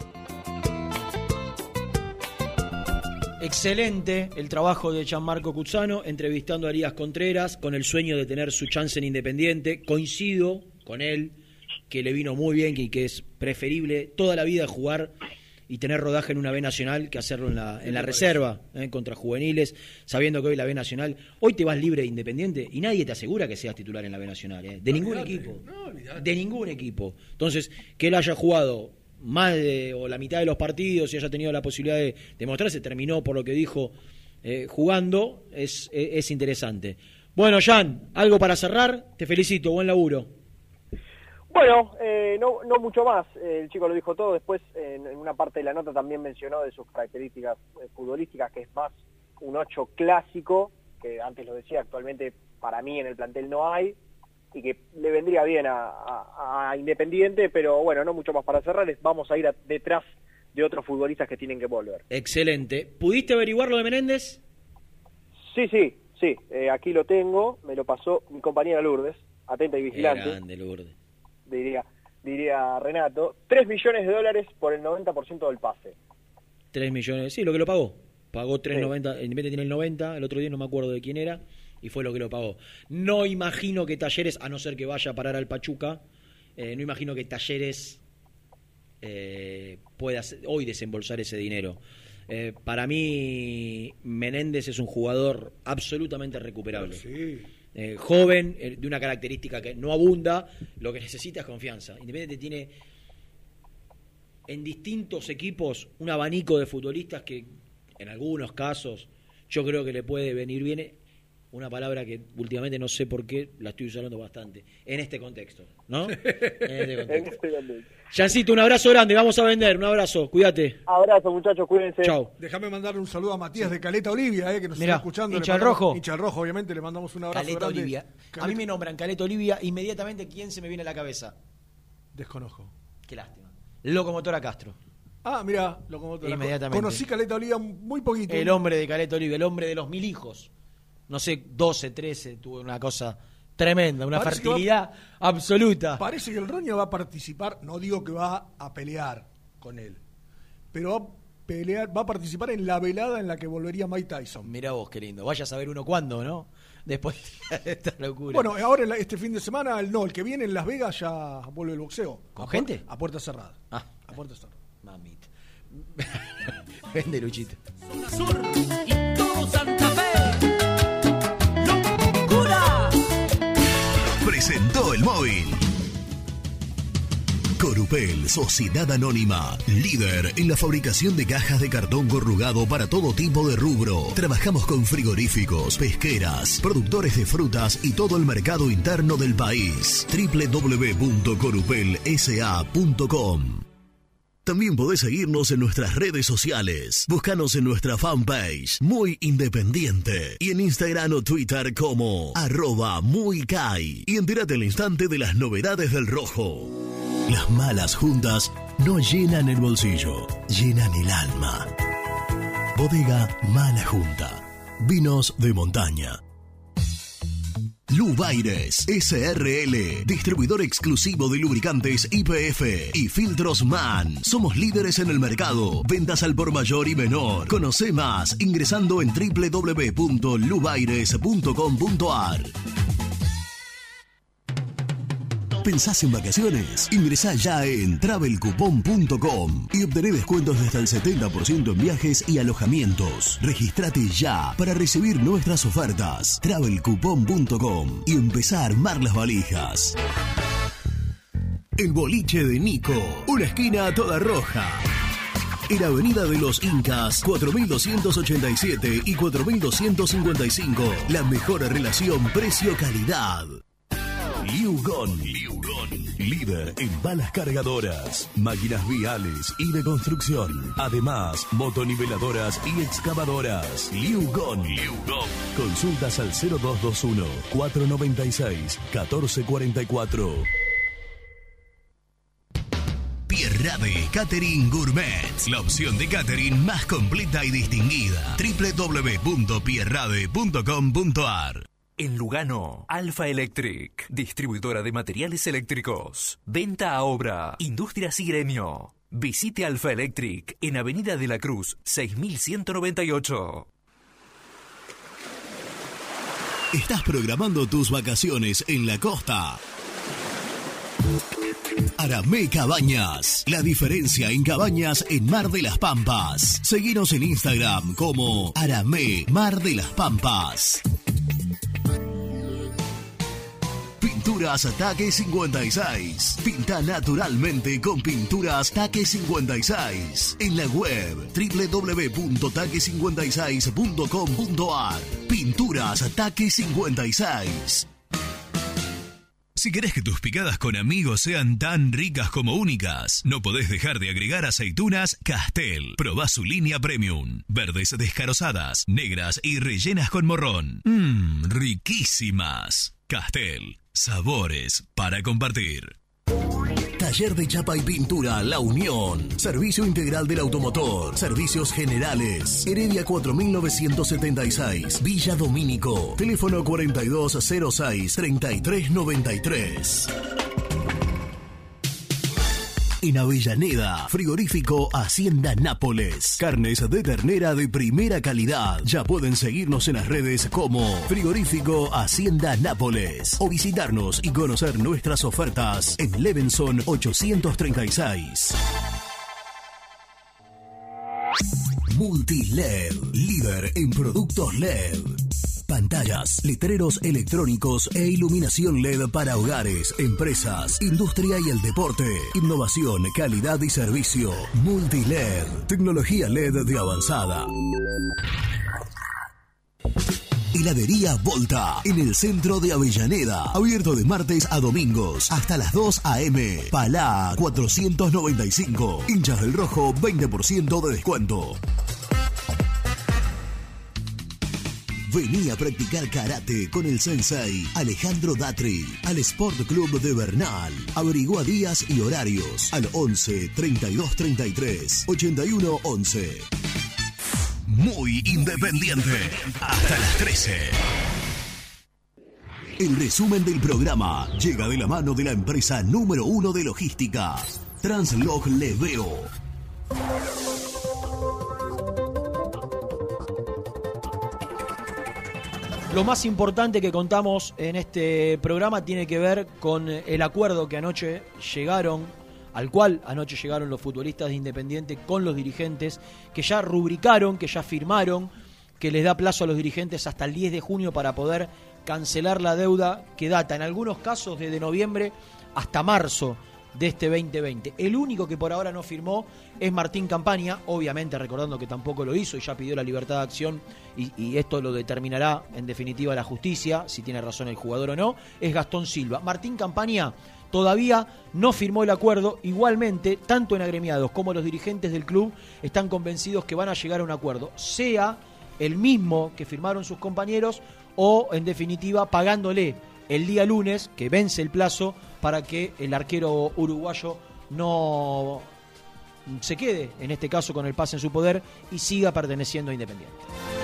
Excelente el trabajo de Gianmarco Cuzzano, entrevistando a Elías Contreras con el sueño de tener su chance en Independiente. Coincido con él, que le vino muy bien y que es preferible toda la vida jugar y tener rodaje en una B Nacional que hacerlo en la reserva, contra juveniles, sabiendo que hoy la B Nacional, hoy te vas libre de Independiente y nadie te asegura que seas titular en la B Nacional, de ningún equipo, de ningún equipo. Entonces, que él haya jugado más o la mitad de los partidos y haya tenido la posibilidad de mostrarse, terminó por lo que dijo jugando, es interesante. Bueno, Jan, algo para cerrar, te felicito, buen laburo.
Bueno, no mucho más, el chico lo dijo todo. Después en una parte de la nota también mencionó de sus características futbolísticas, que es más un 8 clásico, que antes lo decía, actualmente para mí en el plantel no hay, y que le vendría bien a Independiente, pero bueno, no mucho más para cerrar, vamos a ir detrás de otros futbolistas que tienen que volver.
Excelente. ¿Pudiste averiguar lo de Menéndez?
Sí, aquí lo tengo, me lo pasó mi compañera Lourdes, atenta y vigilante.
Grande, Lourdes.
Diría Renato, $3 millones por el 90% del pase.
3 millones, sí, lo que lo pagó. Pagó 3.90, el Independiente tiene el 90, el otro día no me acuerdo de quién era, y fue lo que lo pagó. No imagino que Talleres, a no ser que vaya a parar al Pachuca, no imagino que Talleres pueda hoy desembolsar ese dinero. Para mí, Menéndez es un jugador absolutamente recuperable.
Sí.
Joven, de una característica que no abunda, lo que necesita es confianza. Independiente tiene en distintos equipos un abanico de futbolistas que en algunos casos yo creo que le puede venir bien una palabra que últimamente no sé por qué la estoy usando bastante, en este contexto, ¿no? En este contexto. Jancito, un abrazo grande, vamos a vender, un abrazo, cuídate.
Abrazo, muchachos, cuídense.
Chau.
Déjame mandarle un saludo a Matías de Caleta Olivia, que nos
Mirá,
está escuchando.
hincha al rojo.
Hincha al rojo, obviamente, le mandamos un abrazo
Caleta
grande.
Olivia. A mí me nombran Caleta Olivia, inmediatamente, ¿quién se me viene a la cabeza?
Desconozco.
Qué lástima. Locomotora Castro.
Ah, mira, Locomotora.
Inmediatamente.
Conocí Caleta Olivia muy poquito.
El hombre de Caleta Olivia, el hombre de los 1000 hijos. No sé, 12, 13, tuvo una cosa tremenda, una fertilidad absoluta.
Parece que el Roña va a participar, no digo que va a pelear con él, pero va a participar en la velada en la que volvería Mike Tyson.
Mirá vos, qué lindo. Vaya a saber uno cuándo, ¿no? Después de esta locura.
Bueno, ahora este fin de semana, el que viene en Las Vegas ya vuelve el boxeo.
¿Con gente?
A puerta cerrada.
Ah.
A puerta cerrada.
Mamita. Vende, Luchito.
Y todo Santa Fe.
Presentó el móvil. Corupel, Sociedad Anónima, líder en la fabricación de cajas de cartón corrugado para todo tipo de rubro. Trabajamos con frigoríficos, pesqueras, productores de frutas y todo el mercado interno del país. www.corupelsa.com. También podés seguirnos en nuestras redes sociales. Búscanos en nuestra fanpage, Muy Independiente, y en Instagram o Twitter como @muycai. Y entérate al instante de las novedades del rojo. Las malas juntas no llenan el bolsillo, llenan el alma. Bodega Mala Junta. Vinos de montaña. Lubaires SRL, distribuidor exclusivo de lubricantes YPF y filtros MAN. Somos líderes en el mercado. Ventas al por mayor y menor. Conoce más ingresando en www.lubaires.com.ar. ¿Pensás en vacaciones? Ingresá ya en travelcoupon.com y obtené descuentos de hasta el 70% en viajes y alojamientos. Registrate ya para recibir nuestras ofertas. travelcoupon.com y empezá a armar las valijas. El boliche de Nico, una esquina toda roja. En Avenida de los Incas, 4287 y 4255. La mejor relación precio-calidad. Liugon, líder en balas cargadoras, máquinas viales y de construcción. Además, motoniveladoras y excavadoras. Liugon. Consultas al 0221-496-1444. Pierrade Catering Gourmet, la opción de catering más completa y distinguida. www.pierrade.com.ar.
En Lugano, Alfa Electric, distribuidora de materiales eléctricos. Venta a obra, industrias y gremio. Visite Alfa Electric en Avenida de la Cruz, 6198.
¿Estás programando tus vacaciones en la costa? Aramé Cabañas, la diferencia en cabañas en Mar de las Pampas. Seguinos en Instagram como Aramé Mar de las Pampas. Pinturas Taque 56. Pinta naturalmente con Pinturas Taque 56. En la web www.taque56.com.ar. Pinturas Taque 56. Si querés que tus picadas con amigos sean tan ricas como únicas, no podés dejar de agregar aceitunas Castel. Probá su línea premium. Verdes descarozadas, negras y rellenas con morrón. Riquísimas. Castel. Sabores para compartir. Taller de Chapa y Pintura La Unión. Servicio integral del automotor. Servicios generales. Heredia 4976. Villa Domínico. Teléfono 4206-3393. En Avellaneda, frigorífico Hacienda Nápoles. Carnes de ternera de primera calidad. Ya pueden seguirnos en las redes como frigorífico Hacienda Nápoles o visitarnos y conocer nuestras ofertas en Levenson 836. Multiled, líder en productos LED. Pantallas, letreros electrónicos e iluminación LED para hogares, empresas, industria y el deporte. Innovación, calidad y servicio. Multiled, tecnología LED de avanzada. Heladería Volta, en el centro de Avellaneda. Abierto de martes a domingos, hasta las 2 a.m. Palá 495. Hinchas del Rojo, 20% de descuento. Vení a practicar karate con el sensei Alejandro Datri al Sport Club de Bernal. Averigua días y horarios al 11 32 33 81 11. Muy independiente. Hasta las 13. El resumen del programa llega de la mano de la empresa número 1 de logística, Translog Leveo.
Lo más importante que contamos en este programa tiene que ver con el acuerdo que al cual anoche llegaron los futbolistas de Independiente con los dirigentes, que ya rubricaron, que ya firmaron, que les da plazo a los dirigentes hasta el 10 de junio para poder cancelar la deuda que data en algunos casos desde noviembre hasta marzo de este 2020. El único que por ahora no firmó es Martín Campaña, obviamente recordando que tampoco lo hizo y ya pidió la libertad de acción y esto lo determinará en definitiva la justicia, si tiene razón el jugador o no, es Gastón Silva. Martín Campaña todavía no firmó el acuerdo, igualmente tanto en agremiados como los dirigentes del club están convencidos que van a llegar a un acuerdo, sea el mismo que firmaron sus compañeros o en definitiva pagándole el día lunes, que vence el plazo, para que el arquero uruguayo no se quede, en este caso, con el pase en su poder y siga perteneciendo a Independiente.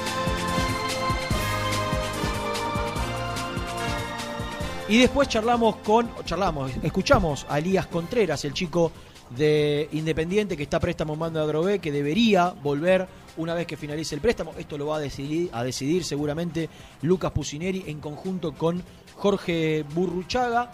Y después escuchamos a Elías Contreras, el chico de Independiente que está a préstamo en Mando de Agrobé, que debería volver una vez que finalice el préstamo. Esto lo va a decidir seguramente Lucas Pusineri en conjunto con Jorge Burruchaga.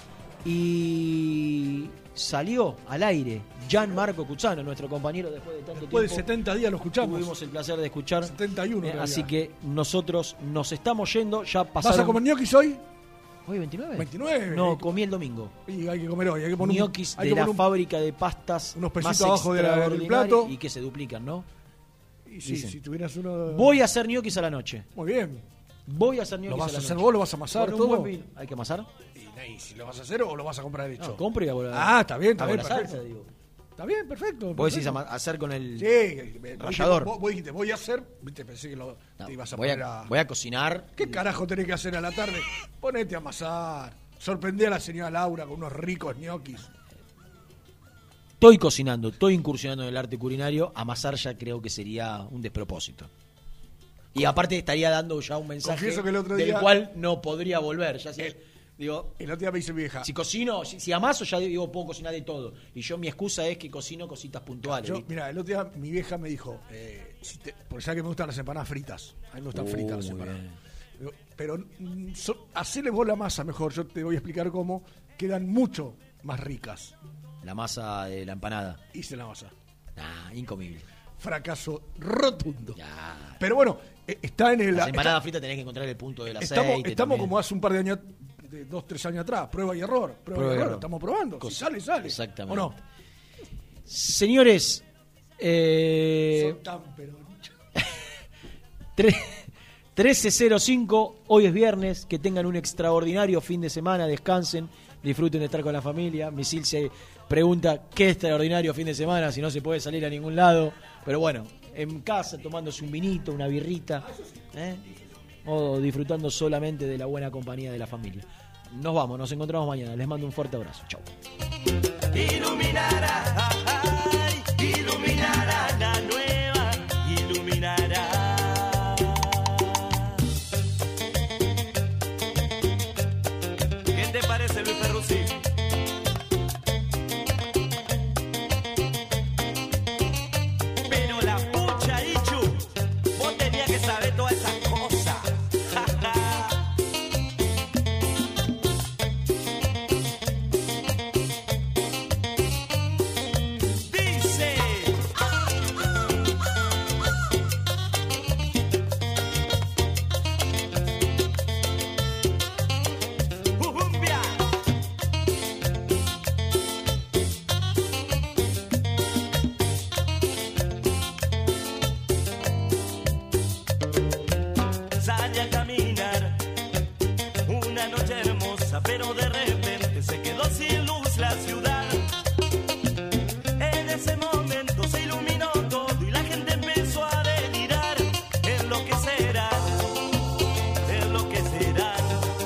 Y salió al aire Gianmarco Cuzzano, nuestro compañero después de tanto tiempo.
Después de 70 días lo escuchamos.
Tuvimos el placer de escuchar.
71.
Así que nosotros nos estamos yendo. Ya pasaron.
¿Vas a comer ñoquis hoy?
¿Hoy 29?
29.
No, comí el domingo.
Y hay que comer hoy. Hay que poner
ñoquis de la fábrica de pastas.
Unos pesitos abajo del plato.
Y que se duplican, ¿no?
Y sí, si tuvieras uno.
Voy a hacer ñoquis a la noche.
Muy bien.
Voy a hacer ñoquis.
¿Lo vas
a
a hacer
noche.
vos? ¿Lo vas a amasar
Con
todo?
Un buen vino. ¿Hay que amasar?
Y si lo vas a hacer o lo vas a comprar hecho.
No, compro y hago
la... está bien, perfecto.
Salsa, digo.
Está bien, perfecto.
Vos decís hacer con el
rallador. Vos dijiste, voy a hacer, pensé que te ibas a poner a...
Voy a cocinar.
¿Qué carajo tenés que hacer a la tarde? Ponete a amasar. Sorprendí a la señora Laura con unos ricos ñoquis.
Estoy cocinando, estoy incursionando en el arte culinario. Amasar ya creo que sería un despropósito. Y aparte estaría dando ya un mensaje
que el otro día,
del cual no podría volver. Ya digo,
el otro día me dice mi vieja.
Si cocino, si amaso, ya digo, puedo cocinar de todo. Y yo, mi excusa es que cocino cositas puntuales.
Mira, el otro día mi vieja me dijo, porque sabe que me gustan las empanadas fritas. A mí me gustan fritas las empanadas. Pero hacele vos la masa mejor, yo te voy a explicar cómo. Quedan mucho más ricas.
La masa de la empanada.
Hice la masa.
Incomible.
Fracaso rotundo.
Ya.
Pero bueno, está en el...
Las empanadas fritas tenés que encontrar el punto del aceite.
Estamos como hace un par de años, 2-3 años atrás, prueba y error. Prueba y error. Estamos probando. Si sale, sale.
Exactamente.
¿O no?
Señores,
son tan peronchos.
13:05, hoy es viernes, que tengan un extraordinario fin de semana, descansen, disfruten de estar con la familia. Misil se pregunta qué extraordinario fin de semana si no se puede salir a ningún lado, pero bueno, en casa tomándose un vinito, una birrita, o disfrutando solamente de la buena compañía de la familia. Nos vamos, nos encontramos mañana, les mando un fuerte abrazo, chau.
Iluminará, iluminará la nueva, iluminará. ¿Qué te parece, Luis Perruzzi? Pero la pucha, Ichu, vos tenías que saber todas esas cosas. Dice. Cumbia.
pero de repente se quedó sin luz la ciudad. En ese momento se iluminó todo y la gente empezó a delirar. Es lo que será, es lo que será.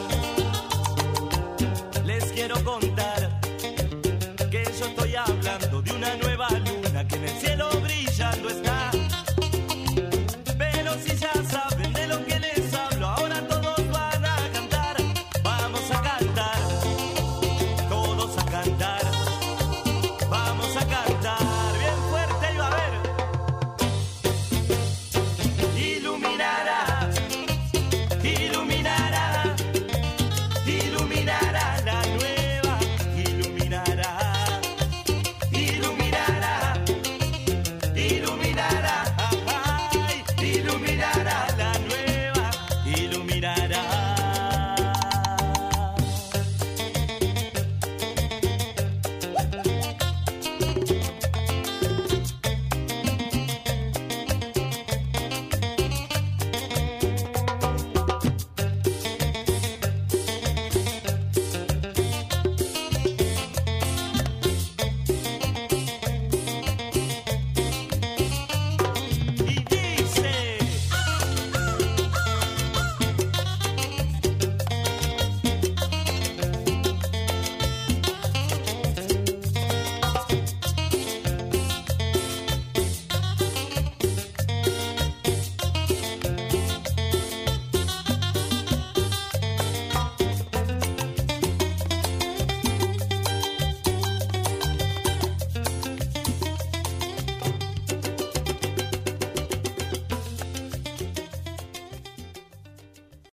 Les quiero contar que yo estoy hablando de una nueva luna que en el cielo brillando está. Pero si ya saben de lo que les hablo, ahora todos van a cantar. Vamos a cantar, todos a cantar. Vamos a cantar bien fuerte y va a ver. Iluminará, iluminará, iluminará la nueva, iluminará, iluminará, iluminará, ay, iluminará la nueva, iluminará.